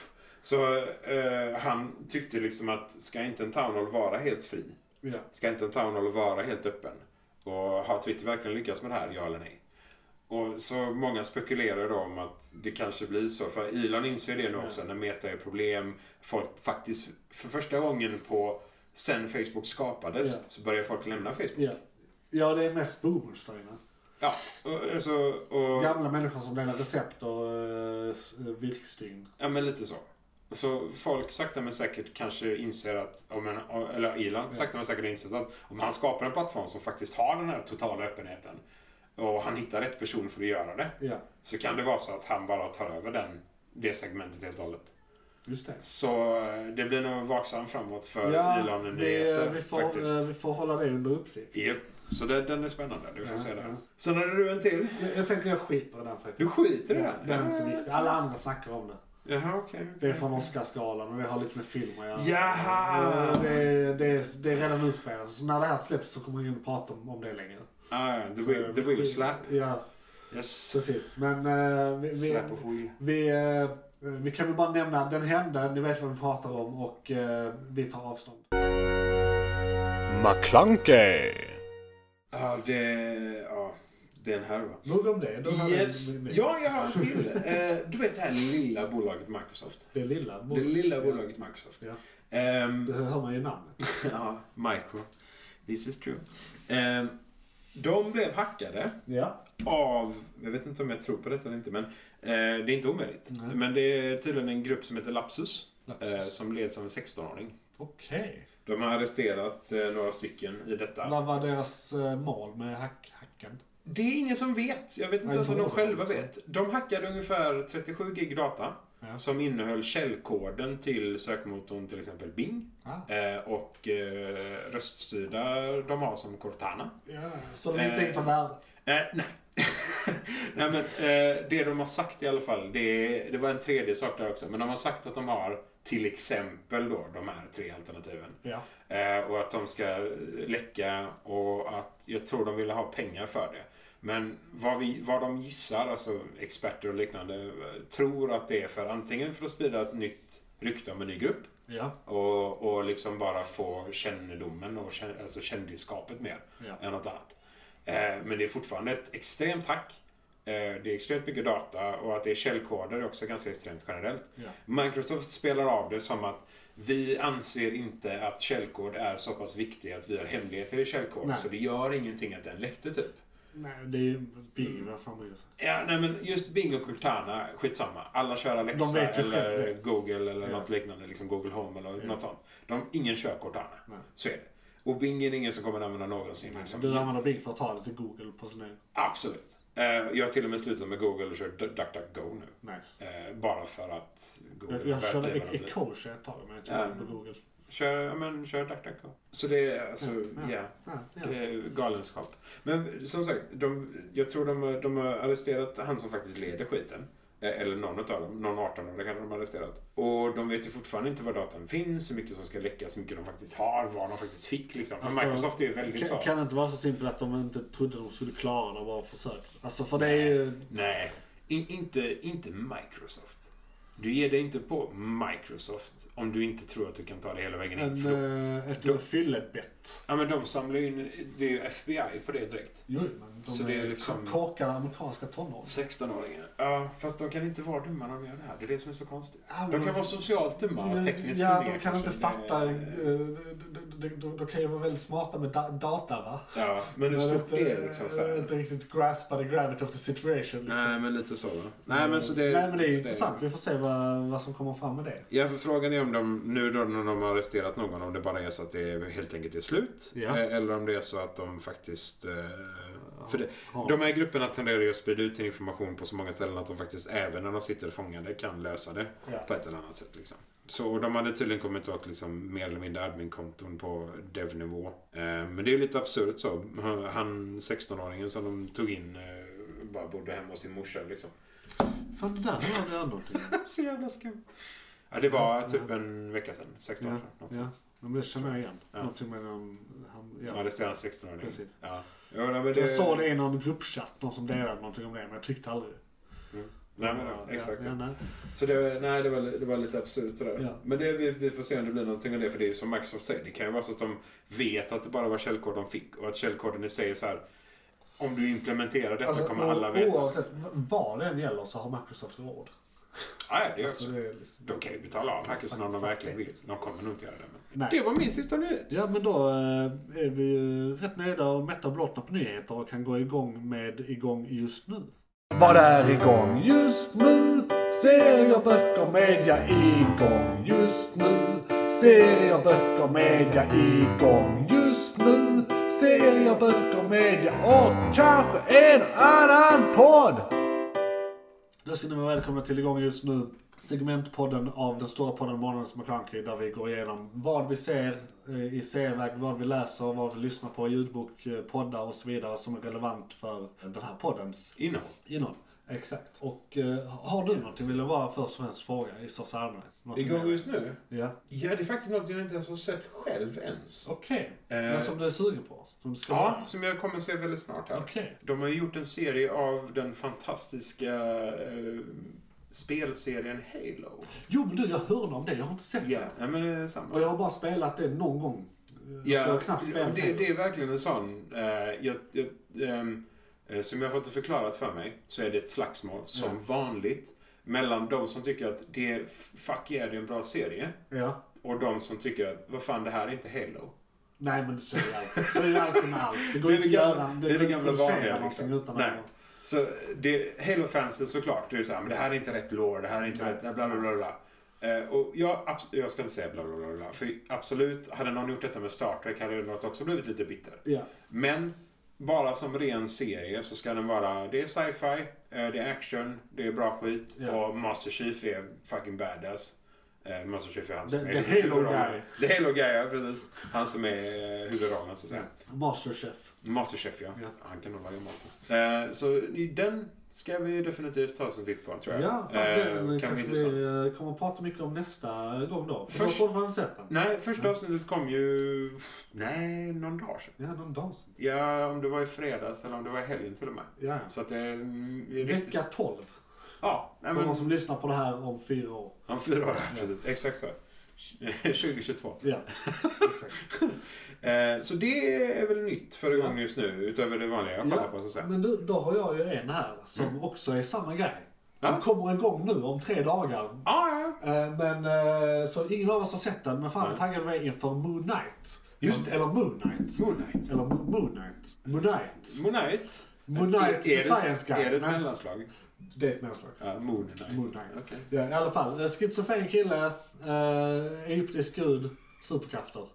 Så han tyckte liksom att ska inte en town hall vara helt fri? Ja. Ska inte en town hall vara helt öppen? Och har Twitter verkligen lyckats med det här, ja eller nej? Och så många spekulerar då om att det kanske blir så. För Elon inser det nu också när Meta är problem. Folk faktiskt, för första gången sen Facebook skapades så börjar folk lämna Facebook. Ja, det är mest boomers där inne. Ja, och gamla människor som delar recept och virkstyn. Ja, men lite så. Så folk sakta men säkert kanske inser att, eller Elon sakta men säkert inser att om han skapar en plattform som faktiskt har den här totala öppenheten och han hittar rätt person för att göra det, så kan det vara så att han bara tar över det segmentet helt och hållet. Just det. Så det blir nog vaksam framåt för Elon-nyheter faktiskt. Vi får hålla det under uppsikt. Yep. Så den är spännande, du får se det. Sen hade du en till. Jag tänker jag skiter i den faktiskt. Du skiter i den? Den är inte så viktig. Alla andra snackar om det. Jaha, okej. Det är från Oscarsgalan och det har lite med film att göra. Jaha! Det är redan utspelat. Så när det här släpps så kommer ingen prata om det längre. The will slap. Ja, yes. Precis. Men vi kan väl bara nämna, den hände, ni vet vad vi pratar om och vi tar avstånd. McClunkey. Ja, det är en härva. Nog om det. Yes. Ja, jag har en till. Du vet det här lilla bolaget Microsoft. Det lilla bolaget Microsoft. Ja. Det hör man ju namnet. Ja, Micro. This is true. De blev hackade av, jag vet inte om jag tror på detta eller inte, men det är inte omöjligt. Men det är tydligen en grupp som heter Lapsus. Som leds av en 16-åring. Okej. De har arresterat några stycken i detta. Vad var deras mål med hacken? Det är ingen som vet. Jag vet inte ens om de själva vet. De hackade ungefär 37 gig data som innehöll källkoden till sökmotorn, till exempel Bing. Och röststyrda de har som Cortana. Ja, så de inte tar värde? Nej. Nej, men det de har sagt i alla fall, det var en tredje sak där också, men de har sagt att de har till exempel då de här 3 alternativen. Och att de ska läcka och att jag tror de ville ha pengar för det. Men vad de gissar, alltså experter och liknande, tror att det är för antingen för att sprida ett nytt rykte om en ny grupp och liksom bara få kännedomen och alltså kändisskapet mer än något annat. Men det är fortfarande ett extremt hack. Det är extremt mycket data och att det är källkoder är också ganska extremt generellt. Microsoft spelar av det som att vi anser inte att källkod är så pass viktig att vi har hemligheter i källkod. Så det gör ingenting att den läckte typ. Nej, det är ju Bing. Vad fan bryr sig? Ja, nej men just Bing och Cortana, skitsamma. Alla kör Alexa eller Google eller något liknande. Liksom Google Home eller något sånt. Ingen kör Cortana. Nej. Så är det. Och Bing är ingen som kommer att använda någonsin. Liksom. Du använder Bing för att ta det till Google på sin egen? Absolut. Jag har till och med slutat med Google och kör DuckDuckGo nu. Nice. Bara för att Google... Jag körde Ecosia ett tag, men jag tror på Google. Kör DuckDuckGo. Så det är alltså, det är galenskap. Men som sagt, jag tror de har arresterat han som faktiskt leder skiten. Eller någon av dem, någon 18-åring kan de ha arresterat. Och de vet ju fortfarande inte var datan finns, hur mycket som ska läckas, hur mycket de faktiskt har, vad de faktiskt fick liksom. För alltså, Microsoft är ju väldigt så. Kan det inte vara så simpelt att de inte trodde de skulle klara det och bara försöka? Alltså för det är ju... Nej, inte Microsoft. Du ger dig inte på Microsoft om du inte tror att du kan ta det hela vägen in. Ett fyllebett. Ja, men de samlar in, det är ju FBI på det direkt. Jo, men så det är liksom korkade amerikanska tonåringar. 16-åringar. Ja, fast de kan inte vara dumma när de gör det här. Det är det som är så konstigt. Ja, de kan vara socialt dumma och tekniskt kunniga. Ja, de kan inte fatta. De kan ju vara väldigt smarta med data, va? Ja, men hur stort det är liksom så här. Inte riktigt graspa the gravity of the situation. Liksom. Nej, men lite så, va? Nej, men det är ju intressant. Vi får se vad som kommer fram med det. Ja, för frågan är om de, nu då när de har arresterat någon, om det bara är så att det helt enkelt är slut. Ja. Eller om det är så att de faktiskt... För de här grupperna tenderar ju att sprida ut information på så många ställen att de faktiskt, även när de sitter fångade, kan lösa det på ett eller annat sätt. Liksom. Så de hade tydligen kommit åt liksom mer eller mindre admin-konton på dev-nivå. Men det är ju lite absurt så. Han 16-åringen som de tog in bara bodde hemma hos sin morsa liksom. Fan, det där var det någonting. Så jävla skumt. Ja, det var typ en vecka sedan. 16 år sedan. Ja, men det känner jag igen. Ja. Någonting med han... Ja, det står 16-åring. Precis. Ja. Jag såg det i någon gruppchatt, någon som delade någonting om det, men jag tryckte aldrig. Mm. Nej, men exakt. Ja, nej. Så det var lite absurt sådär. Ja. Men vi får se om det blir någonting av det, för det är som Microsoft säger. Det kan ju vara så att de vet att det bara var källkod de fick och att källkoden i sig är så här: om du implementerar detta så kommer alla veta. Oavsett vad det än gäller så har Microsoft råd. Ja, det är också. Liksom, de kan ju betala av hackers om de verkligen vill. De kommer nog inte göra det. Men det var min sista nyhet. Ja, men då är vi ju rätt nöjda och mätta och blåtna på nyheter och kan gå igång med igång just nu. Vad är igång just nu? Serier, böcker, media igång just nu. Serier, böcker, media igång just nu. Serier, böcker, media och kanske en annan podd. Då ska ni vara välkomna till igång just nu. Segmentpodden av den stora podden Månadens McClunky, där vi går igenom vad vi ser i serieväg, vad vi läser, vad vi lyssnar på, ljudbok, poddar och så vidare som är relevant för den här poddens innehåll. Exakt. Och har du någonting, vill jag bara först och främst fråga i största allmänhet? Igång just nu? Ja. Ja, det är faktiskt något jag inte ens har sett själv ens. Okej. Men som du är sugen på? Som jag kommer se väldigt snart här. Okay. De har gjort en serie av den fantastiska spelserien Halo. Jo, men jag hörde om det. Jag har inte sett det. Ja, men det är samma. Och jag har bara spelat det någon gång. Ja, så knappt det är verkligen en sån... som jag har fått det förklarat för mig så är det ett slagsmål som vanligt mellan de som tycker att det är en bra serie och de som tycker att vad fan, det här är inte Halo. Nej, men så är det alltid med allt. Det går inte att göra. Det är det gamla vanliga liksom. Utan nej. Så Halo-fansen såklart, det är så här, men det här är inte rätt lore, det här är inte rätt bla bla bla bla. Och jag ska inte säga bla bla bla bla, för absolut, hade någon gjort detta med Star Trek hade det något också blivit lite bitter. Ja. Men bara som ren serie så ska den vara, det är sci-fi, det är action, det är bra skit och Master Chief är fucking badass. Master Chief är han som är huvudrollen. Det är Halo Guy, ja, precis. Han som är huvudrollen så att säga. Master Chef, ja. Han kan nog laga maten. Så den ska vi definitivt ta en titt på, tror jag. Ja, den kan vi kommer att prata mycket om nästa gång då. För fortfarande sett den. Nej, första avsnittet kom ju... Nej, någon dag sedan. Ja, någon dag sedan. Ja, om det var i fredags eller om det var i helgen till och med. Ja. Så att det är vecka 12. Ja. För någon som lyssnar på det här om 4 år. Om 4 år, precis. Exakt så. 2022. Ja, exakt. Så det är väl nytt för igång just nu, utöver det vanliga jag kollar på så att säga. Men då har jag ju en här som också är samma grej. Den kommer igång nu om 3 dagar. Men så ingen av oss har sett den, men fan vi taggade mig inför Moon Knight. Just det. Eller Moon Knight. Moon Knight. Eller Moon Knight. Moon Knight. Moon Knight the Science Guy. Är det ett mellanslag? Det är ett mellanslag. Ja, Moon Knight. Okay. Ja, i alla fall. Schizofren kille, egyptisk gud, superkrafter.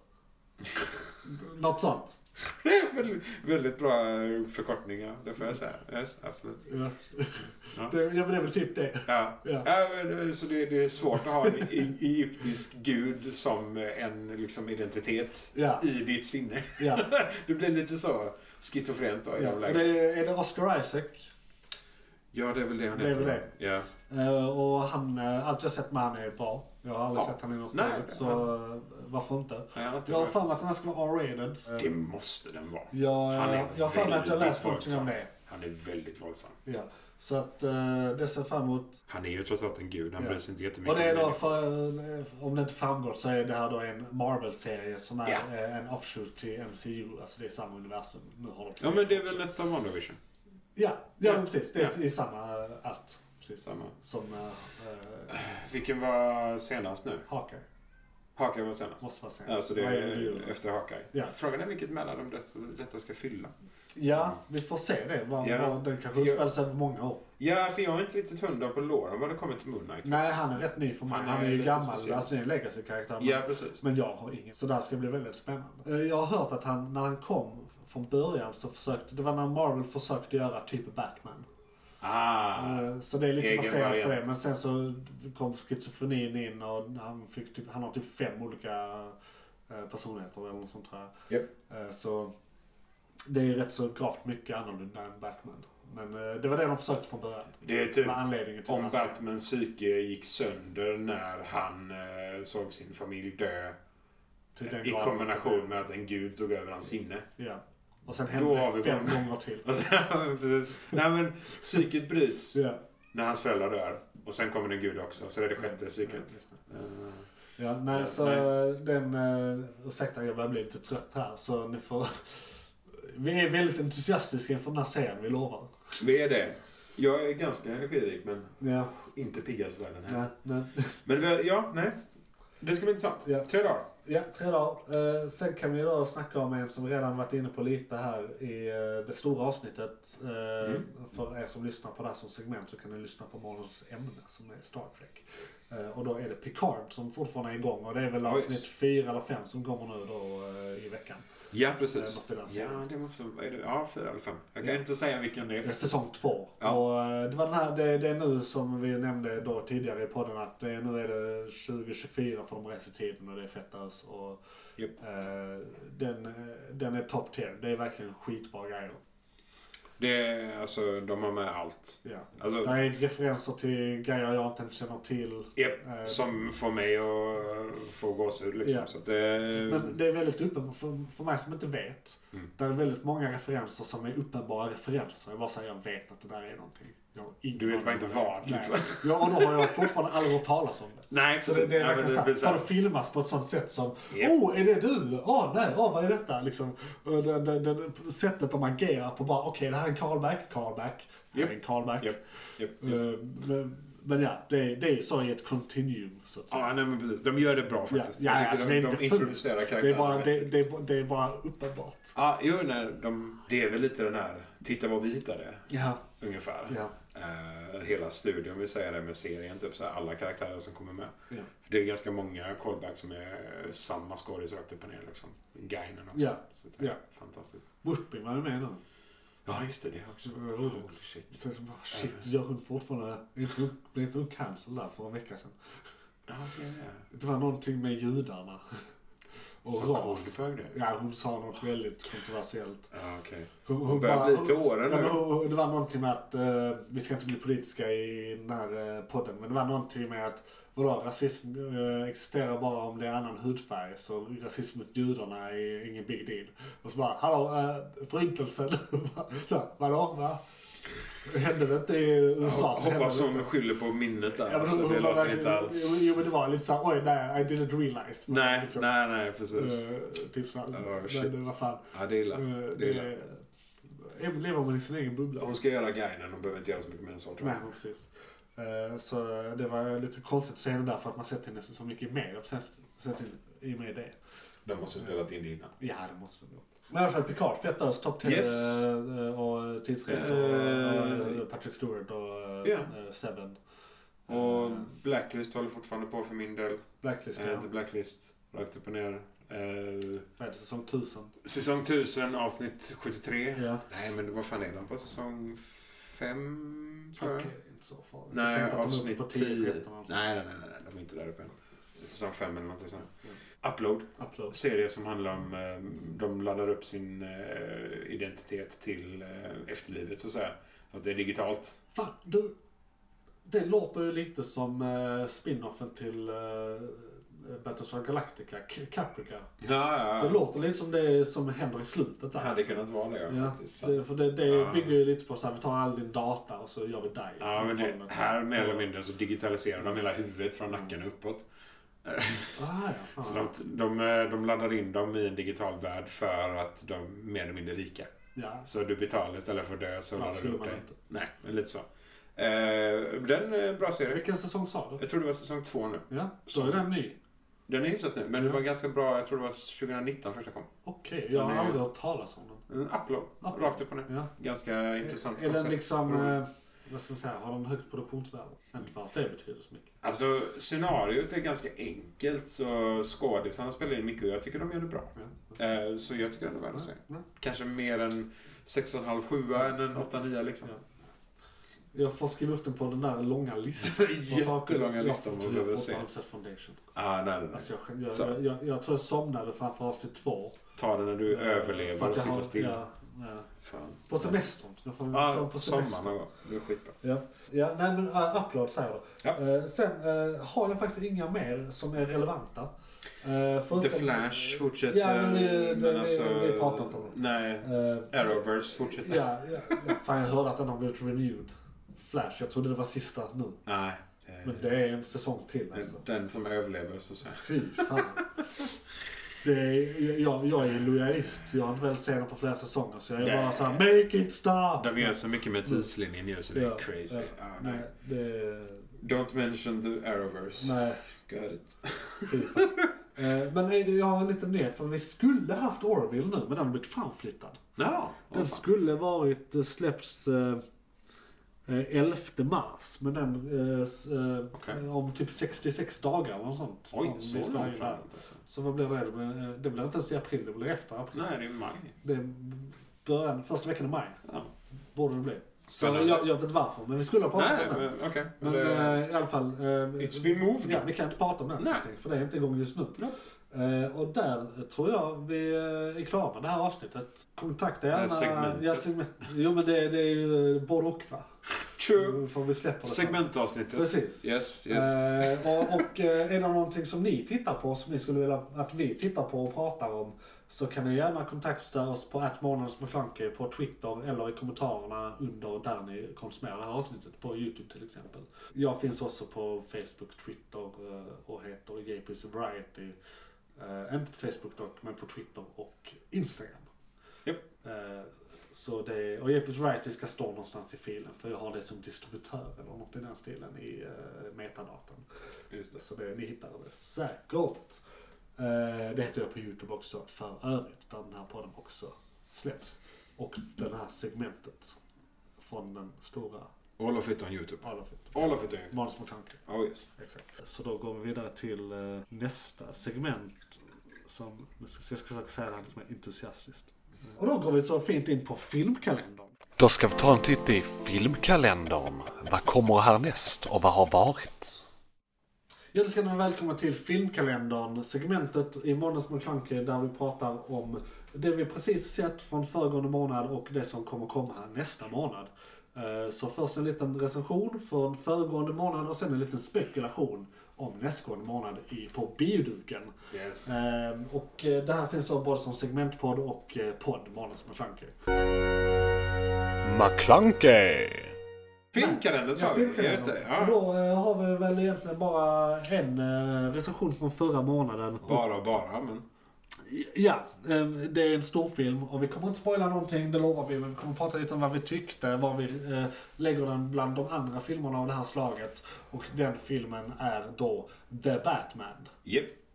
Något sånt. Det är väldigt, väldigt bra förkortning, ja. Det får jag säga. Yes, absolut. Ja. Det är väl typ det. Ja. Så det är svårt att ha en egyptisk gud som en liksom, identitet i ditt sinne. Ja. Det blir lite så schizofrent då. Ja. Är det Oscar Isaac? Ja, det är väl det han heter. Det är väl det. Ja. Och allt jag sett med han är bra. Jag har aldrig sett han i något dåligt, så varför inte? Jag har för mig att den ska vara R-rated. Det måste den vara. Jag har för mig att jag läst någonting om det. Han är väldigt våldsam. Ja. Så att det ser fram emot. Han är ju trots allt en gud. Han bryr sig inte jättemycket. Och det är då, om det inte framgår, så är det här då en Marvel-serie som är en offshoot till MCU. Alltså det är samma universum. Nu har de men det är väl nästan WandaVision. Ja, precis. Det är i samma allt. Precis. Samma. Som, vilken var senast nu? Hawkeye var senast. Måste vara senast. Alltså det är efter Hawkeye. Ja. Frågan är vilket mellan detta ska fylla. Ja, vi får se det. Den kanske utspelar sig över många år. Ja, för jag är inte riktigt 100 på låren vad det kommer till Moon Knight. Nej, han är rätt ny för mig. Han är ju gammal. Speciellt. Alltså det är en legacy-karaktär. Ja, precis. Men jag har ingen. Så det här ska bli väldigt spännande. Jag har hört att när han kom från början så det var när Marvel försökte göra typ Batman. Så det är lite baserat på det. Men sen så kom schizofrenin in och han har typ 5 olika personligheter eller något sånt här. Yep. Så det är rätt så gravt mycket annorlunda än Batman. Men det var det de försökte från början. Det är typ om Batmans psyke gick sönder när han såg sin familj dö. I kombination med att en gud tog över hans sinne. Ja. Och sen hände det 5 gånger till. Nej men psyket bryts när hans föräldrar dör. Och sen kommer en gud också. Så det är det 6:e psyket. Ursäkta, jag börjar bli lite trött här. Så ni får... Vi är väldigt entusiastiska inför den här serien, vi lovar. Vi är det. Jag är ganska energirik men inte piggast världen här. Nej. Men det ska bli intressant. 3 dagar. Ja, 3 dagar. Sen kan vi då snacka om en som vi redan varit inne på lite här i det stora avsnittet. För er som lyssnar på det här som segment så kan ni lyssna på morgonens ämne som är Star Trek. Och då är det Picard som fortfarande är igång. Och det är väl avsnitt 4 eller 5 som kommer nu då i veckan. Ja, precis. Det måste vara 4 eller 5. Jag kan inte säga vilken det är. Det är säsong 2. Ja. Och det var den här, det är nu som vi nämnde då tidigare i podden att nu är det 2024 för de resetiden och det är fettas. Och den är top tier. Det är verkligen skitbra grejer. Det är, alltså, de har med allt. Ja. Alltså, det är referenser till grejer jag inte känner till. Som får mig att få gåshud liksom. Ja. Så att Men det är väldigt uppenbart för mig som inte vet. Det är väldigt många referenser som är uppenbara referenser. Jag bara säger jag vet att det där är någonting. Du vet bara inte vad liksom. Ja, och då har jag fortfarande aldrig hört talas om det. Nej, så det är verkligen sant. För det filmas på ett sånt sätt som är det du? Vad är detta? Liksom, det sättet de agerar på bara det här är en callback. Det är en callback. Men det är så i ett continuum så att säga. Ja, nej men precis. De gör det bra faktiskt. Ja, alltså, de introducerar karaktärerna. Det är bara uppenbart. Ja, det är väl lite den här titta vad vi hittade. Ja. Ungefär. Ja. Hela studion vill säga det med serien. Typ så här, alla karaktärer som kommer med. Ja. Det är ganska många callbacks som är samma skådis rakt upp och ner. Liksom. Guinen också. Ja. Så det är fantastiskt. Whoopi var ju med nu. Ja, just det också. Shit, gör hon fortfarande... Blev inte hon cancel där för en vecka sedan? Ja. Det var någonting med judarna. Och så ras. Ja, hon sa något väldigt kontroversiellt. Ja, okej. Hon börjar bli till åren nu. Det var någonting med att... vi ska inte bli politiska i den här podden. Men det var någonting med att... rasism existerar bara om det är annan hudfärg. Så rasism mot judarna är ingen big deal. Och så bara, förintelsen. Så, vadå? Va? Hände det inte i USA? Jag hoppas hon skyller på minnet där. Alltså, det låter inte alls... Jo, men det var lite så oj, nej, I didn't realize. Nej, liksom, nej, precis. Typ så. Shit. Det var fan. Ja, det är illa. Lever man i sin egen bubbla. Hon ska göra guiden och behöver inte göra så mycket mer än så, tror jag. Nej, precis. Så det var lite konstigt att se henne där för att man sett henne så mycket i media. Sett i och med det. De måste ha spelat in det innan. Ja, det måste de. Men i alla fall Picard, fett ös, Top 10 och tidsresor och Patrick Stewart och Seven. Och Blacklist håller fortfarande på för min del. Blacklist, The Blacklist, rakt upp och ner. Säsong 1000. Säsong 1000, avsnitt 73. Ja. Nej, men vad fan är de på säsong 5, tror jag? Okej, inte så farligt. Nej, avsnitt på 10. Nej, de är inte där uppe än. Säsong 5 eller något sånt. Upload. Serie som handlar om de laddar upp sin identitet till efterlivet och så här. Att det är digitalt. Fan, det låter ju lite som spin-offen till Battlestar Galactica, Caprica. Ja. Det låter lite som det som händer i slutet där. Det hade kunnat vara det, faktiskt. För det bygger ju lite på så här, vi tar all din data och så gör vi dig. Ja, men det, här mer eller mindre så digitaliserar de hela huvudet från nacken uppåt. Så de laddar in dem i en digital värld för att de är mer eller mindre rika. Ja. Så du betalar istället för det så laddar du upp dig. Nej, men lite så. Den är en bra serie. Vilken säsong sa du? Jag tror det var säsong 2 nu. Ja, så är den ny. Den är hyfsat nu, men det var ganska bra. Jag tror det var 2019 första kom. Okej, jag har aldrig hört talas om den. Upload. Rakt upp och ner. Ja. Ganska intressant. Är den liksom, vad ska man säga, har den högt produktionsvärde? Inte för att det betyder så mycket. Alltså, scenariot är ganska enkelt, så skådisarna spelar in mycket och jag tycker de gör det bra. Ja. Så jag tycker den är värd att se. Kanske mer än 6,5-7 än en 8-9 liksom. Ja. Jag får skriva upp den på den där långa listan. Jättelånga listan man behöver se. Jag har sett Foundation. Nej. Alltså jag tror jag somnade framför avsnitt 2. Ta den när du överlever och sitter still. Fan. På semestern. Jag får ta på sommaren. Det är skitbra. Ja, nej men Upload säger du. Ja. Sen har jag faktiskt inga mer som är relevanta. The Flash fortsätter. Ja, vi pratar inte om det. Nej, Arrowverse fortsätter. Ja. Fan, jag hörde att den har blivit renewed. Flash, jag trodde det var sista nu. Nej. Men det är en säsong till alltså. Den som överlever så att säga. Fy fan. Jag är lojalist. Jag har inte väl sett den på flera säsonger. Så jag är bara såhär, make it stop! De gör så mycket med tidslinjen nu så det är crazy. Nej. Don't mention the Arrowverse. Nej. Got it. Fy fan. Men jag har en liten nyhet, för vi skulle haft Orville nu, men den har blivit framflyttad. Ja. Den skulle varit släpps 11 mars, men den om typ 66 dagar eller något sånt. Oj, så långt framåt alltså. Så vad blir det? Det blir inte ens i april, det blir efter april. Nej, det är maj. Det början, första veckan i maj. Ja. Borde det bli. Så jag vet inte varför, men vi skulle ha pratat om det. Okay. Men i alla fall... it's been moved. Ja, vi kan inte prata om det, för det är inte igång just nu. No. Och där tror jag vi är klara med det här avsnittet. Kontakta gärna... Segment. Jo, men det är ju både och, va? True. Får vi släppa det. Segmentavsnittet. Precis. Yes. Och är det någonting som ni tittar på, som ni skulle vilja att vi tittar på och pratar om, så kan ni gärna kontakta oss på @månadsmcklunky på Twitter eller i kommentarerna under där ni konsumerar det här avsnittet på YouTube till exempel. Jag finns också på Facebook, Twitter och heter JP's Variety. Inte på Facebook dock, men på Twitter och Instagram. Yep. Så och JP's Variety ska stå någonstans i filen, för jag har det som distributör eller något i den stilen i metadatorn. Just det. Så ni hittar det säkert. Det heter jag på YouTube också för övrigt, där den här podden också släpps. Och det här segmentet från den stora... All of it on YouTube. All of it on YouTube. Månadsmcklunky. Oh yes. Exakt. Så då går vi vidare till nästa segment som, jag ska försöka säga det här lite mer entusiastiskt. Och då går vi så fint in på filmkalendern. Då ska vi ta en titt i filmkalendern. Vad kommer härnäst och vad har varit? Ja, då ska ni vara välkomna till filmkalendern, segmentet i Månadsmcklunky där vi pratar om det vi precis sett från föregående månad och det som kommer komma här nästa månad. Så först en liten recension från föregående månad och sen en liten spekulation om nästgående månad på bioduken. Yes. Och det här finns då både som segmentpodd och podd, Månadsmcklunky. McClunkey! Filmkalendern sa vi. Just det. Ja. Och då har vi väl egentligen bara en recension från förra månaden. Bara, men... Ja, det är en stor film och vi kommer inte spoila någonting, det lovar vi, men vi kommer prata lite om vad vi tyckte, var vi lägger den bland de andra filmerna av det här slaget. Och den filmen är då The Batman. Yep.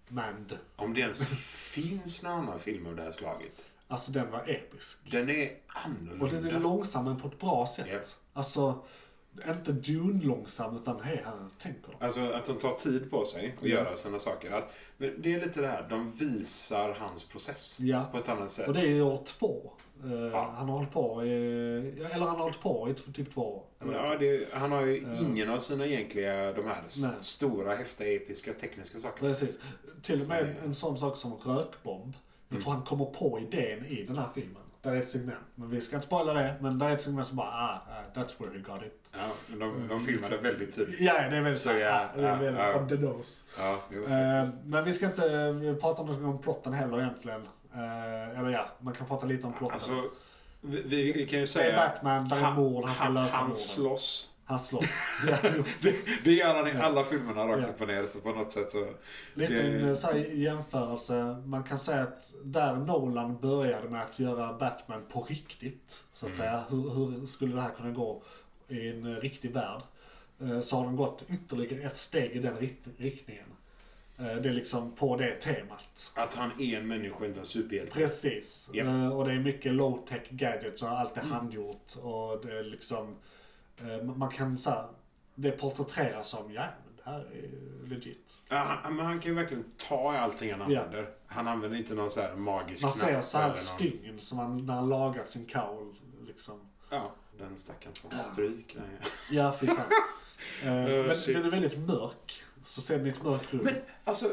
Mand. Om det ens finns någon annan film av det här slaget. Alltså den var episk. Den är annorlunda. Och den är långsam men på ett bra sätt. Yep. Alltså, inte Dune-långsam utan hej, här tänker de. Alltså att de tar tid på sig och göra sådana saker. Det är lite det här, de visar hans process på ett annat sätt. Och det är år 2. Han har hållit på i typ 2 år. Ja, han har ju ingen av sina egentliga, de här stora, häftiga, episka, tekniska sakerna. Precis. Till och med en sån sak som rökbomb. Jag tror han kommer på idén i den här filmen. Där är ett segment. Men vi ska inte spoila det. Men där är ett segment som bara, that's where he got it. Ja, de filmade väldigt tydligt. Ja, det är väldigt så. Väldigt on the nose. Ja, men vi ska inte prata om plotten heller egentligen. Eller man kan prata lite om plotten. Alltså, vi kan ju säga... Det är Batman, där är mord, han ska lösa morden. Han slåss. det gör han i alla filmerna rakt upp och ner, så på något sätt så... Lite en så här jämförelse. Man kan säga att där Nolan började med att göra Batman på riktigt, så att säga. Hur skulle det här kunna gå i en riktig värld? Så har de gått ytterligare ett steg i den riktningen. Det är liksom på det temat. Att han är en människa, inte en superhjälte. Precis. Yep. Och det är mycket low-tech gadgets och allt är handgjort. Och det är liksom... Man kan så här, det porträtteras som, det här är legit. Ja, men han kan ju verkligen ta i allting han använder. Han använder inte någon så här magisk knapp. Man ser så här stygn som när han lagat sin kaul. Liksom. Ja, den stackaren får stryk. Ja, fy fan. Men den är väldigt mörk. Så ser den i ett mörkt rum. Men alltså,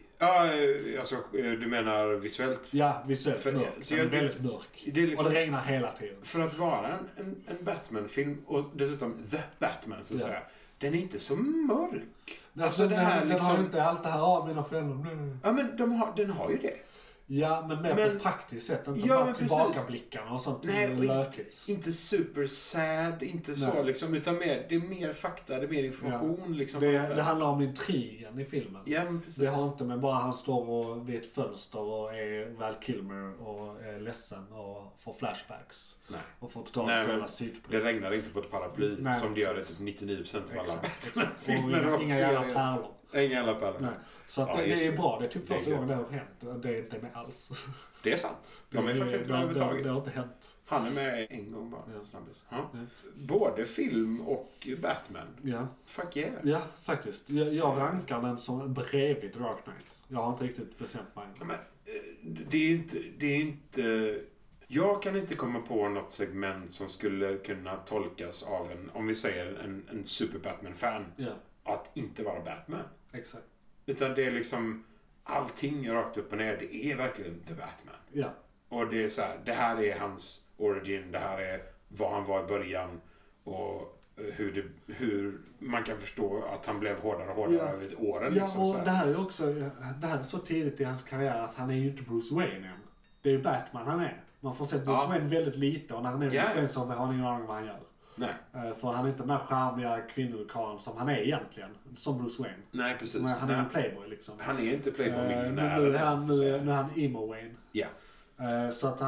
du menar visuellt? Ja, visuellt mörk. Den är väldigt mörk. Det är liksom, och det regnar hela tiden. För att vara en Batman-film, och dessutom The Batman så att säga, den är inte så mörk. Alltså det här den har inte allt det här mina föräldrar. Ja, men den har ju det. Ja, men mer på ett praktiskt sätt. Inte bara tillbakablickarna och sånt. Nej, inte super sad, inte så liksom, utan det är mer fakta, det är mer information. Liksom, det handlar om intrigen i filmen. Ja, det har inte med bara han står vid ett fönster och är Val Kilmer och är ledsen och får flashbacks. Nej. Och får totalt jävla psykbryt. Det regnar inte på ett paraply som det gör det typ 99% av alla Batman-filmer. Inga jävla pärlor. Inga jävla pärlor. Så att det är bra. Det är typ första gången det har hänt. Det är inte med alls. Det är sant. De är faktiskt inte med överhuvudtaget. Det har inte hänt. Han är med en gång bara. Både film och Batman. Ja. Fuck yeah. Ja, faktiskt. Jag rankar den som bredvid Dark Knight. Jag har inte riktigt bestämt mig. Men, det är inte... Jag kan inte komma på något segment som skulle kunna tolkas av om vi säger en super Batman-fan. Att inte vara Batman. Exakt. Utan det är liksom allting rakt upp och ner. Det är verkligen The Batman. Ja. Och det är så här, det här är hans origin, det här är vad han var i början och hur man kan förstå att han blev hårdare och hårdare över åren. Ja, liksom, och så här. Det här är så tidigt i hans karriär att han är ju inte Bruce Wayne än. Det är ju Batman han är. Man får se Bruce Wayne väldigt lite och när han är Bruce Wayne så har han ingen aning vad han gör. Nej. För han är inte den där charmiga kvinnokarlen som han är egentligen. Som Bruce Wayne. Nej, precis. Men han är en playboy liksom. Han är inte playboy miljonär. Nu är han emo Wayne. Ja. Så att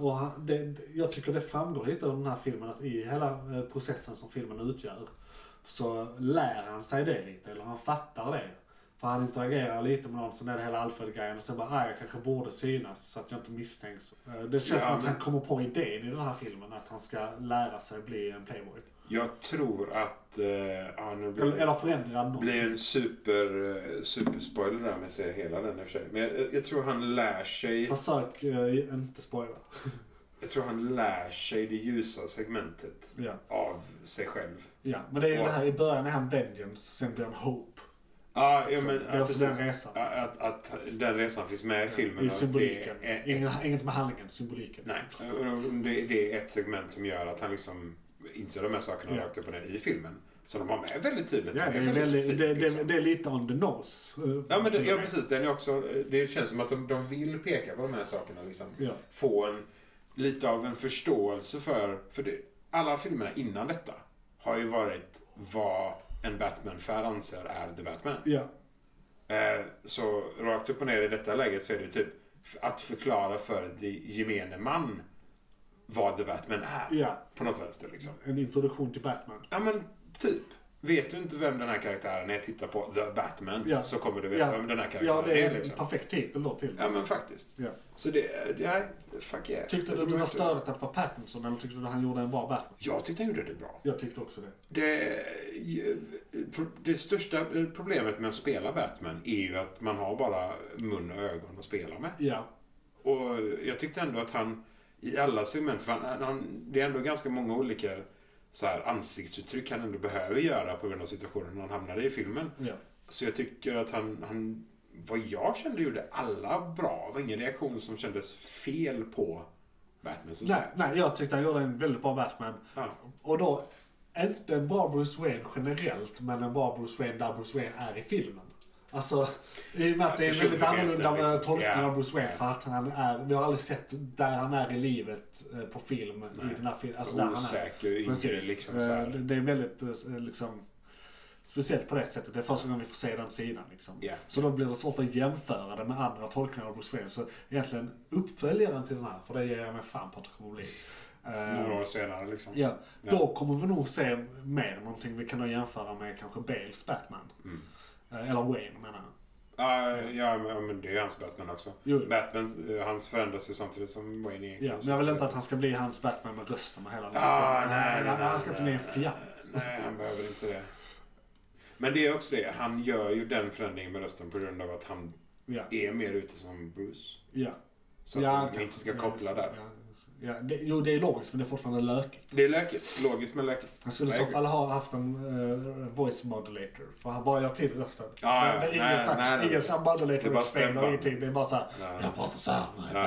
jag tycker det framgår lite av den här filmen att i hela processen som filmen utgör så lär han sig det lite, eller han fattar det. För han interagerar lite med någon, sen är det hela Alfred-grejen och sen bara, jag kanske borde synas så att jag inte misstänks. Det känns som att han kommer på idén i den här filmen att han ska lära sig bli en playboy. Jag tror att... eller förändra något. Blir en superspoiler där med att se hela den i och för sig. Men jag tror han lär sig... Försök inte spoila. Jag tror han lär sig det ljusa segmentet av sig själv. Ja, men det är ju det här i början är han Vengeance, sen blir han Hope. Ja, men det är också den resan. Att den resan finns med i filmen. I symboliken. Inget med handlingen, symboliken. Nej, det är ett segment som gör att han liksom inser de här sakerna rakt upp och ner i filmen. Så de har med väldigt tydligt. Ja, det är lite on the nose. Precis. Den är också, det känns som att de vill peka på de här sakerna. Liksom. Ja. Få lite av en förståelse för alla filmerna innan detta har ju varit vad en Batman-fan anser är The Batman. Ja. Så rakt upp och ner i detta läget så är det typ att förklara för gemene man vad The Batman är. Ja. På något vänster liksom. En introduktion till Batman. Ja, men typ. vet du inte vem den här karaktären är, när jag tittar på The Batman, så kommer du veta vem den här karaktären är. Ja, det är liksom. en perfekt titel då till. Ja, men faktiskt. Ja. Så fuck yeah. Tyckte du det var störigt att vara Pattinson, eller tyckte du att han gjorde en bra Batman? Jag tyckte han gjorde det bra. Jag tyckte också det. Det största problemet med att spela Batman är ju att man har bara mun och ögon att spela med. Ja. Och jag tyckte ändå att han i alla segment, det är ändå ganska många olika så här ansiktsuttryck han ändå behöver göra på grund av situationen han hamnade i filmen. Ja. Så jag tycker att han vad jag kände gjorde alla bra. Det var ingen reaktion som kändes fel på Batman. Nej, jag tyckte han gjorde en väldigt bra Batman. Ja. Och då, inte en bra Bruce Wayne generellt, men en bra Bruce Wayne där Bruce Wayne är i filmen. Alltså, i och med att det är en väldigt annorlunda tolkning av Bruce Wayne, för att vi har aldrig sett där han är i livet på film. I den här filmen. Alltså, så osäker, yngre liksom. Så här. Det är väldigt liksom speciellt på det sättet. Det är första gången vi får se den sidan. Liksom. Yeah. Så då blir det svårt att jämföra det med andra tolkningar av Bruce Wayne. Så egentligen uppföljaren till den här, för det ger jag mig fan på att det kommer att bli. Några år senare liksom. Ja. Då kommer vi nog se mer någonting vi kan då jämföra med kanske Bales Batman. Eller Wayne menar jag. Ja, men det är hans Batman också. Jo. Batman, hans förändras ju samtidigt som Wayne egentligen. Ja, men jag vill inte att han ska bli hans Batman med rösten och hela den nej, han ska inte bli en fjant. Nej, han behöver inte det. Men det är också det. Han gör ju den förändringen med rösten på grund av att han är mer ute som Bruce. Ja. Så att man inte ska koppla där. Ja, det är logiskt, men det är fortfarande lökigt. Det är lökigt. Logiskt men lökigt. Han skulle i så fall ha haft en voice modulator. För han bara gör till rösten. Ingen sån modulator spelar ingenting. Det är bara såhär, jag pratar såhär,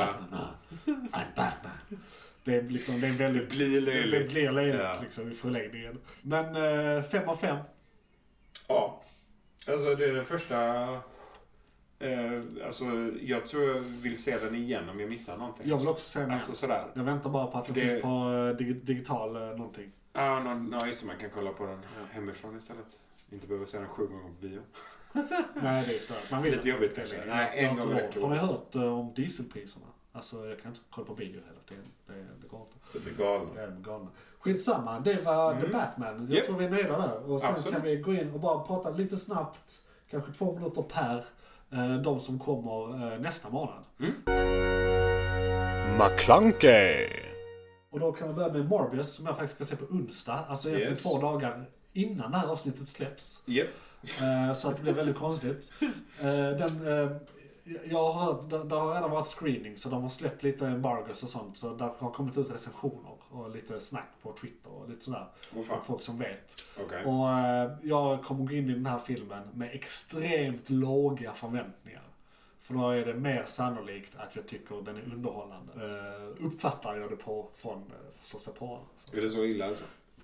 I'm Batman. Det är liksom, det är väldigt... Det blir löjligt liksom i förlängningen. Men 5 av 5. Ja. Alltså det är den första... alltså jag tror jag vill se den igen om jag missar någonting. Jag vill också se den alltså, sådär. Jag väntar bara på att det finns på digital någonting. Ja, just det, man kan kolla på den hemifrån istället. Inte behöver se den 7 gånger på bio. Nej, det är stört. Man vill lite jobbigt kanske. Nej, en gång räcker. Har ni hört om dieselpriserna? Alltså jag kan inte kolla på bio heller. Det går inte. Det blir galna. Skitsamma, det var The Batman. Jag tror vi är nöjda där. Och sen kan vi gå in och bara prata lite snabbt. Kanske 2 minuter per. De som kommer nästa månad. McClunkey. Och då kan vi börja med Morbius som jag faktiskt ska se på onsdag. Alltså egentligen 2 dagar innan det här avsnittet släpps. Så att det blir väldigt konstigt. Jag har hört, det har redan varit screening så de har släppt lite embargos och sånt. Så där har kommit ut recensioner och lite snack på Twitter och lite sådär. Folk som vet. Okay. Och jag kommer gå in i den här filmen med extremt låga förväntningar. För då är det mer sannolikt att jag tycker den är underhållande. Uppfattar jag det från förstås på. Är det så illa alltså?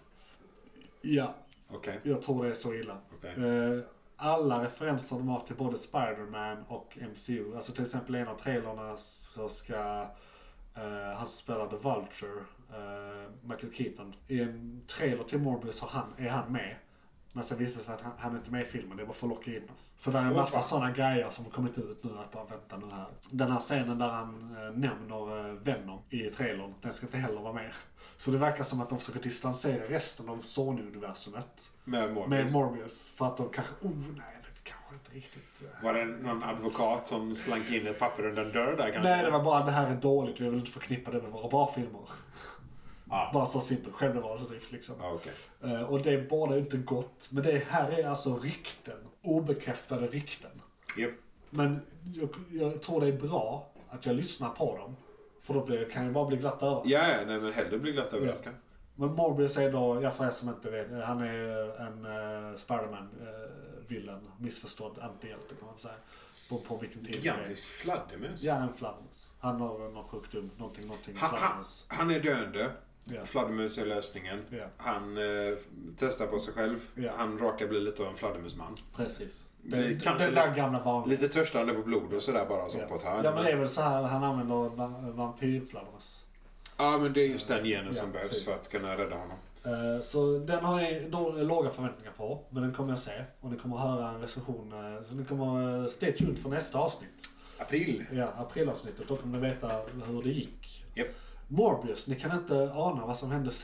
Ja. Okay. Jag tror det är så illa. Okay. Alla referenser de har till både Spider-Man och MCU. Alltså till exempel en av trailerna så ska han som spelar The Vulture, Michael Keaton, i en trailer till Morbius är han med. Men sen visade det sig att han är inte med i filmen, det är bara för att locka in oss. Så det är en massa sådana grejer som har kommit ut nu, att bara vänta nu här. Den här scenen där han nämner Venom i trailern, den ska inte heller vara med. Så det verkar som att de försöker distansera resten av Sony-universumet med Morbius. För att de kanske, det kanske inte riktigt... Var det någon advokat som slank in ett papper under en dörr där kanske? Nej, det var bara det här är dåligt, vi vill inte förknippa det med våra bra filmer. Bara så simpelt, självbevarelsedrift liksom. Okay. Och det borde inte gott. Men det här är alltså rykten, obekräftade rykten. Yep. Men jag tror det är bra att jag lyssnar på dem. För då kan jag bara bli glatt överraskad. Ja, nej, men hellre bli glatt överraskad. Men Morbius är då, för er som inte vet, han är en Spider-Man-villain, missförstådd antihjälte kan man säga. På vilken tid. Gigantisk fladdermus. Ja, en fladdermus. Han har någon sjukdom, någonting fladdermus. Han är döende. Fladdermus är lösningen. Han testar på sig själv. Han råkar bli lite av en fladdermusman. Precis. Den där gamla vanliga. Lite törstande på blod och sådär bara som på ett hörn. Ja, men det är väl så här han använder vampyrfladdermus. Ja, men det är just den genen som behövs precis. För att kunna rädda honom. Så den har jag då låga förväntningar på, men den kommer jag se. Och ni kommer höra en recension, så ni kommer stay tuned för nästa avsnitt. April. Ja, aprilavsnittet. Då kommer ni veta hur det gick. Yep. Morbius, ni kan inte ana vad som hände sen.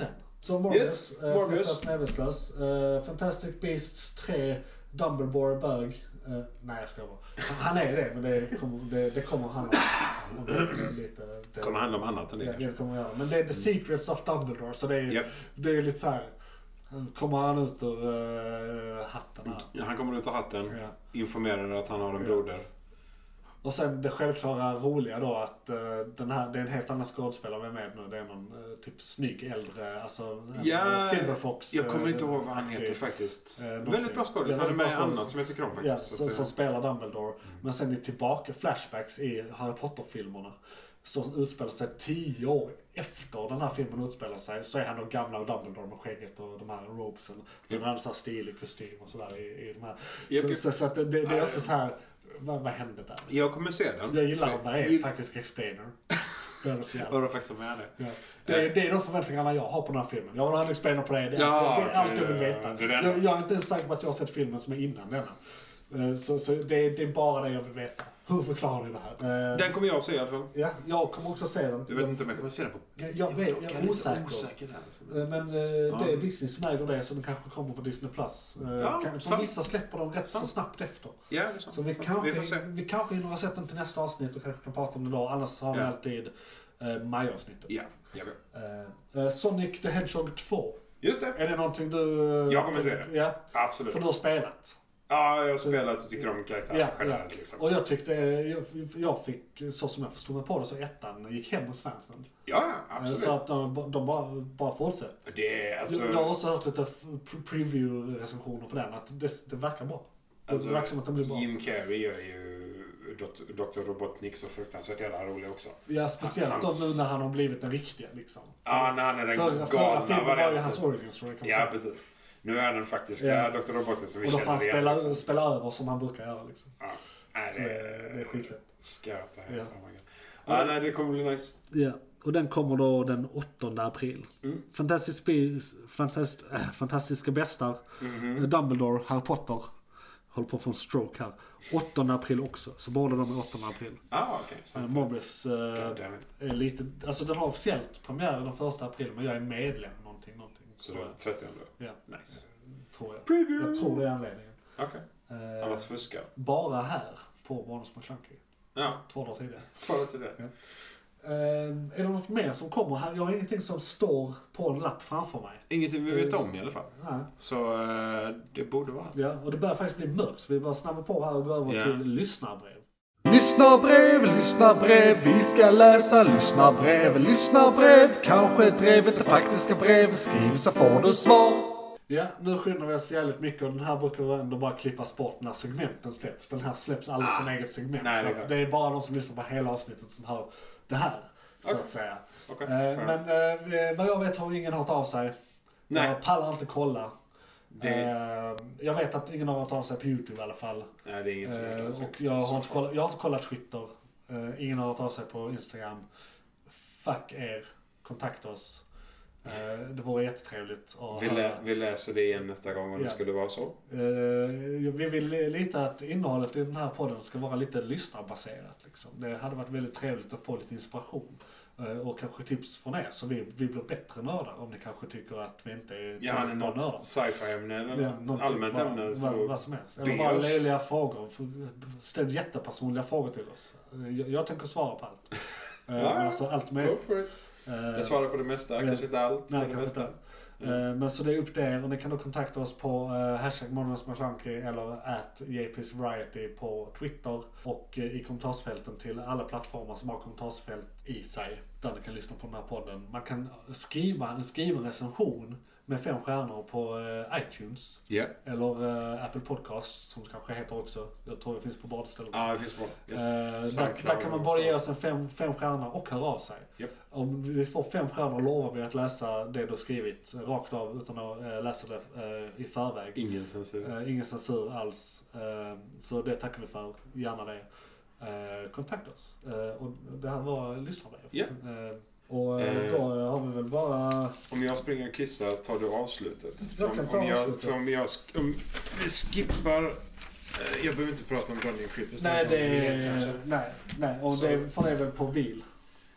Så Morbius, medvetslös. Fantastic Beasts 3, Dumbledore bög. Nej, jag ska bara. Han är det, men det kommer handla om lite. Det kommer handla om annat än det. Det kommer göra. Men det är The Secrets of Dumbledore, så det är lite så här. Kommer han ut ur hatten här. Ja, han kommer ut ur hatten, informerar att han har en broder. Och sen det självklara roliga då att det är en helt annan skådespelare med nu. Det är någon typ snygg äldre, alltså Silver Fox. Jag kommer inte ihåg vad han heter faktiskt. Väldigt bra skådespelare. Han är med annat som jag tycker om faktiskt. Ja, som spelar Dumbledore. Men sen är tillbaka flashbacks i Harry Potter-filmerna. Så utspelar sig 10 år efter den här filmen utspelar sig, så är han de gamla Dumbledore med skägget och de här robesen. Den hade så här stilig kostym och sådär i de här. Så att det är också så här. Vad hände där? Jag kommer se den. Jag gillar när det är faktiskt explainer. Det är så jävla. Och faktiskt med det. Ja. Det är de förväntningarna jag har på den här filmen. Jag vill ha en explainer på det. Det är allt jag vill veta. Jag är inte ens säker på att jag har sett filmen som är innan denna. Så det är bara det jag vill veta. Hur förklarar ni det här? Den kommer jag se i alla fall. Ja, jag kommer också se den. Du vet inte om jag kommer se den på... Jag är osäker där. Men det är Disney som äger det, så den kanske kommer på Disney+. För vissa släpper de rätt så snabbt efter. Ja, det är sant. Så vi kanske hinner ha sett den till nästa avsnitt och kanske kan prata om det då. Annars har vi alltid majavsnittet. Ja, Sonic the Hedgehog 2. Just det. Är det någonting du... Jag kommer se det. Ja. Absolut. För du har spelat. Ja, jag har spelat och tycker om karaktären generellt. Liksom. Och jag tyckte, jag fick, så som jag förstod mig på det, så ettan gick hem hos fansen. Ja, absolut. Så att de bara fortsätter. Jag har också hört lite preview-recensioner på den, att det verkar bra. Alltså, det verkar som att det blir bra. Jim Carrey gör ju Dr. Robotnik så fruktansvärt jävla rolig också. Ja, speciellt då nu när han har blivit den riktiga liksom. Ja, när han är den galna förra filmen var ju hans origin story. Ja, precis. Nu är den faktiska Dr. Robotnik som vi känner igen. Och då får han spela över som han brukar göra liksom. Ja. Det är skitfett. Skarpt det här. Ja. Nej, det kommer bli nice. Ja, och den kommer då den 8 april. Fantastiska bästar. Dumbledore, Harry Potter. Håller på att få en stroke här. 8 april också. Så båda de är 8 april. Okej. Morbius är lite... Alltså den har officiellt premiär den 1 april, men jag är medlem någonting. Så det är 30 ändå? Ja. Nice. Tror jag. Jag tror det är anledningen. Okej. Annars fuskar. Bara här på Barnes McClunky. Ja. 2 dagar tidigare. 2 dagar tidigare. Ja. Är det något mer som kommer här? Jag har ingenting som står på en lapp framför mig. Ingenting vi vet om i alla fall. Nej. Så det borde vara. Ja, och det börjar faktiskt bli mörkt, så vi bara snabba på här och gå över till lyssnarbrev. Lyssnarbrev, vi ska läsa lyssnarbrev. Kanske drevet det faktiska brev, skriv så får du svar. Ja, nu skyndar vi oss jävligt mycket och den här brukar ändå bara klippas bort när segmenten släpps. Den här släpps aldrig som eget segment. Nej, så att det är bara de som lyssnar på hela avsnittet som hör det här, så att säga. Men vad jag vet har ingen hört av sig. Nej. Jag pallar inte kolla. Jag vet att ingen har hört av sig på YouTube i alla fall. Nej, det är ingen som har hört av sig. Och jag har inte kollat Twitter. Ingen har hört av sig på Instagram. Fuck er. Kontakta oss. Det vore jättetrevligt. Vi läser det igen nästa gång om det skulle vara så. Vi vill lite att innehållet i den här podden ska vara lite lyssnarbaserat. Liksom. Det hade varit väldigt trevligt att få lite inspiration. Och kanske tips från er så vi blir bättre nördar om ni kanske tycker att vi inte är bra nördar. Sci-fi-ämne eller allmänt ämne. Vad som helst. Eller bara löjliga frågor. Ställ jättepersonliga frågor till oss. Jag tänker svara på allt. Alltså allt med. Jag svarar på det mesta, kanske inte allt. Nej, kanske inte allt. Men så det är upp till er och ni kan då kontakta oss på #MononasMcClunky eller @JPsVariety på Twitter och i kommentarsfälten till alla plattformar som har kommentarsfält i sig där ni kan lyssna på den här podden. Man kan skriva en recension med 5 stjärnor på iTunes eller Apple Podcasts som kanske heter också. Jag tror det finns på båda ställen. Ja, det finns på. Yes. Där kan man bara ge oss en 5 stjärnor och höra av sig. Yep. Om vi får 5 stjärnor lovar vi att läsa det du har skrivit rakt av utan att läsa det i förväg. Ingen censur alls. Så det tackar vi för. Gärna det. Kontakta oss. Och det här var lyssnarbrev. Yeah. Och då har vi väl bara... Om jag springer och kissar tar du avslutet. Jag kan ta avslutet. Om vi skippar... jag behöver inte prata om Running Creepers. Nej, och det är väl på vil.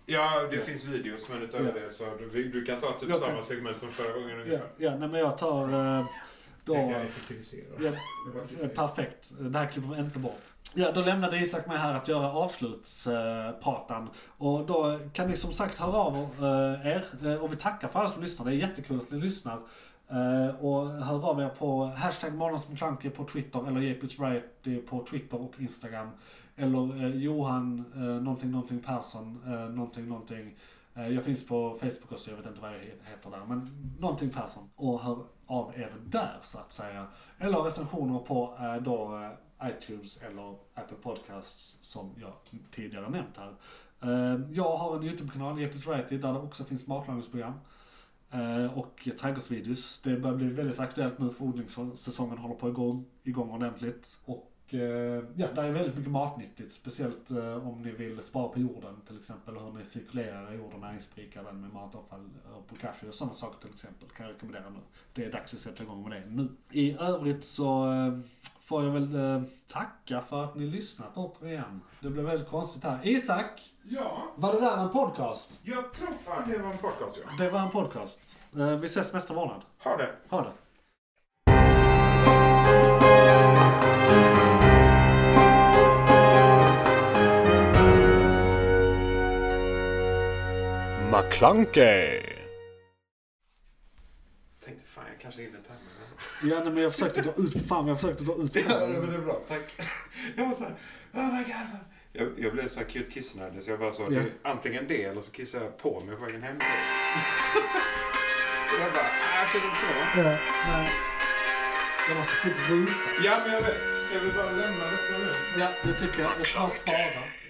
Ja, det finns videos men utöver det så du kan ta typ samma segment som förra gången ungefär. Ja, nej, men jag tar... Då kan jag effektivisera. Ja, perfekt. Det här klipper vi inte bort. Ja, då lämnade Isak mig här att göra avslutspratan. Och då kan ni som sagt höra av er. Och vi tackar för alla som lyssnar. Det är jättekul att ni lyssnar. Och hör av er på #månadsmcklunky på Twitter eller JP's Variety på Twitter och Instagram. Eller Johan någonting Persson någonting. Jag finns på Facebook också, jag vet inte vad jag heter där. Men någonting Persson. Och hör av er där så att säga. Eller recensioner på då iTunes eller Apple Podcasts som jag tidigare nämnt här. Jag har en YouTube-kanal, JP's Variety, där det också finns matlagningsprogram. Och trädgårdsvideos. Det börjar bli väldigt aktuellt nu för odlingssäsongen håller på att gå igång ordentligt. Och ja, där är väldigt mycket matnyttigt. Speciellt om ni vill spara på jorden till exempel. Hur ni cirkulerar jorden, näringsberikar den med matavfall och bokashi och sådana saker till exempel. Kan jag rekommendera nu. Det är dags att sätta igång med det nu. I övrigt så får jag väl tacka för att ni lyssnat återigen. Det blev väldigt konstigt här. Isak! Ja? Var det där en podcast? Jag tror fan det var en podcast, ja. Det var en podcast. Vi ses nästa månad. Ha det! Ha det! McClunkey. Tänkte fan jag kanske hinner tajma. Ja, nej, men jag försökte dra ut Ja, men det är bra. Tack. Jag var såhär, oh my god. Jag blev så akut kissnödig så jag bara så, det är antingen det eller så kissar jag på mig på egen hem. Jag bara, jag känner inte så. Ja, nej. Jag måste typ visa. Ja, men jag vet. Ska vi bara lämna detta nu? Ja, det tycker jag. Och spara.